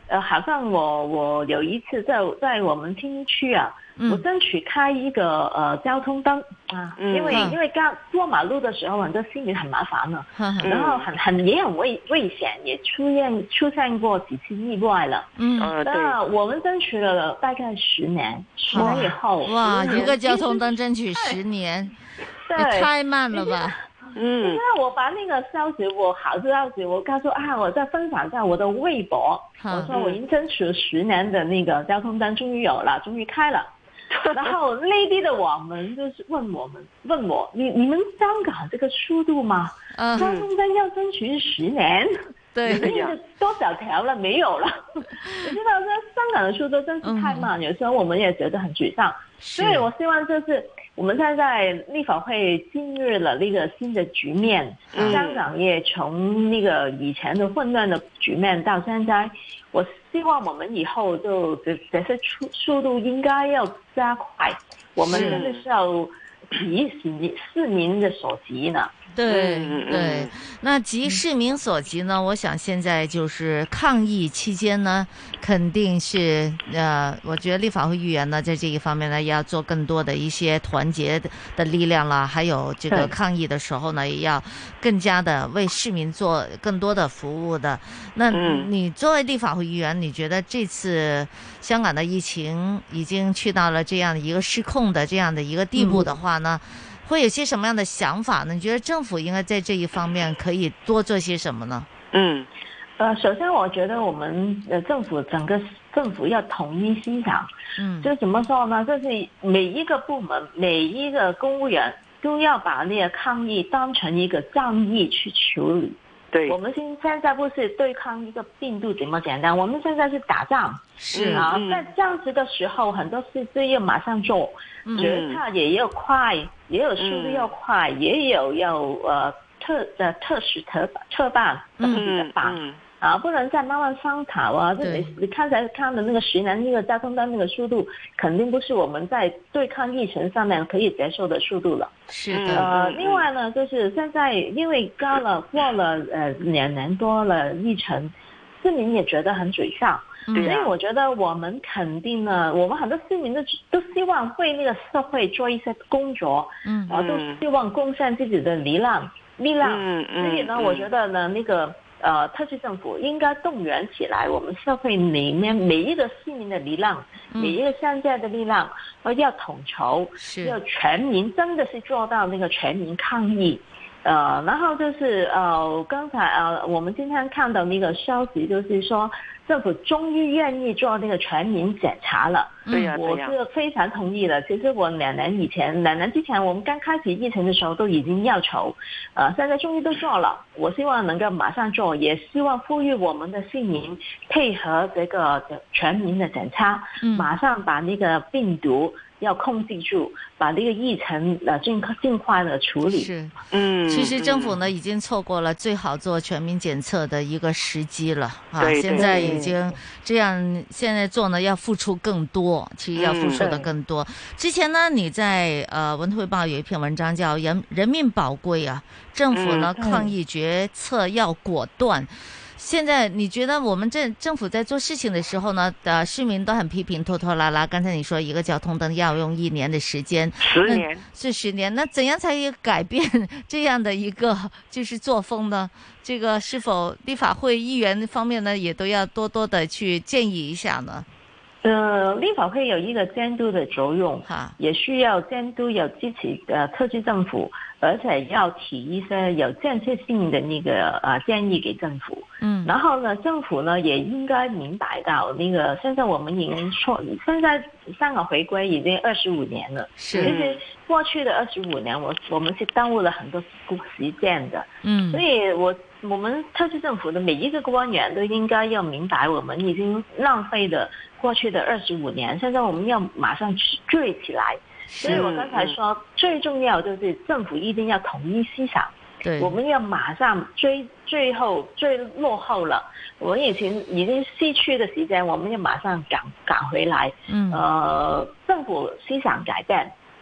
S10: 呃，好像我我有一次在在我们厅区啊，嗯、我争取开一个呃交通灯啊，嗯、因为、嗯、因为刚过马路的时候，很多市民很麻烦了，嗯、然后很很也很危危险，也出现出现过几次意外了。嗯，那我们争取了大概十年，十年以后，
S7: 哇，一个交通灯争取十年，也太慢了吧。
S10: 嗯，现在我把那个消息，我好消息，我告诉啊，我再分享在我的微博，我说我已经争取了十年的那个交通灯终于有了，终于开了。然后内地的网民就是问我们，问我你你们香港这个速度吗？嗯，交通灯要争取十年。对，那个多少条了没有了？你知道，这香港的速度真是太慢，嗯、有时候我们也觉得很沮丧。所以我希望就是我们现在立法会进入了那个新的局面，嗯、香港也从那个以前的混乱的局面到现在，我希望我们以后就这这些速速度应该要加快，我们真的是要急市市民的所急呢。
S7: 对对，那急市民所急呢？我想现在就是抗疫期间呢，肯定是呃，我觉得立法会议员呢，在这一方面呢，要做更多的一些团结的力量啦，还有这个抗疫的时候呢，也要更加的为市民做更多的服务的。那你作为立法会议员，你觉得这次香港的疫情已经去到了这样的一个失控的这样的一个地步的话呢？嗯会有些什么样的想法呢？你觉得政府应该在这一方面可以多做些什么呢？
S10: 嗯，呃，首先我觉得我们呃政府整个政府要统一思想，嗯，就怎么说呢？就是每一个部门、每一个公务员都要把那个抗疫当成一个战役去处理。对，我们现现在不是对抗一个病毒这么简单，我们现在是打仗，是啊，嗯、在这样子的时候，很多事都要马上做，决策也要快，也有速度要快，嗯、也有要呃特呃特使特特办特许的办。嗯嗯啊，不能再慢慢商讨啊！这你你刚才看的那个十年那个交通灯那个速度，肯定不是我们在对抗疫情上面可以接受的速度了。是的。呃，另外呢，就是现在因为刚了过了呃两年多了疫情，市民也觉得很沮丧。嗯、所以我觉得我们肯定呢，我们很多市民都都希望为那个社会做一些工作，嗯，啊，都希望贡献自己的力量力量。嗯嗯。所以呢，我觉得呢，那个。呃，特区政府应该动员起来我们社会里面每一个市民的力量，嗯、每一个商界的力量，要统筹，要全民真的是做到那个全民抗疫。呃，然后就是呃，刚才呃，我们今天看到那个消息，就是说政府终于愿意做那个全民检查了。对呀、啊，我是非常同意的。其实我两年以前，两年之前我们刚开始疫情的时候都已经要求，呃，现在终于都做了。我希望能够马上做，也希望呼吁我们的市民配合这个全民的检查，嗯、马上把那个病毒要控制住，把这个疫情呃尽尽快的处理。是，嗯，
S7: 其实政府呢已经错过了最好做全民检测的一个时机了啊！对对现在已经这样，现在做呢要付出更多，其实要付出的更多。嗯、之前呢，你在呃《文汇报》有一篇文章叫《人人命宝贵》啊，政府呢、嗯、抗疫决策要果断。现在你觉得我们这政府在做事情的时候呢，呃，市民都很批评拖拖拉拉。刚才你说一个交通灯要用一年的时间，十年是十年，那怎样才可以改变这样的一个就是作风呢？这个是否立法会议员方面呢，也都要多多的去建议一下呢？
S10: 呃，立法会有一个监督的作用，哈，也需要监督，有支持呃特区政府，而且要提一些有建设性的那个呃建议给政府。嗯，然后呢，政府呢也应该明白到那个现在我们已经说，现在香港回归已经二十五年了，是，其实过去的二十五年，我我们是耽误了很多时间的。嗯，所以我我们特区政府的每一个官员都应该要明白，我们已经浪费了过去的二十五年，现在我们要马上追起来。所以我刚才说，最重要就是政府一定要统一思想。对，我们要马上追，最后最落后了，我们以前已经失去的时间，我们要马上赶赶回来。嗯，呃，政府思想改变，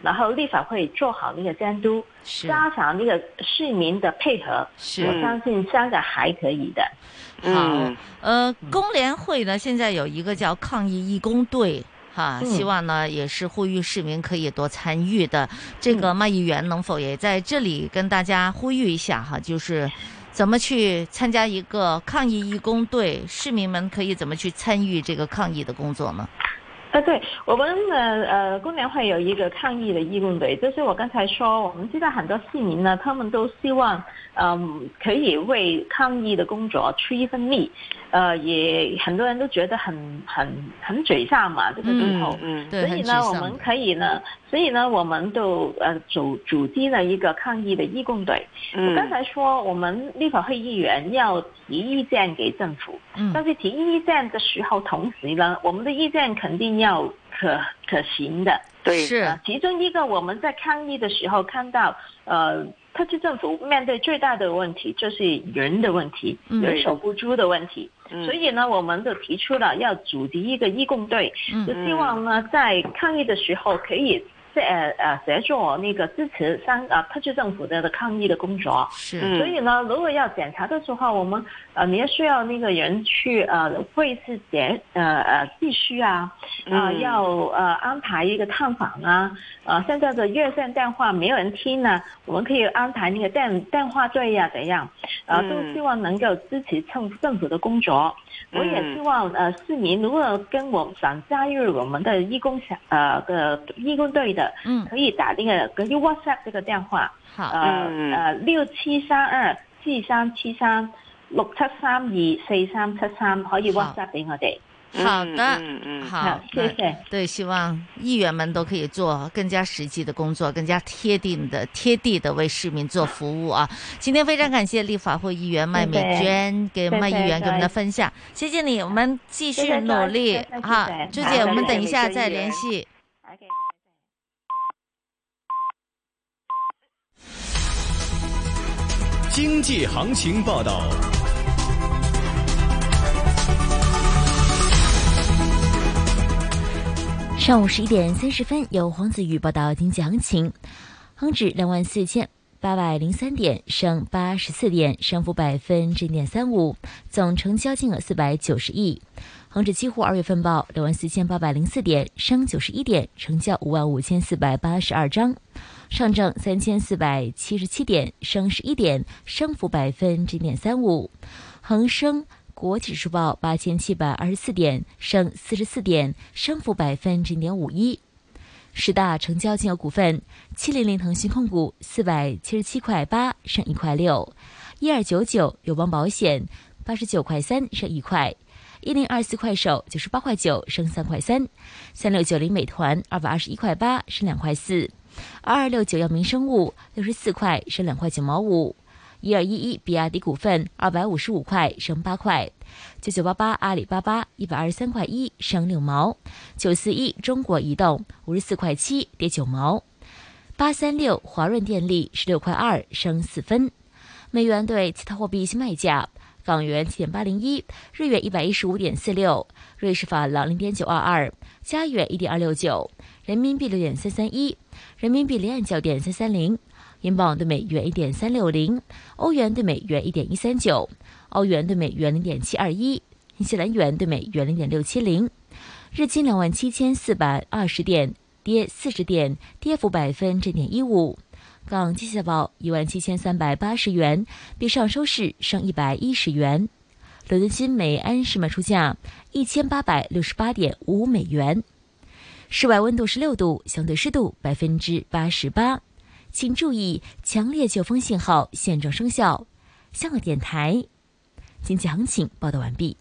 S10: 然后立法会做好那个监督，加强那个市民的配合，我相信香港还可以的。
S7: 好，呃，工聯會呢，現在有一個叫抗疫義工隊，哈，希望呢也是呼籲市民可以多參與的。這個麥議員能否也在這裡跟大家呼籲一下哈，就是怎麼去參加一個抗疫義工隊，市民們可以怎麼去參與這個抗疫的工作呢？
S10: 呃，对，我们呃呃工聯會有一個抗疫的義工隊，就是我剛才說，我們知道很多市民呢，他們都希望嗯可以為抗疫的工作出一份力，呃，也很多人都覺得很很很沮喪嘛，這個時候，嗯，所以呢，我們可以呢，所以呢，我們都呃組組織了一個抗疫的義工隊。嗯，我剛才說，我們立法會議員要提意見給政府，嗯，但是提意見的時候，同時呢，我們的意見肯定要要可可行的，
S9: 對，
S10: 是其中一個我們在抗疫的時候看到，呃，特區政府面對最大的問題就是人的問題，嗯、人手不足的問題，嗯、所以呢，我們就提出了要組織一個義工隊，嗯、就希望呢在抗疫的時候可以呃呃協助那個支持香啊特區政府的抗疫的工作，是，所以呢，如果要檢查的時候，我們呃你也需要那個人去呃會是檢呃呃必須啊，啊、呃、要呃安排一個探訪啊，呃現在的熱線電話沒有人聽呢，我們可以安排那個電電話隊呀、啊，怎樣？呃都希望能夠支持政政府的工作。我也希望呃市民如果跟我想加入我們的義工呃的義工隊的。嗯，可以打那個可以 WhatsApp 這個電話，好，呃呃六七三二四三七三六七三二四三七三可以 WhatsApp 俾我哋。
S7: 好的，嗯嗯，好，
S10: 謝謝。
S7: 對，希望議員們都可以做更加實際的工作，更加貼地的貼地的為市民做服務啊！今天非常感謝立法會議員麥美娟給麥議員給我們的分享，謝謝你，我們繼續努力。好，朱姐，我們等一下再聯繫。
S2: 經濟行情報道。
S11: 上午十一點三十分，由黃子宇報道經濟行情。恒指兩萬四千八百零三點，升八十四點，升幅百分之零點三五，總成交金額四百九十億。恒指期貨二月份報兩萬四千八百零四點，升九十一點，成交五萬五千四百八十二張。上證三千四百七十七點，升十一點，升幅百分之零點三五。恒生國際指數報八千七百二十四點，升四十四點，升幅百分之零點五一。十大成交金額股份：七零零騰訊控股四百七十七塊八，升一塊六；一二九九友邦保險八十九塊三，升一塊；一零二四快手九十八塊九，升三塊三；三六九零美團二百二十一塊八，升兩塊四。二二六九藥明生物六十四塊，升兩塊九毛五；一二一一比亞迪股份二百五十五塊，升八塊；九九八八阿里巴巴一百二十三塊一，升六毛；九四一中國移動五十四塊七，跌九毛；八三六華潤電力十六塊二，升四分。美元對其他貨幣新賣價：港元七點八零一，日元一百一十五點四六，瑞士法郎零點九二二，加元一點二六九，人民幣六點三三一。人民幣離岸九點三三零，英鎊對美元一點三六零，歐元對美元一點一三九，澳元對美元零點七二一，新西蘭元對美元零點六七零。日經兩萬七千四百二十點，跌四十點，跌幅百分之點一五。港金價報一萬七千三百八十元，比上收市升一百一十元。倫敦金每安士賣出價一千八百六十八點五美元。室外溫度十六度，相對濕度百分之八十八。請注意，強烈季候風信號現正生效。香港電台經濟行情報道完畢。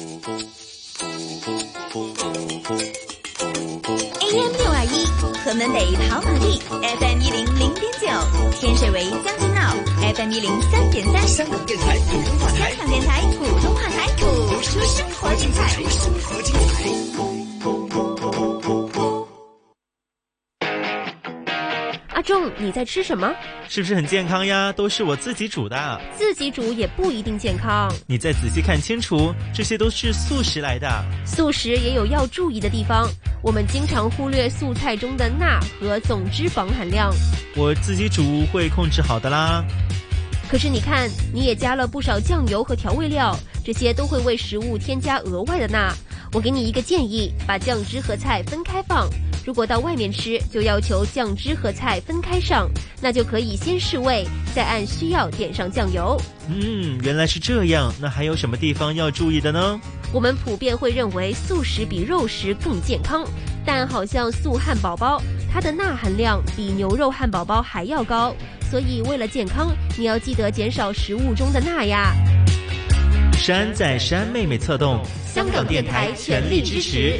S12: A M 六二一，河門北跑馬地 F M 一零零點九，天水圍將軍澳 F M 一零三點三。香港電台普通話台，香港電台普通話台，播出生活精彩。生活精彩。
S13: 仲，你在吃什么？
S8: 是不是很健康呀？都是我自己煮的。
S13: 自己煮也不一定健康。
S8: 你再仔细看清楚，这些都是素食来的。
S13: 素食也有要注意的地方，我们经常忽略素菜中的钠和总脂肪含量。
S8: 我自己煮会控制好的啦。
S13: 可是你看，你也加了不少酱油和调味料，这些都会为食物添加额外的钠。我给你一个建议，把酱汁和菜分开放。如果到外面吃，就要求酱汁和菜分开上，那就可以先试味，再按需要点上酱油。
S8: 嗯，原来是这样。那还有什么地方要注意的呢？
S13: 我们普遍会认为素食比肉食更健康，但好像素汉堡包，它的钠含量比牛肉汉堡包还要高，所以为了健康，你要记得减少食物中的钠呀。
S8: 山在山妹妹策动，
S13: 香港电台全力支持。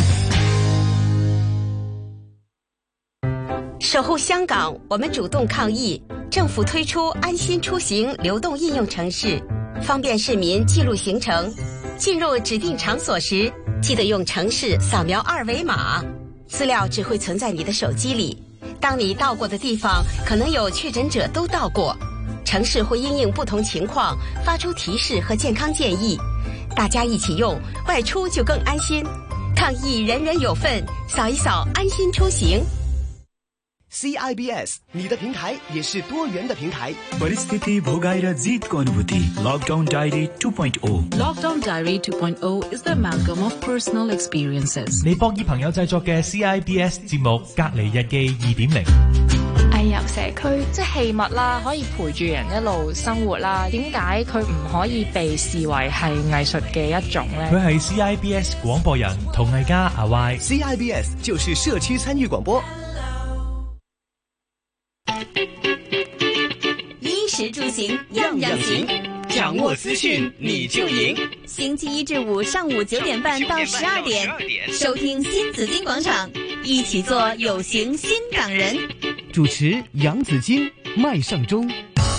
S14: 守护香港，我们主动抗疫。政府推出安心出行流动应用程式，方便市民记录行程。进入指定场所时，记得用程式扫描二维码，资料只会存在你的手机里。当你到过的地方可能有确诊者都到过，程式会因应不同情况发出提示和健康建议。大家一起用，外出就更安心。抗疫人人有份，扫一扫安心出行。
S2: C I B S， 你的平台也是多元的平台。
S15: परिस्थिति भोगाएर जितको अनुभूति Lockdown Diary two point oh
S4: Lockdown Diary two point oh is the amalgam of personal experiences。
S16: 你幫以朋友製作嘅 C I B S 節目《隔離日記二點零》。
S17: 藝遊社區即係器物啦，可以陪住人一路生活啦。點解佢唔可以被視為係藝術嘅一種呢？
S16: 佢係 C I B S 廣播人同藝家阿 Y。C
S2: I B S 就是社區參與廣播。
S1: 衣食住行樣樣行，
S2: 掌握資訊你就贏。
S1: 星期一至五上午九點半到十二點，收聽新紫荊廣場，一起做有型新港人。
S3: 主持楊紫荊、麥尚中。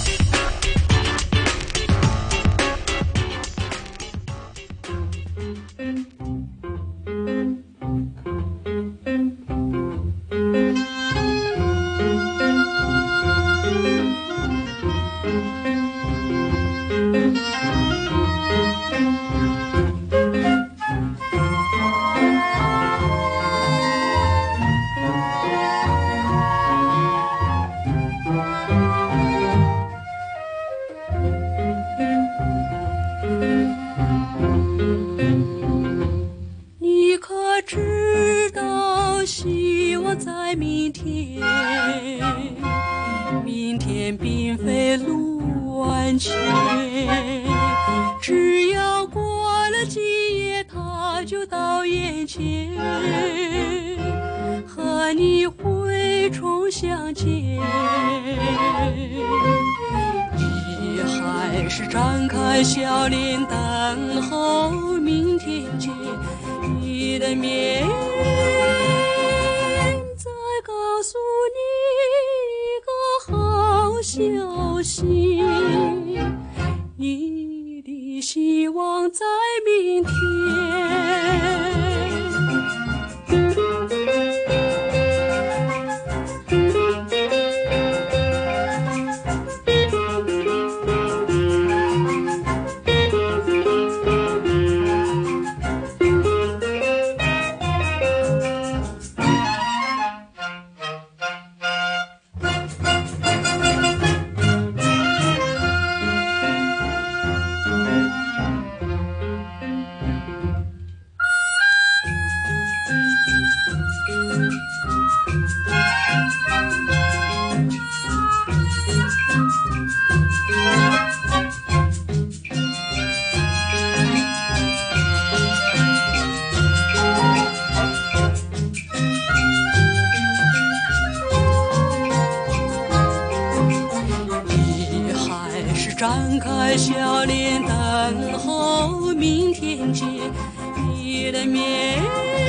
S27: 展开笑脸等候明天见，你的面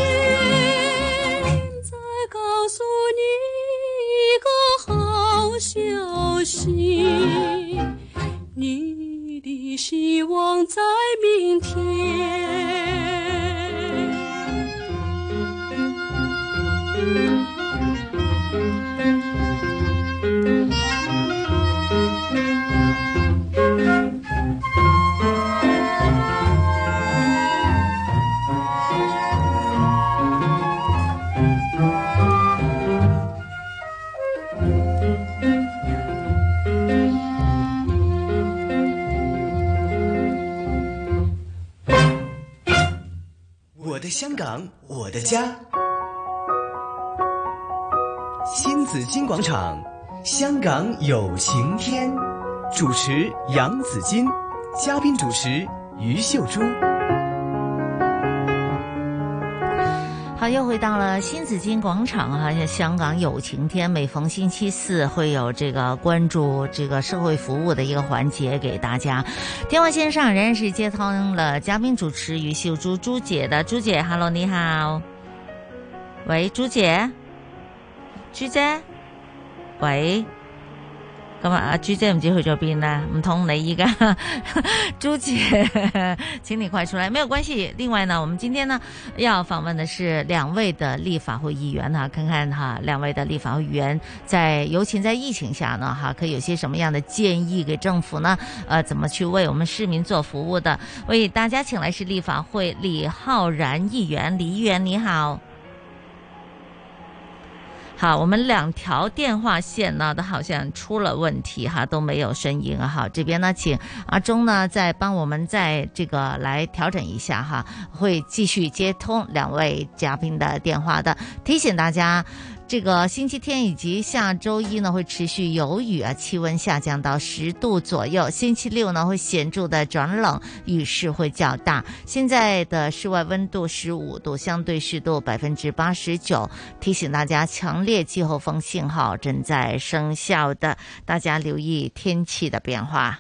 S27: 再告诉你一个好消息，你的希望在明天。
S2: 香港，我的家。新紫金广场，香港有晴天。主持杨紫金，嘉宾主持于秀珠。
S7: 好，又回到了新紫金广场啊！香港有晴天，每逢星期四会有这个关注这个社会服务的一个环节给大家。电话线上仍然是接通了嘉宾主持于秀珠朱姐的，朱姐 ，Hello， 你好。喂，朱姐，朱姐，喂。咁啊，朱姐唔知去咗邊啦，唔通你依家朱姐，請你快出來，沒有關係。另外呢，我們今天呢要訪問的是兩位的立法會議員哈，看看哈兩位的立法會議員在尤其在疫情下呢哈，可以有些什麼樣的建議給政府呢？呃，怎麼去為我們市民做服務的？為大家請來是立法會李浩然議員，李議員你好。好，我們兩條電話線呢都好像出了問題哈，都沒有聲音啊。好，這邊呢請阿鐘呢再幫我們再這個來調整一下哈，會繼續接通兩位嘉賓的電話的。提醒大家，這個星期天以及下周一呢會持續有雨啊，氣溫下降到十度左右。星期六呢會顯著的轉冷，雨勢會較大。現在的室外溫度十五度，相對濕度百分之八十九。提醒大家，強烈季候風信號正在生效的，大家留意天氣的變化。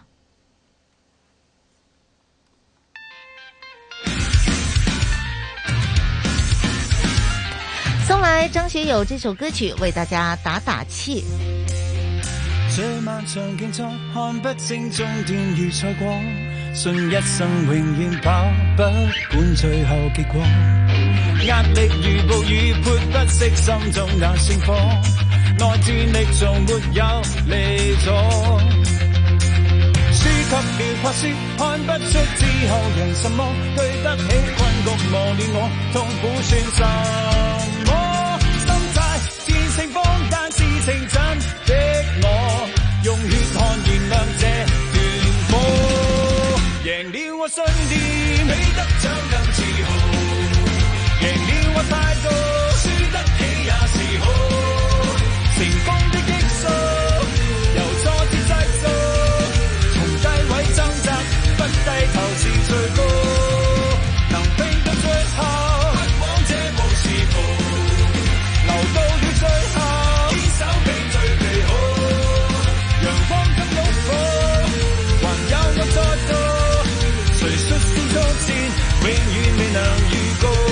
S7: 送來張學友這首歌曲為大家打打氣。
S5: 這漫長競賽看不清終點與賽果，信一生永遠跑不管最後結果，壓力如暴雨潑不熄心中那星火，內戰力從沒有離左，輸給了怕輸，看不出之後贏什麼，對得起困局磨練我，痛苦算什麼？心態戰勝方，但是情真的我，用血汗燃亮這團火，贏了我信念，比得獎更自豪，贏了我態度，輸得起也是好，成功的激素，由挫折製造，從低位掙扎，不低頭是最高，能拼到最後，不枉這無時途，留到了最後，堅守比最美好，陽光給擁抱，還有我在度，誰率先衝線，永遠未能預告。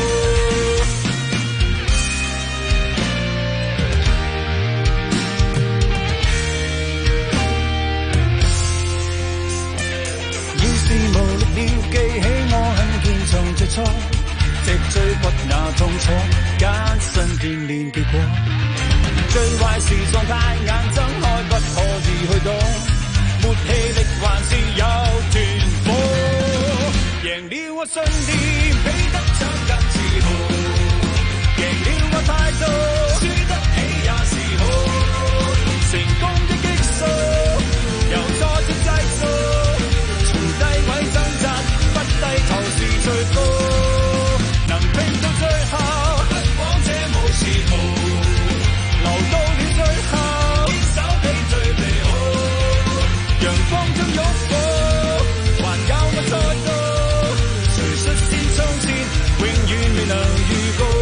S5: 要記起我很虔誠最初，脊椎骨那痛楚，艱辛鍛鍊結果。最壞是狀態，眼睜開不可以去躲，沒氣力還是有團火。贏了我信念，比得獎更自豪，贏了我態度，輸得起也是好，成功的激素，由挫折製造。低位掙扎，不低頭是最高，能拼到最後，不枉這無時途，留到了最後，堅守比最美好，陽光中擁抱，還有我在度，誰率先衝線，永遠未能預告。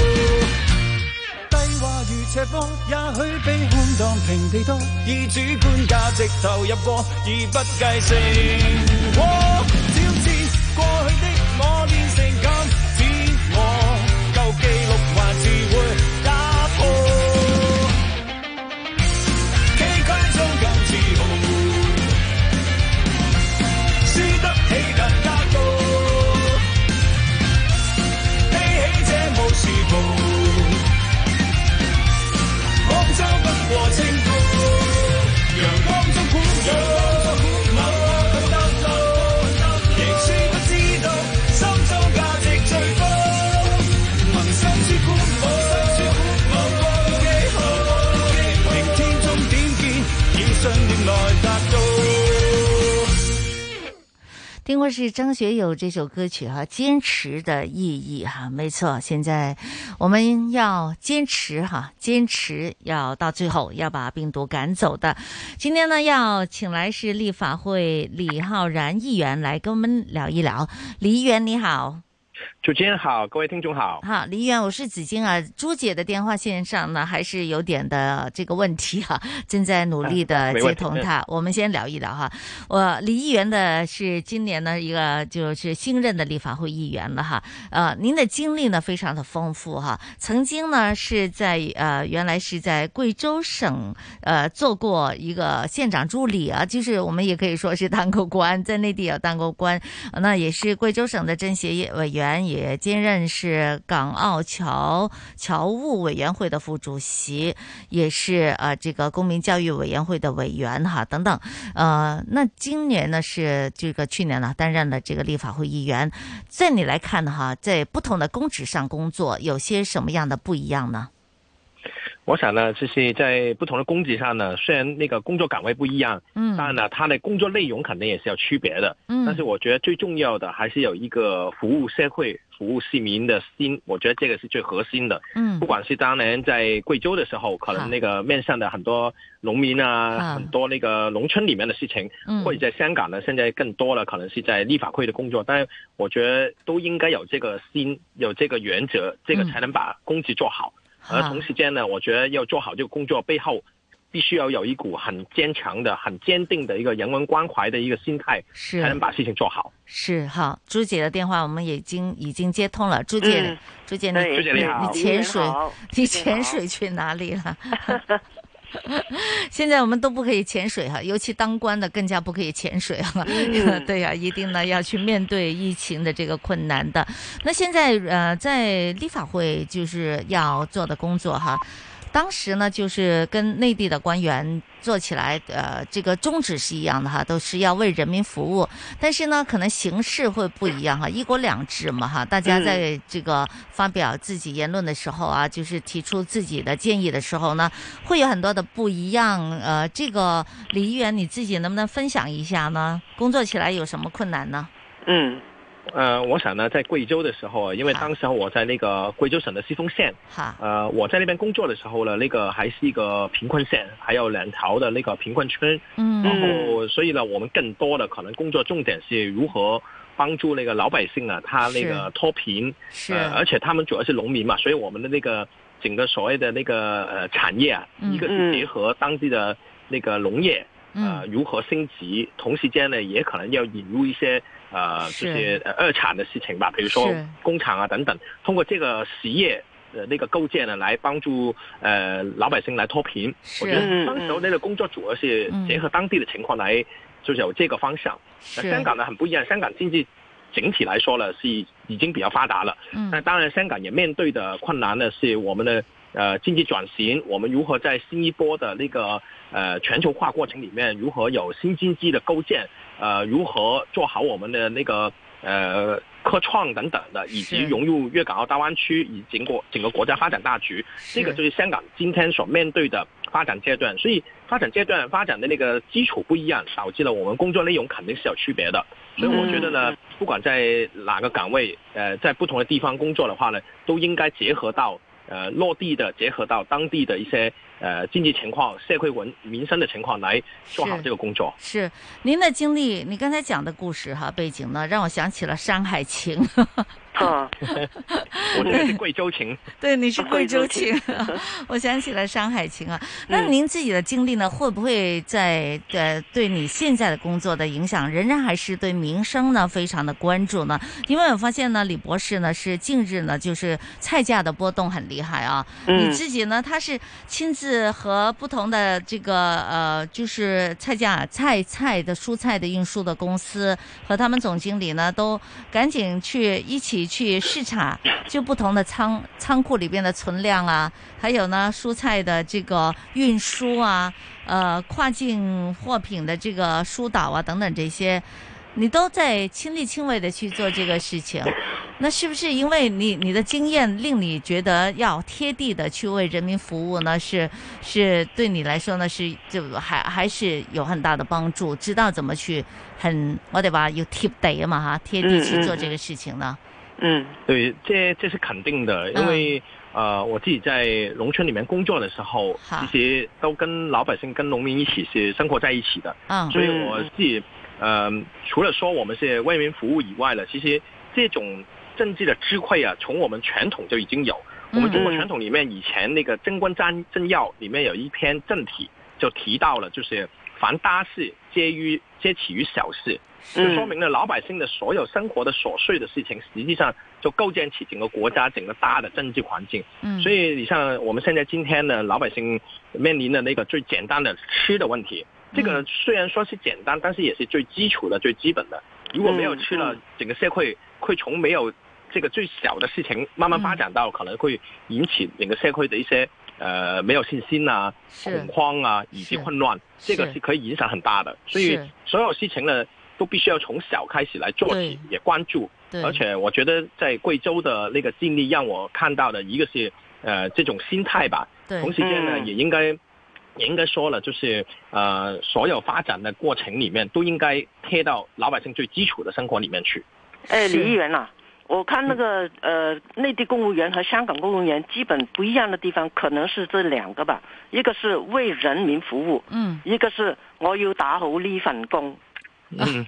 S5: 低話如斜坡，也許比寬蕩平地多，以主觀價值投入過，而不計成果。挑戰過去的我，練成今天我，舊記錄還是會打破。崎嶇中更自豪，輸得起更加高，披起這無時袍，杭州不過清高，陽光中寬容，某個得路。
S7: 或是张学友这首歌曲哈、啊，坚持的意义哈、啊，没错，现在我们要坚持哈、啊，坚持要到最后要把病毒赶走的。今天呢，要请来是立法会李浩然议员来跟我们聊一聊。李议员你好。
S18: 主持人好，各位听众好。
S7: 好，李议员，我是子矜啊。朱姐的电话线上呢，还是有点的这个问题哈、啊，正在努力的接通她。我们先聊一聊哈。我李议员的是今年呢一个就是新任的立法会议员了哈。呃，您的经历呢非常的丰富哈。曾经呢是在呃原来是在贵州省呃做过一个县长助理啊，就是我们也可以说是当过官，在内地也当过官，那也是贵州省的政协委员。也兼任是港澳侨侨务委员会的副主席，也是呃这个公民教育委员会的委员哈等等。呃，那今年呢是这个去年呢担任了这个立法会议员，在你来看呢哈，在不同的公职上工作有些什么样的不一样呢？
S18: 我想呢，就是在不同的公职上呢，虽然那个工作岗位不一样，嗯，当然呢，他的工作内容肯定也是有区别的，嗯，但是我觉得最重要的还是有一个服务社会、服务市民的心，我觉得这个是最核心的，嗯，不管是当年在贵州的时候，可能那个面向的很多农民啊，很多那个农村里面的事情，嗯，或者在香港呢，现在更多了，可能是在立法会的工作，但是我觉得都应该有这个心，有这个原则，这个才能把公职做好。而同时间呢，我觉得要做好这个工作背后必须要有一股很坚强的、很坚定的一个人文关怀的一个心态，是才能把事情做好。
S7: 是好，朱姐的电话我们已经已经接通了。朱姐，嗯、朱姐，你
S18: 朱姐你好，
S7: 你潜水，你潜水去哪里了？现在我们都不可以潜水哈，尤其当官的更加不可以潜水哈。嗯、对呀、啊，一定呢要去面对疫情的这个困难的。那现在呃，在立法会就是要做的工作哈。当时呢，就是跟内地的官员做起来，呃，这个宗旨是一样的哈，都是要为人民服务。但是呢，可能形式会不一样哈，一国两制嘛哈，大家在这个发表自己言论的时候啊，就是提出自己的建议的时候呢，会有很多的不一样。呃，这个李议员你自己能不能分享一下呢？工作起来有什么困难呢？
S18: 嗯。呃，我想呢，在贵州的时候，因为当时候我在那个贵州省的西丰县，呃，我在那边工作的时候呢，那个还是一个贫困县，还有两条的那个贫困村，嗯，然后所以呢，我们更多的可能工作重点是如何帮助那个老百姓啊，他那个脱贫，是，呃，而且他们主要是农民嘛，所以我们的那个整个所谓的那个呃产业啊，嗯、一个是结合当地的那个农业，呃，如何升级，同时间呢，也可能要引入一些。呃，这些呃二产的事情吧，比如说工厂啊等等，通过这个实业的那个构建呢，来帮助呃老百姓来脱贫。我觉得当时候那个工作主要是结合当地的情况来，就是有这个方向。那香港呢很不一样，香港经济整体来说呢是已经比较发达了，嗯，那当然香港也面对的困难呢是我们的呃经济转型，我们如何在新一波的那个呃全球化过程里面，如何有新经济的构建。呃，如何做好我们的那个呃科创等等的，以及融入粤港澳大湾区以整个整个国家发展大局，这个就是香港今天所面对的发展阶段。所以发展阶段发展的那个基础不一样，导致了我们工作内容肯定是有区别的。所以我觉得呢，不管在哪个岗位，呃，在不同的地方工作的话呢，都应该结合到呃落地的，结合到当地的一些。呃，经济情况、社会文民生的情况来做好这个工作。
S7: 是, 是您的经历，你刚才讲的故事哈背景呢，让我想起了《山海情》。
S18: 啊，我这个是贵州情。
S7: 对，你是贵州情。我想起了《山海情》啊。那您自己的经历呢，会不会在呃对你现在的工作的影响，仍然还是对民生呢非常的关注呢？因为我发现呢，李博士呢是近日呢就是菜价的波动很厉害啊。嗯、你自己呢，他是亲自。是和不同的这个呃，就是菜价菜菜的蔬菜的运输的公司和他们总经理呢，都赶紧去一起去视察，就不同的仓仓库里边的存量啊，还有呢蔬菜的这个运输啊，呃跨境货品的这个疏导啊等等这些。 你都在亲力亲为的去做这个事情，那是不是因为你你的经验令你覺得要貼地的去為人民服務呢？是是對你來說呢，是就還還是有很大的幫助，知道怎麼去很我哋話要貼地啊嘛哈，貼地去做這個事情呢？
S18: 嗯，嗯對，這這是肯定的，因為、嗯、呃我自己在農村裡面工作的時候，其實都跟老百姓、跟農民一起是生活在一起的，嗯，所以我自己呃除了說我們是為民服務以外呢，其實這種政治的智慧啊，從我們傳統就已經有。我們中國傳統裡面以前那個《貞觀政政要》裡面有一篇政體就提到了，就是凡大事皆於皆起於小事，就說明了老百姓的所有生活的瑣碎的事情，實際上就構建起整個國家整個大的政治環境。嗯，所以你像我們現在今天呢，老百姓面臨的那個最簡單的吃的問題，這個雖然說是簡單，但是也是最基礎的、最基本的。如果沒有吃了，整個社會會從沒有這個最小的事情慢慢發展到可能會引起整個社會的一些呃沒有信心啊、恐慌啊以及混亂，這個是可以影響很大的。所以所有事情呢都必須要從小開始來做起，也關注。而且我覺得在貴州的那個經歷讓我看到的一個是呃這種心態吧，同時間呢也應該也應該說了，就是呃所有發展的過程裡面都應該貼到老百姓最基礎的生活裡面去。
S9: 哎，李議員啊，我看那個呃內地公務員和香港公務員基本不一樣的地方，可能是這兩個吧。一個是為人民服務，嗯，一個是我要打好呢份工。
S18: 嗯，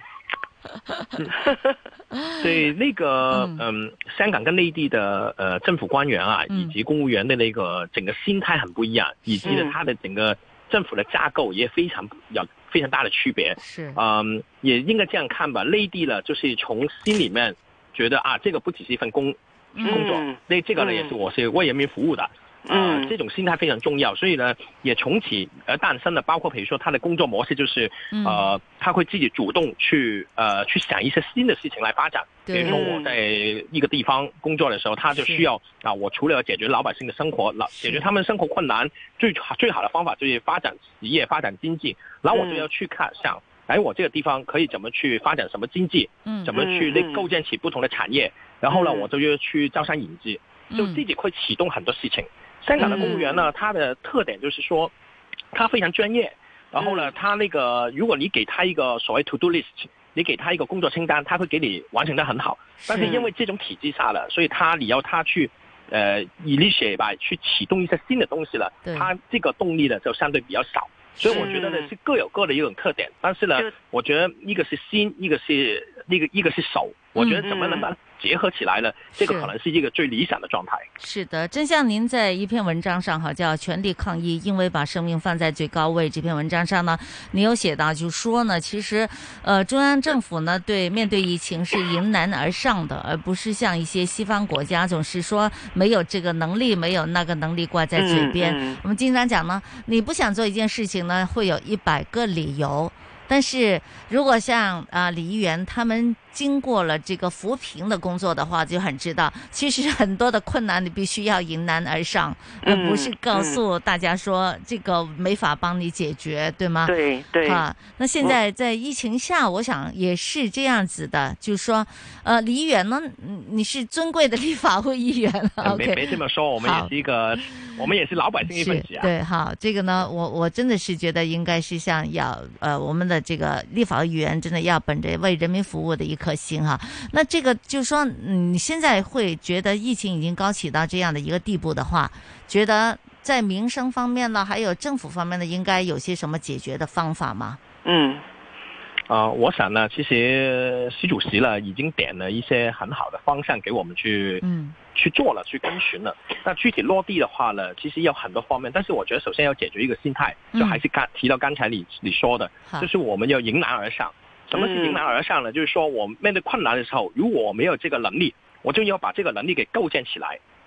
S18: 所以那個嗯，香港跟內地的呃政府官員啊，以及公務員的那個整個心態很不一樣，以及呢，它的整個政府的架構也非常有非常大的區別。是，嗯，也應該這樣看吧。內地呢，就是從心裡面覺得啊，這個不只是一份工工作，那、嗯、這個呢、嗯、也是我是為人民服務的，啊、嗯呃，這種心態非常重要。所以呢，也從此而誕生了，包括譬如說他的工作模式，就是呃，他會自己主動去呃去想一些新的事情來發展。比如說我在一個地方工作的時候，他就需要啊，我除了要解決老百姓的生活，解決他們生活困難，最最好的方法就是發展實業、發展經濟。然後我就要去看想，哎，我這個地方可以怎麼去發展什麼經濟？嗯，怎麼去那構建起不同的產業？然後呢，我就要去招商引資，就自己會啟動很多事情。香港的公務員呢，他的特點就是說，他非常專業。然後呢，他那個如果你給他一個所謂 to do list，你給他一個工作清單，他會給你完成得很好。但是因為這種體制下了，所以他你要他去呃 initiate 吧，去啟動一些新的東西了，他這個動力呢就相對比較少。所以我覺得呢是各有各的一種特點，但是呢，我覺得一個是心，一個是那個一個是手，我覺得怎麼能把它結合起來呢？這個可能是一個最理想的狀態。
S7: 是的，正像您在一篇文章上哈，叫《全力抗疫，因為把生命放在最高位》這篇文章上呢，你有寫到，就說呢，其實，呃，中央政府呢對面對疫情是迎難而上的，而不是像一些西方國家總是說沒有這個能力，沒有那個能力掛在嘴邊。嗯嗯、我們經常講呢，你不想做一件事情呢，會有一百個理由。但是如果像啊李議員他們經過了這個扶貧的工作的話，就很知道其實很多的困難你必須要迎難而上，而不是告訴大家說這個沒法幫你解決，對嗎？
S9: 對對。
S7: 啊，那現在在疫情下，我想也是這樣子的，就是說，呃，李議員呢，你是尊貴的立法會議員了。
S18: OK，沒這麼說，我們也是一個，我們也是老百姓一份子啊。
S7: 對，好，這個呢，我我真的是覺得應該是像要，呃，我們的這個立法會議員真的要本着為人民服務的一顆心哈。那這個就是說，嗯，你現在會覺得疫情已經高起到這樣的一個地步的話，覺得在民生方面呢，還有政府方面呢，應該有些什麼解決的方法嗎？
S18: 嗯，啊、呃，我想呢，其實習主席呢已經點了一些很好的方向給我們去，嗯，去做了，去跟循了。那具體落地的話呢，其實有很多方面，但是我覺得首先要解決一個心態，就還是剛提到剛才你你說的，嗯、就是我們要迎難而上。什麼是迎難而上呢？就是說我面對困難的時候，如果我沒有這個能力，我就要把這個能力給構建起來。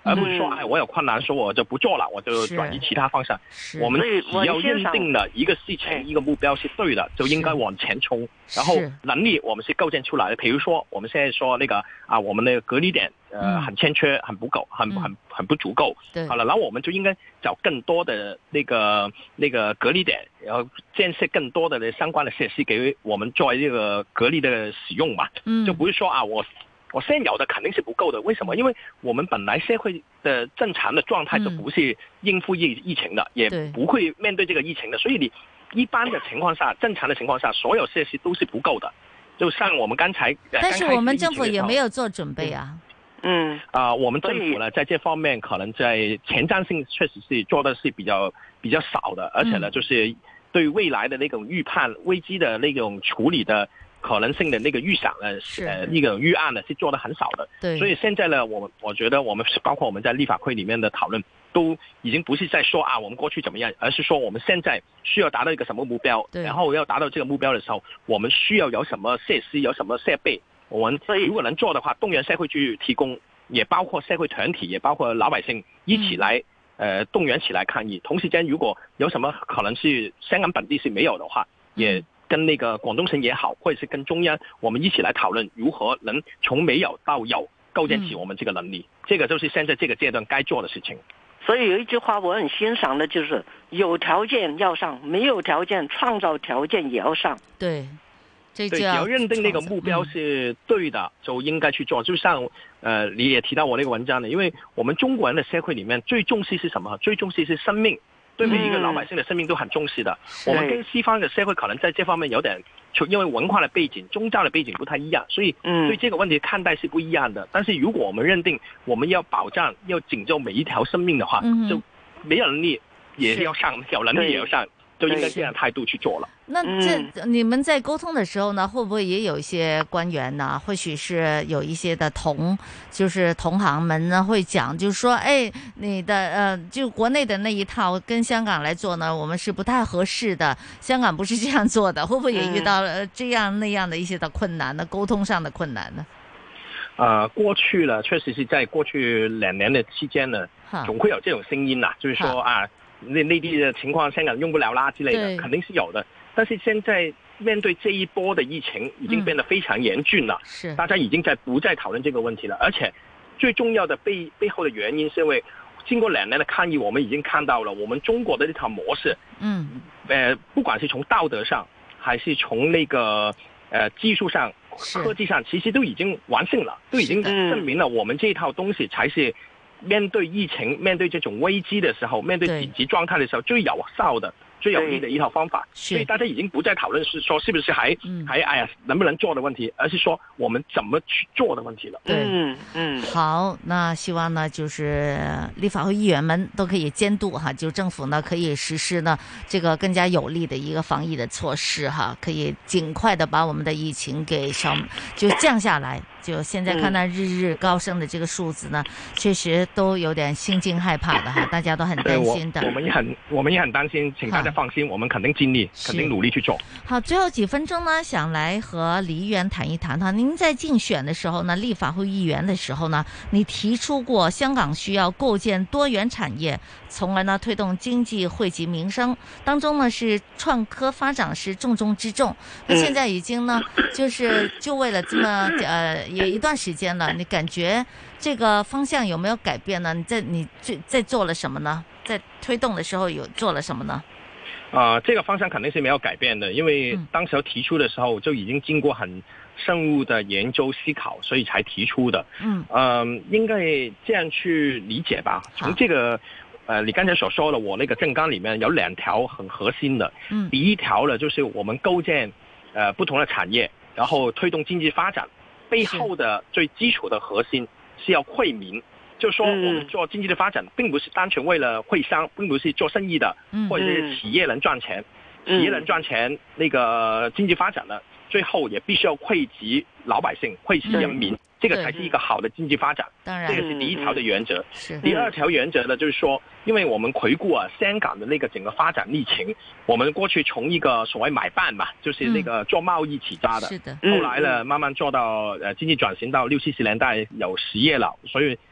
S18: 而不是說哎我有困難，說我就不做了，我就轉移其他方向。我們只要認定了一個事情一個目標是對的，就應該往前衝。然後能力我們是構建出來的，比如說我們現在說那個啊，我們的隔離點呃、嗯、很欠缺，很不夠，很很很不足夠。對，好了，然後我們就應該找更多的那個那個隔離點，然後建設更多的相關的設施給我們作為這個隔離的使用嘛。嗯，就不是說啊我。我現在有的肯定是不夠的，為什麼？因為我們本來社會的正常的狀態都不是應付疫疫情的，嗯、也不會面對這個疫情的，所以你一般的情況下，正常的情況下，所有設施都是不夠的。就像我們剛才，
S7: 但是我們政府也沒有做準備啊。
S18: 嗯，啊、呃，我們政府呢，在這方面可能在前瞻性確實是做的是比較比較少的，而且呢，就是對未來的那種預判、危機的那種處理的可能性的那個預想呢，呃，那個預案呢是做得很少的。對，所以現在呢，我我覺得我們包括我們在立法會裡面的討論，都已經不是在說啊我們過去怎麼樣，而是說我們現在需要達到一個什麼目標，然後要達到這個目標的時候，我們需要有什麼設施，有什麼設備，我們如果能做的話，動員社會去提供，也包括社會團體，也包括老百姓一起來，嗯、呃，動員起來抗議。同時間，如果有什麼可能是香港本地是沒有的話，也、嗯。跟那個廣東省也好，或者是跟中央，我們一起來討論如何能從沒有到有構建起我們這個能力，嗯、這個就是現在這個階段該做的事情。
S9: 所以有一句話我很欣賞的，就是有條件要上，沒有條件創造條件也要上。
S7: 對，這
S18: 對，只要認定那個目標是對的，嗯、就應該去做。就像呃，你也提到我那個文章的，因為我們中國人的社會裡面最重視是什麼？最重視是生命。對每一個老百姓的生命都很重視的，嗯、我們跟西方的社會可能在這方面有點，因為文化的背景、宗教的背景不太一樣，所以對這個問題看待是不一樣的。但是如果我們認定我們要保障、要拯救每一條生命的話，嗯、就沒有能力也要上，有能力也要上，就應該這樣態度去做了。
S7: 那這你們在溝通的時候呢，會不會也有一些官員呢？或許是有一些的同，就是同行們呢，會講，就是說，哎，你的呃，就國內的那一套跟香港來做呢，我們是不太合適的。香港不是這樣做的，會不會也遇到了這樣那樣的一些的困難呢？溝通上的困難呢？
S18: 呃，過去了，確實是在過去兩年的期間呢，總會有這種聲音啦，就是說啊，內內地的情況香港用不了啦之類的，肯定是有的。但是現在面對這一波的疫情已經變得非常嚴峻了，嗯、大家已經在不再討論這個問題了。而且最重要的背背後的原因是因為經過兩年的抗議，我們已經看到了我們中國的這套模式，嗯，呃，不管是從道德上還是從那個呃技術上、科技上，其實都已經完勝了，都已經證明了我們這一套東西才是面對疫情、面對這種危機的時候、面對緊急狀態的時候最有效的。最有利的一套方法，所以大家已經不再討論是說是不是還、嗯、還哎呀能不能做的問題，而是說我們怎麼去做的問題了。
S7: 對，嗯嗯，好，那希望呢就是立法會議員們都可以監督哈，就政府呢可以實施呢這個更加有力的一個防疫的措施哈，可以盡快的把我們的疫情給消就降下來。就現在看到日日高升的這個數字呢，確實都有點心驚害怕的哈，大家都很擔心的。
S18: 我，我們也很我們也很擔心，請大家放心，我們肯定盡力，肯定努力去做。
S7: 好，最後幾分鐘呢，想來和李議員談一談哈。您在競選的時候呢，立法會議員的時候呢，你提出過香港需要構建多元產業，從而呢推動經濟惠及民生，當中呢是創科發展是重中之重。那現在已經呢，就是就為了這麼呃。也一段時間了，你感覺這個方向有沒有改變呢？你在你在在做了什麼呢？在推動的時候有做了什麼呢？
S18: 啊、呃，這個方向肯定是沒有改變的，因為當時提出的時候就已經經過很深入的研究思考，所以才提出的。嗯，呃，應該這樣去理解吧。從這個，呃，你剛才所說的，我那個政綱裏面有兩條很核心的。嗯，第一條呢，就是我們構建呃不同的產業，然後推動經濟發展。背後的最基礎的核心是要惠民，就是說我們做經濟的發展，並不是單純為了惠商，並不是做生意的，或者是企業能賺錢，企業能賺錢，那個經濟發展呢，最後也必須要惠及老百姓，惠及人民，這個才是一個好的經濟發展。當然，這個是第一條的原則。第二條原則呢，就是說，因為我們回顧啊，香港的那個整個發展歷程，我們過去從一個所謂買辦嘛，就是那個做貿易起家的，是的。後來呢，慢慢做到呃經濟轉型到六七十年代有實業了，所以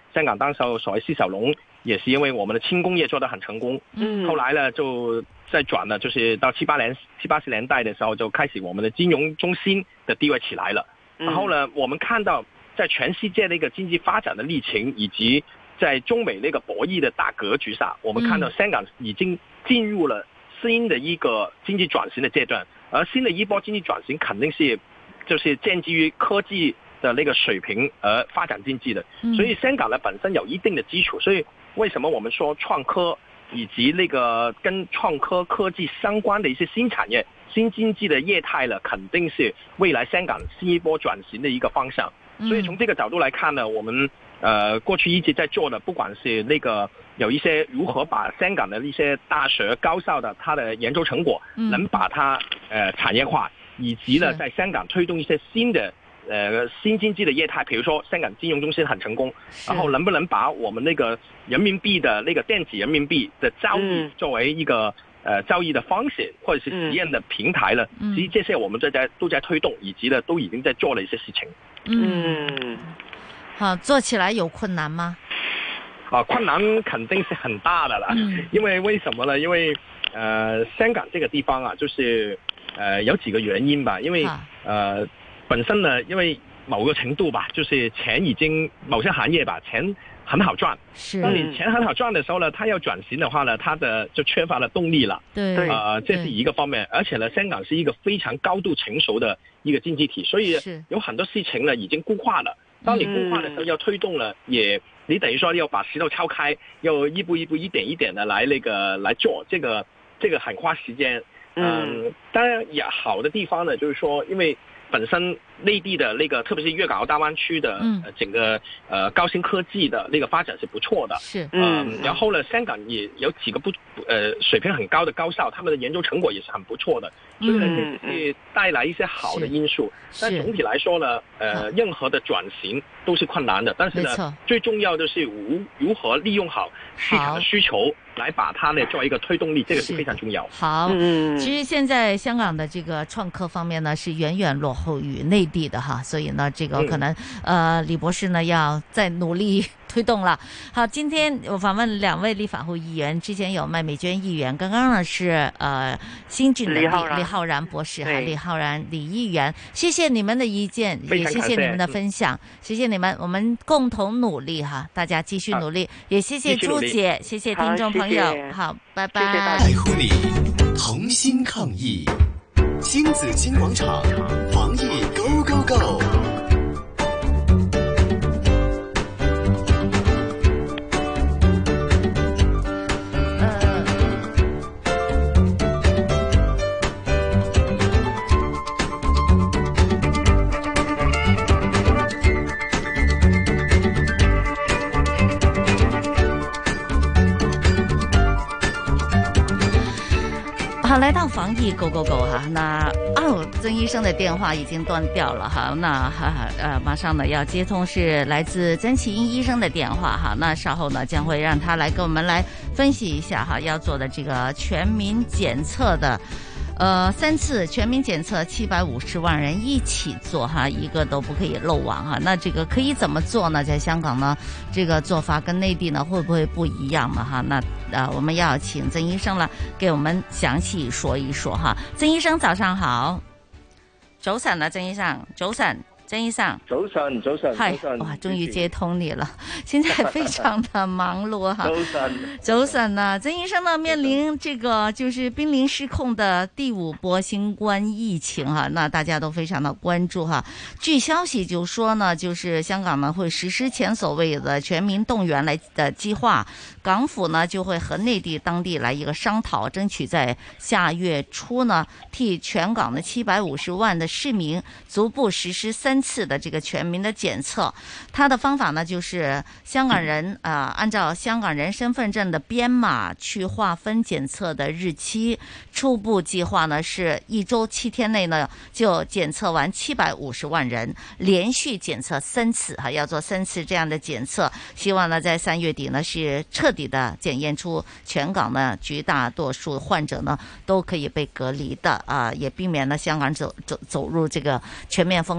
S18: 香港当时候所谓西小龙，也是因为我们的轻工业做得很成功，嗯，后来呢就再转了，就是到七八年七八十年代的时候，就开始我们的金融中心的地位起来了。然后呢，我们看到在全世界的一个经济发展的历程，以及在中美那个博弈的大格局下，我们看到香港已经进入了新的一个经济转型的阶段，而新的一波经济转型肯定是就是建基于科技的那个水平而发展经济的，所以香港呢本身有一定的基础，所以为什么我们说创科以及那个跟创科科技相关的一些新产业、新经济的业态呢，肯定是未来香港新一波转型的一个方向。所以从这个角度来看呢，我们呃过去一直在做的，不管是那个有一些如何把香港的一些大学高校的它的研究成果，能把它呃产业化，以及呢在香港推动一些新的呃新经济的业态，比如说香港金融中心很成功，然后能不能把我们那个人民币的那个电子人民币的交易作为一个呃交易的方式或者是实验的平台呢？嗯、其实这些我们都在都在推动，以及呢都已经在做了一些事情。
S7: 嗯，好，做起来有困难吗？
S18: 啊，困难肯定是很大的了，嗯、因为为什么呢？因为呃香港这个地方啊，就是呃有几个原因吧，因为呃本身呢，因为某个程度吧，就是钱已经某些行业吧，钱很好赚。是。当你钱很好赚的时候呢，它要转型的话呢，它的就缺乏了动力了。对。呃，这是一个方面，而且呢，香港是一个非常高度成熟的一个经济体，所以有很多事情呢已经固化了。当你固化的时候，要推动了，也你等于说要把石头敲开，要一步一步、一点一点的来那个来做，这个这个很花时间。嗯。嗯当然也好的地方呢，就是说，因为本身内地的那个，特别是粤港澳大湾区的、嗯呃、整个呃高新科技的那个发展是不错的，是嗯，然后呢，香港也有几个不呃水平很高的高校，他们的研究成果也是很不错的，所以呢，这是带来一些好的因素。但总体来说呢，呃，任何的转型都是困难的，但是呢，最重要的是如如何利用好市场的需求，来把它呢作为一个推动力，这个是非常重要。
S7: 好，嗯，其实现在香港的这个创科方面呢是远远落后于内地的哈，所以呢，这个可能、嗯、呃李博士呢要再努力推动了。好，今天我访问两位立法会议员，之前有麦美娟议员，刚刚呢是呃新晋的李李浩然博士哈，李浩然李议员，谢谢你们的意见，也谢谢你们的分享，嗯、谢谢你们，我们共同努力哈，大家继续努力，也谢谢朱姐，谢谢听众朋友，好，好拜拜。
S2: 爱护你，同心抗疫，亲子金广场，防疫 Go Go Go。
S7: 好，来到防疫 Go Go Go 哈，那哦，曾医生的电话已经断掉了哈，那哈哈呃，马上呢要接通是来自曾祈殷医生的电话哈，那稍后呢将会让他来跟我们来分析一下哈，要做的这个全民检测的。呃，三次全民检测，七百五十万人一起做哈，一个都不可以漏网哈。那这个可以怎么做呢？在香港呢，这个做法跟内地呢会不会不一样呢？哈，那呃，我们要请曾医生了，给我们详細說一說哈。曾醫生早上好，早晨啊，曾醫生，早晨。曾醫生，
S19: 早晨，早晨，早晨，
S7: 哇，終於接通你了，現在非常的忙碌哈。
S19: 早晨，
S7: 早晨呢，曾醫生呢面臨這個就是瀕臨失控的第五波新冠疫情哈，那大家都非常的關注哈。據消息就說呢，就是香港呢會實施前所未有的全民動員來的計劃，港府呢就會和內地當地來一個商討，爭取在下月初呢替全港的七百五十萬的市民逐步實施三次的這個全民的檢測，它的方法呢就是香港人啊、呃，按照香港人身份證的編碼去劃分檢測的日期，初步計劃呢是一周七天內呢就檢測完七百五十萬人，連續檢測三次哈，要做三次這樣的檢測，希望呢在三月底呢是徹底的檢驗出全港呢絕大多數患者呢都可以被隔離的啊，也避免了香港走走走入這個全面封城的這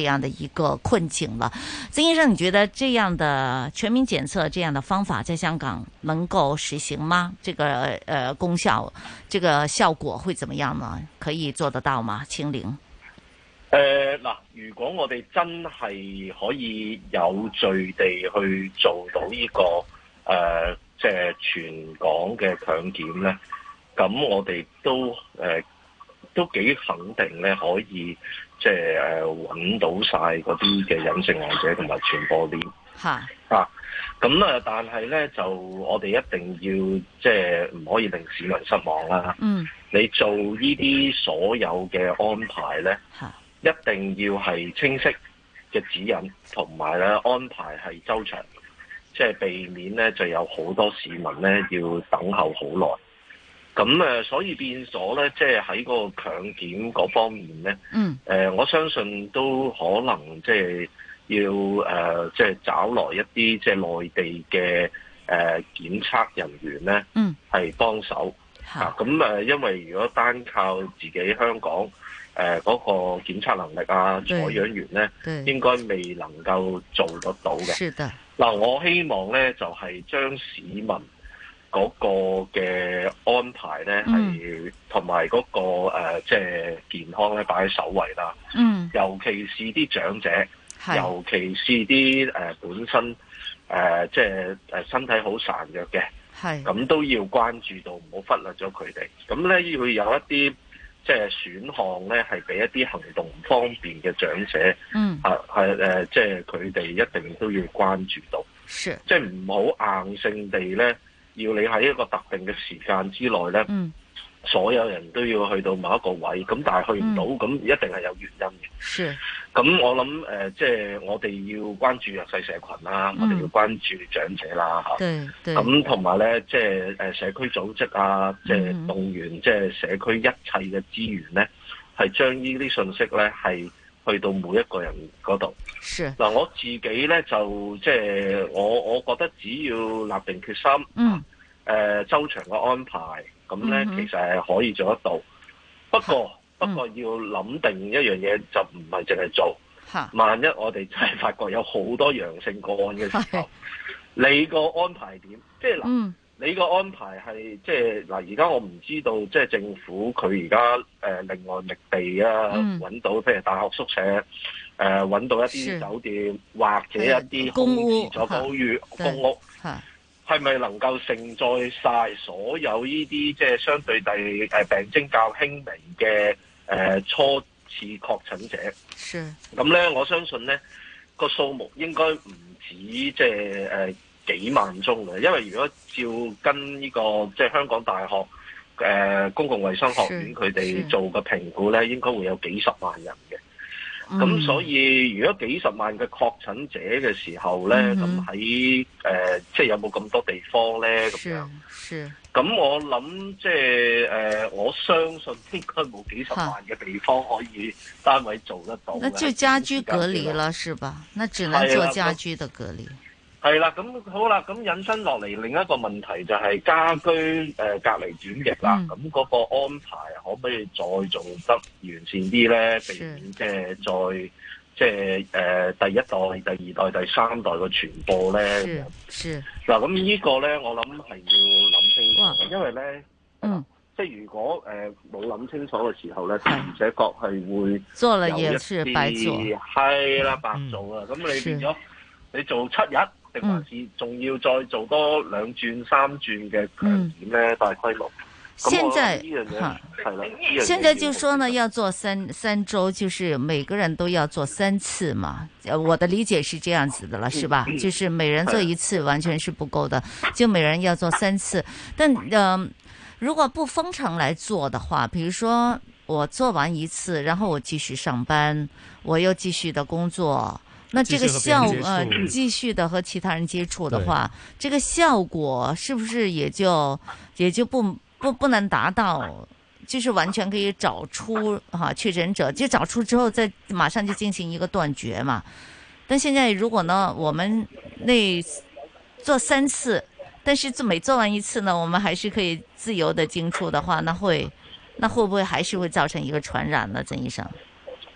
S7: 樣的一個困境了。曾醫生，你覺得這樣的全民檢測這樣的方法在香港能夠實行嗎？這個呃功效，這個效果會怎麼樣呢？可以做得到嗎？清零？
S19: 誒嗱、呃，如果我哋真係可以有序地去做到呢、這個誒，即、呃、係、就是、全港嘅強檢咧，咁我哋都誒、呃、都幾肯定咧，可以即係誒揾到晒嗰啲嘅隱性患者同埋傳播鏈嚇啊！咁啊，但係咧就我哋一定要即係唔可以令市民失望啦。嗯，你做呢啲所有嘅安排咧，一定要係清晰嘅指引，同埋咧安排係周詳，即係避免咧就有好多市民咧要等候好耐。咁誒，所以變咗咧，即係喺嗰個強檢嗰方面咧，嗯，誒、呃，我相信都可能即係要誒，即係找來一啲即係內地嘅誒檢測人員咧，嗯，係幫手嚇。咁誒，因為如果單靠自己香港誒嗰、呃那個檢測能力啊，採樣員咧，應該未能夠做得到嘅。是的。嗱、呃，我希望咧就係、是、將市民嗰個嘅安排咧，係同埋嗰個誒，即係健康咧，擺喺首位啦。嗯，尤其是啲長者，是尤其是啲誒、呃、本身誒，即係誒身體好孱弱嘅，係咁都要關注到，唔好忽略咗佢哋。咁咧要有一啲即係選項咧，係俾一啲行動唔方便嘅長者，嗯，係係誒，即係佢哋一定都要關注到，是即係唔好硬性地咧。要你喺一個特定嘅時間之內咧，嗯、所有人都要去到某一個位，咁但係去唔到，咁、嗯、一定係有原因嘅。是，咁我諗誒、呃，即係我哋要關注弱勢社群啦，嗯、我哋要關注長者啦嚇。咁同埋咧，即係誒社區組織啊，即係動員，即係社區一切嘅資源咧，係將呢啲信息咧係去到每一個人嗰度。是嗱，我自己咧就即係我，我覺得只要立定決心，嗯，誒、呃、周詳嘅安排，咁咧、嗯、哼其實係可以做得到。不過、嗯、不過要諗定一樣嘢，就唔係淨係做。哈萬一我哋真係發覺有好多陽性個案嘅時候，是你個安排點？即係嗱。嗯你個安排係即係嗱，而家我唔知道，即係政府佢而家誒另外覓地啊，揾、嗯、到譬如大學宿舍，誒、呃、揾到一啲酒店是或者一啲空置咗嘅公寓公屋，係咪能夠承載晒所有呢啲即係相對地誒病徵較輕微嘅誒、呃、初次確診者？咁咧是，我相信咧個數目應該唔止即係誒。呃幾萬宗嘅，因為如果照跟呢、這個即係香港大學誒、呃、公共衛生學院佢哋做嘅評估咧，應該會有幾十萬人嘅。咁、嗯、所以如果幾十萬嘅確診者嘅時候咧，咁喺誒即係有冇咁多地方咧？咁樣，咁我諗即係誒，我相信應該冇幾十萬嘅地方可以單位做得到。那就家居隔離了，是吧？那只能做家居的隔離。係啦，咁好啦，咁引申落嚟另一個問題就係家居誒、呃、隔離檢疫啦。咁嗰、嗯、個安排可唔可以再做得完善啲咧？避免即係再即係誒第一代、第二代、第三代嘅傳播咧。是嗱，咁呢個咧，我諗係要諗清楚嘅，因為咧，嗯，即係如果誒冇諗清楚嘅時候咧，而且確係會做了也是白做，係啦，白做啊！咁、嗯、你變咗你做七日。定還是仲要再做多兩轉三轉嘅強檢咧？大規模。現在哈，係啦。現在就說呢，要做三三週，就是每個人都要做三次嘛。我的理解是這樣子的了，是吧？就是每人做一次完全是不夠的，就每人要做三次。但嗯、呃，如果不封城來做的話，比如說我做完一次，然後我繼續上班，我又繼續的工作。那這個效呃繼續的和其他人接觸的話，這個效果是不是也就也就不不不能達到，就是完全可以找出哈確診者，就找出之後再馬上就進行一個斷絕嘛？但現在如果呢，我們那做三次，但是每做完一次呢，我們還是可以自由的進出的話，那會那會不會還是會造成一個傳染呢？曾醫生？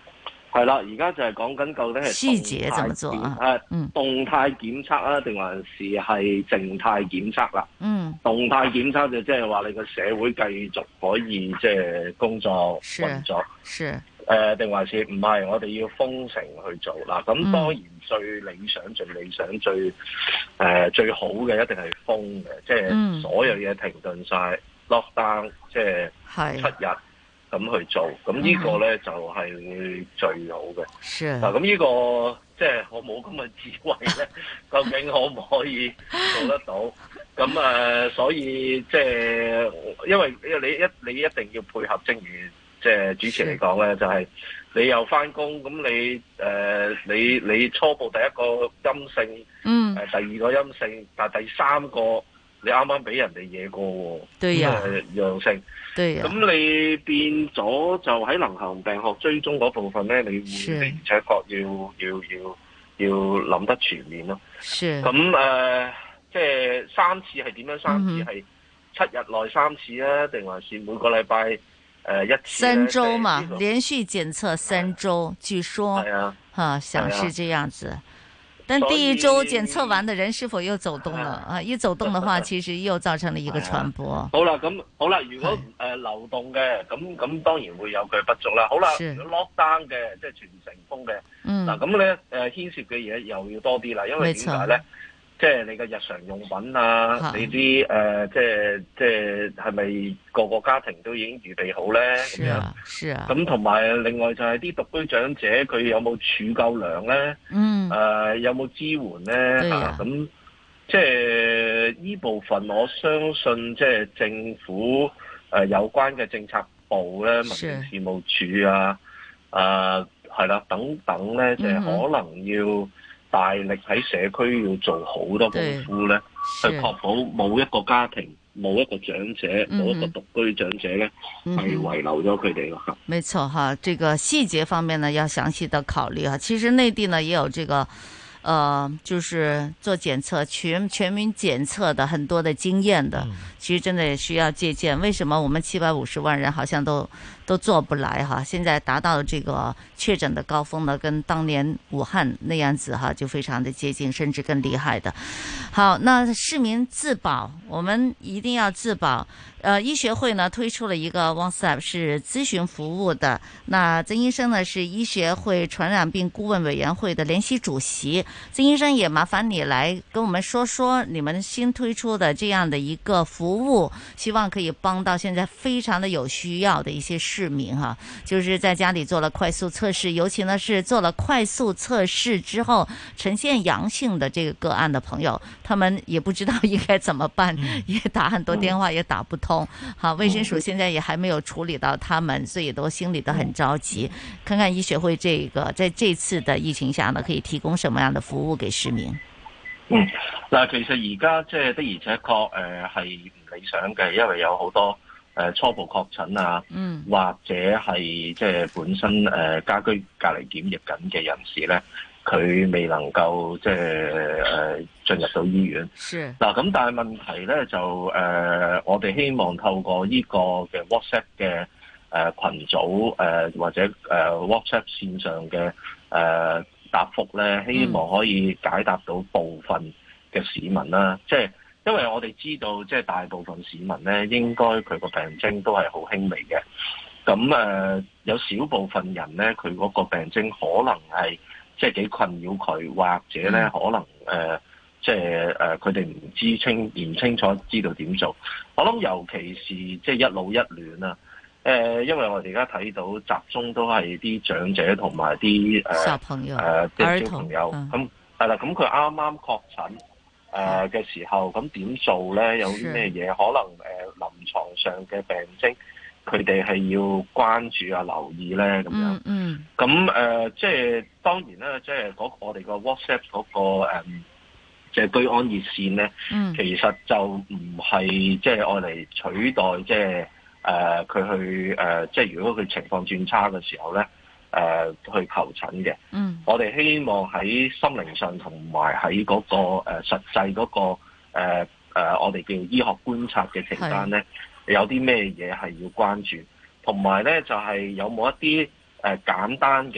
S19: 係啦，而家就係講緊究竟係
S7: 細節怎麼做啊？
S19: 誒、嗯，動態檢測啊，定還是係靜態檢測啦？
S7: 嗯，
S19: 動態檢測就即係話你個社會繼續可以即係工作運作。
S7: 是。
S19: 誒，定、呃、還是唔係？我哋要封城去做啦。咁當然最理想、嗯、最理想、最誒、呃、最好嘅一定係封嘅，即係所有嘢停頓晒 lockdown，即係七日咁去做。咁呢個咧、嗯、就係、是、會最好嘅。嗱，咁呢個即係我冇咁嘅智慧咧，究竟可唔可以做得到？咁誒、呃，所以即係因為因為你一你一定要配合，正如。即係主持嚟講咧，就係、是、你又翻工，咁你誒、呃、你你初步第一個陰性，嗯，誒、呃、第二個陰性，但係第三個你啱啱俾人哋惹過喎，對呀、啊，陽性，對呀、啊，咁你變咗就喺流行病學追蹤嗰部分咧，你會而且確要要要要諗得全面咯。是，咁誒、呃，即係三次係點樣？三次係七日內三次啊，定還是每個禮拜？呃、一
S7: 三周嘛，這個、連續檢測三周，據說，啊，哈，想是這樣子。啊、但第一周檢測完的人是否又走動了啊？一走動的話，其實又造成了一個傳播。
S19: 啊、好啦，咁好啦，如果誒、呃、流動嘅，咁咁當然會有佢不足啦。好啦，如果 lockdown 嘅，即係全城封嘅，嗱咁咧誒牽涉嘅嘢又要多啲啦，因為點解咧？即係你嘅日常用品啊，你啲誒、呃，即係即係係咪個個家庭都已經預備好咧？咁樣，是啊。咁同埋另外就係啲獨居長者，佢有冇儲夠糧咧？嗯。誒、呃，有冇支援咧？啊，咁即係呢部分，我相信即係政府誒、呃、有關嘅政策部咧，民政事務處啊，啊係啦，等等咧，就係、是、可能要。大力喺社區要做好多功夫咧，去確保冇一個家庭、冇一個長者、冇、嗯、一個獨居長者咧，係遺留咗佢哋咯。
S7: 沒錯哈，這個細節方面呢，要詳細的考慮哈。其實內地呢也有這個，呃，就是做檢測全全民檢測的很多的經驗的，嗯、其實真的也需要借鑑。為什麼我們七百五十萬人好像都都做不來哈？現在達到這個確診的高峰呢，跟當年武漢那樣子哈，就非常的接近，甚至更厲害的。好，那市民自保，我們一定要自保。呃，醫學會呢推出了一個 WhatsApp 是諮詢服務的。那曾醫生呢是醫學會傳染病顧問委員會的聯席主席。曾醫生也麻煩你來跟我們說說你們新推出的這樣的一個服務，希望可以幫到現在非常的有需要的一些市民哈，就是在家裏做了快速測試，尤其呢是做了快速測試之後呈現陽性的這個個案的朋友，他們也不知道應該怎麼辦，也打很多電話也打不通。好，衛生署現在也還沒有處理到他們，所以都心裡都很着急。看看醫學會這個在這次的疫情下呢，可以提供什麼樣的服務給市民？
S19: 嗯，嗱，其實而家即係的而且確誒係唔理想嘅，因為有好多誒、呃、初步確診啊，嗯，或者係即係本身誒、呃、家居隔離檢疫緊嘅人士咧。佢未能夠即係誒進入到醫院。是。嗱咁，但係問題咧就誒、呃，我哋希望透過呢個嘅 WhatsApp 嘅誒、呃、群組誒、呃、或者誒、呃、WhatsApp 線上嘅誒、呃、答覆咧，希望可以解答到部分嘅市民啦。即、嗯、係、就是、因為我哋知道，即、就、係、是、大部分市民咧，應該佢個病徵都係好輕微嘅。咁誒、呃、有少部分人咧，佢嗰個病徵可能係。即係幾困擾佢，或者咧、嗯、可能誒、呃，即係誒佢哋唔知清唔清楚知道點做。我諗尤其是即係一老一嫩啊，誒、呃，因為我哋而家睇到集中都係啲長者同埋啲誒小朋友誒啲小朋友，咁係啦，咁佢啱啱確診誒嘅時候，咁點做咧？有啲咩嘢可能誒、呃、臨床上嘅病徵？佢哋係要關注啊、留意咧咁樣。咁、嗯、誒、嗯呃，即係當然啦，即係嗰我哋個 WhatsApp 嗰、那個誒，即係居安熱線咧、嗯，其實就唔係即係愛嚟取代，即係誒佢去誒、呃，即係如果佢情況轉差嘅時候咧，誒、呃、去求診嘅。嗯，我哋希望喺心靈上同埋喺嗰個誒、呃、實際嗰、那個誒誒、呃呃，我哋叫醫學觀察嘅期間咧。有啲咩嘢係要關注，同埋咧就係、是、有冇一啲誒、呃、簡單嘅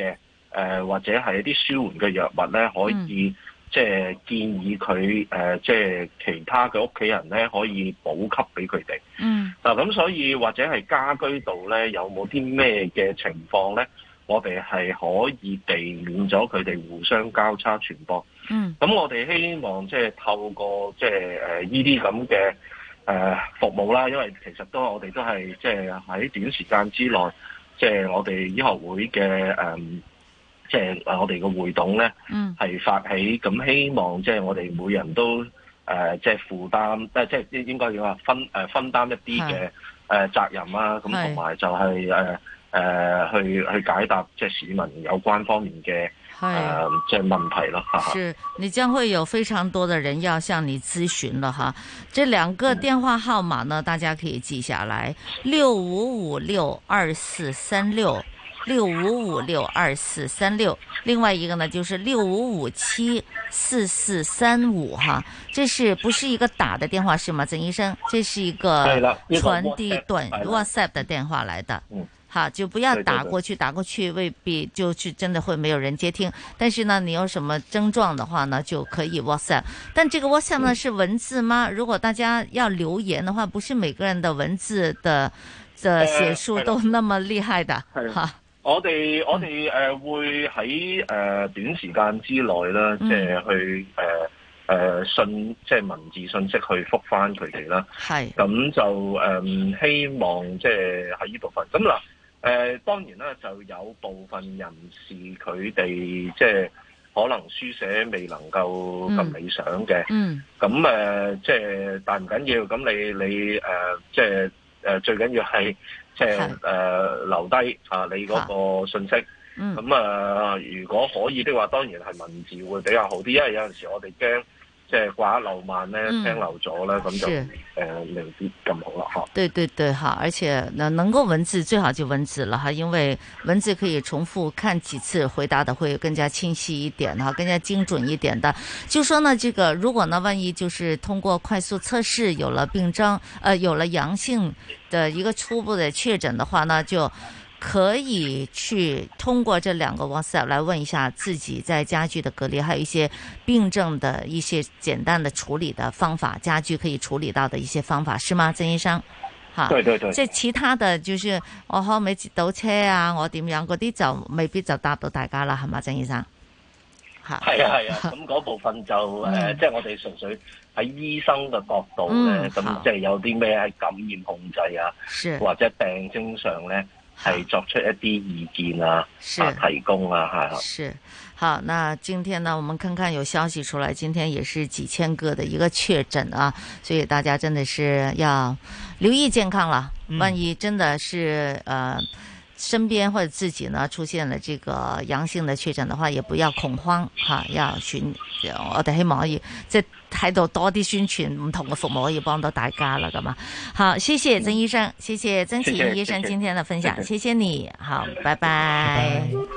S19: 呃、或者係一啲舒緩嘅藥物咧，可以、嗯、即係建議佢誒、呃、即係其他嘅屋企人咧可以補給俾佢哋。
S7: 嗯。
S19: 嗱咁所以或者係家居度咧有冇啲咩嘅情況咧？我哋係可以避免咗佢哋互相交叉傳播。
S7: 嗯。
S19: 咁我哋希望即係透過即係誒呢啲咁嘅誒服務啦，因為其實都我哋都係即係喺短時間之內，即係我哋醫學會嘅誒，即係我哋嘅會董咧，係發起咁希望即係我哋每人都誒即係負擔，即係應該點話分誒分擔一啲嘅誒責任啦。咁同埋就係誒誒去去解答即係市民有關方面嘅誒即係問題咯。
S7: 是你將會有非常多的人要向你諮詢了哈。這兩個電話號碼呢，大家可以記下來：六五五六二四三六，六五五六二四三六。另外一個呢，就是六五五七四四三五哈。這是不是一個打的電話是嗎，曾醫生？這是一個傳遞短 WhatsApp 的電話來的。嗯。好，就不要打過去，對對對，打過去未必就是真的會沒有人接聽。但是呢，你有什麼症狀的話呢，就可以 WhatsApp。但這個 WhatsApp 呢是文字嗎？如果大家要留言的話，不是每個人的文字的的寫數都那麼厲害的。係、呃、哈，
S19: 我哋我哋誒、呃、會喺誒、呃、短時間之內啦，即係去誒誒、呃、信即係文字信息去覆返佢哋啦。係。咁就誒、呃、希望即係喺呢部分。咁嗱。誒、呃、當然啦，就有部分人士佢哋即係可能書寫未能夠咁理想嘅，嗯，咁誒、呃、即係但唔緊要，咁你你誒、呃、即係誒、呃、最緊要係即係誒、呃、留低啊你嗰個信息，嗯，咁啊、呃、如果可以的話，當然係文字會比較好啲，因為有陣時我哋驚。即係掛一漏萬咧，聽漏咗咧，咁就誒未必咁好啦嚇。
S7: 對對對哈，而且能能夠文字最好就文字了哈，因為文字可以重複看幾次，回答的會更加清晰一點哈，更加精準一點的。就說呢，這個如果呢，萬一就是通過快速測試有了病徵，呃，有了陽性的一個初步的確診的話呢，就可以去通過這兩個 WhatsApp 來問一下自己在家居的隔離，還有一些病症的一些簡單的處理的方法，家居可以處理到的一些方法，是嗎，曾醫生？哈，
S19: 對對對。
S7: 即係其他的就是我可唔可以截到車啊？我點樣嗰啲就未必就答到大家啦，係嘛，曾醫生？
S19: 係啊係啊，咁嗰部分就誒、嗯呃，即係我哋純粹喺醫生嘅角度咧，咁、嗯、即係有啲咩喺感染控制啊，或者病徵上咧。係作出一啲意見啊，啊提供啊，係。
S7: 是，好，那今天呢，我們看看有消息出來，今天也是幾千個的一個確診啊，所以大家真的是要留意健康了。萬一真的是呃身邊或者自己呢出現了這個陽性的確診的話，也不要恐慌哈，要尋我哋希望可以即係喺度多啲宣傳唔同嘅服務，可以幫到大家啦，咁啊。好，謝謝曾醫生，謝謝曾祈殷醫生今天的分享，謝謝，謝謝你，好，拜拜。拜拜。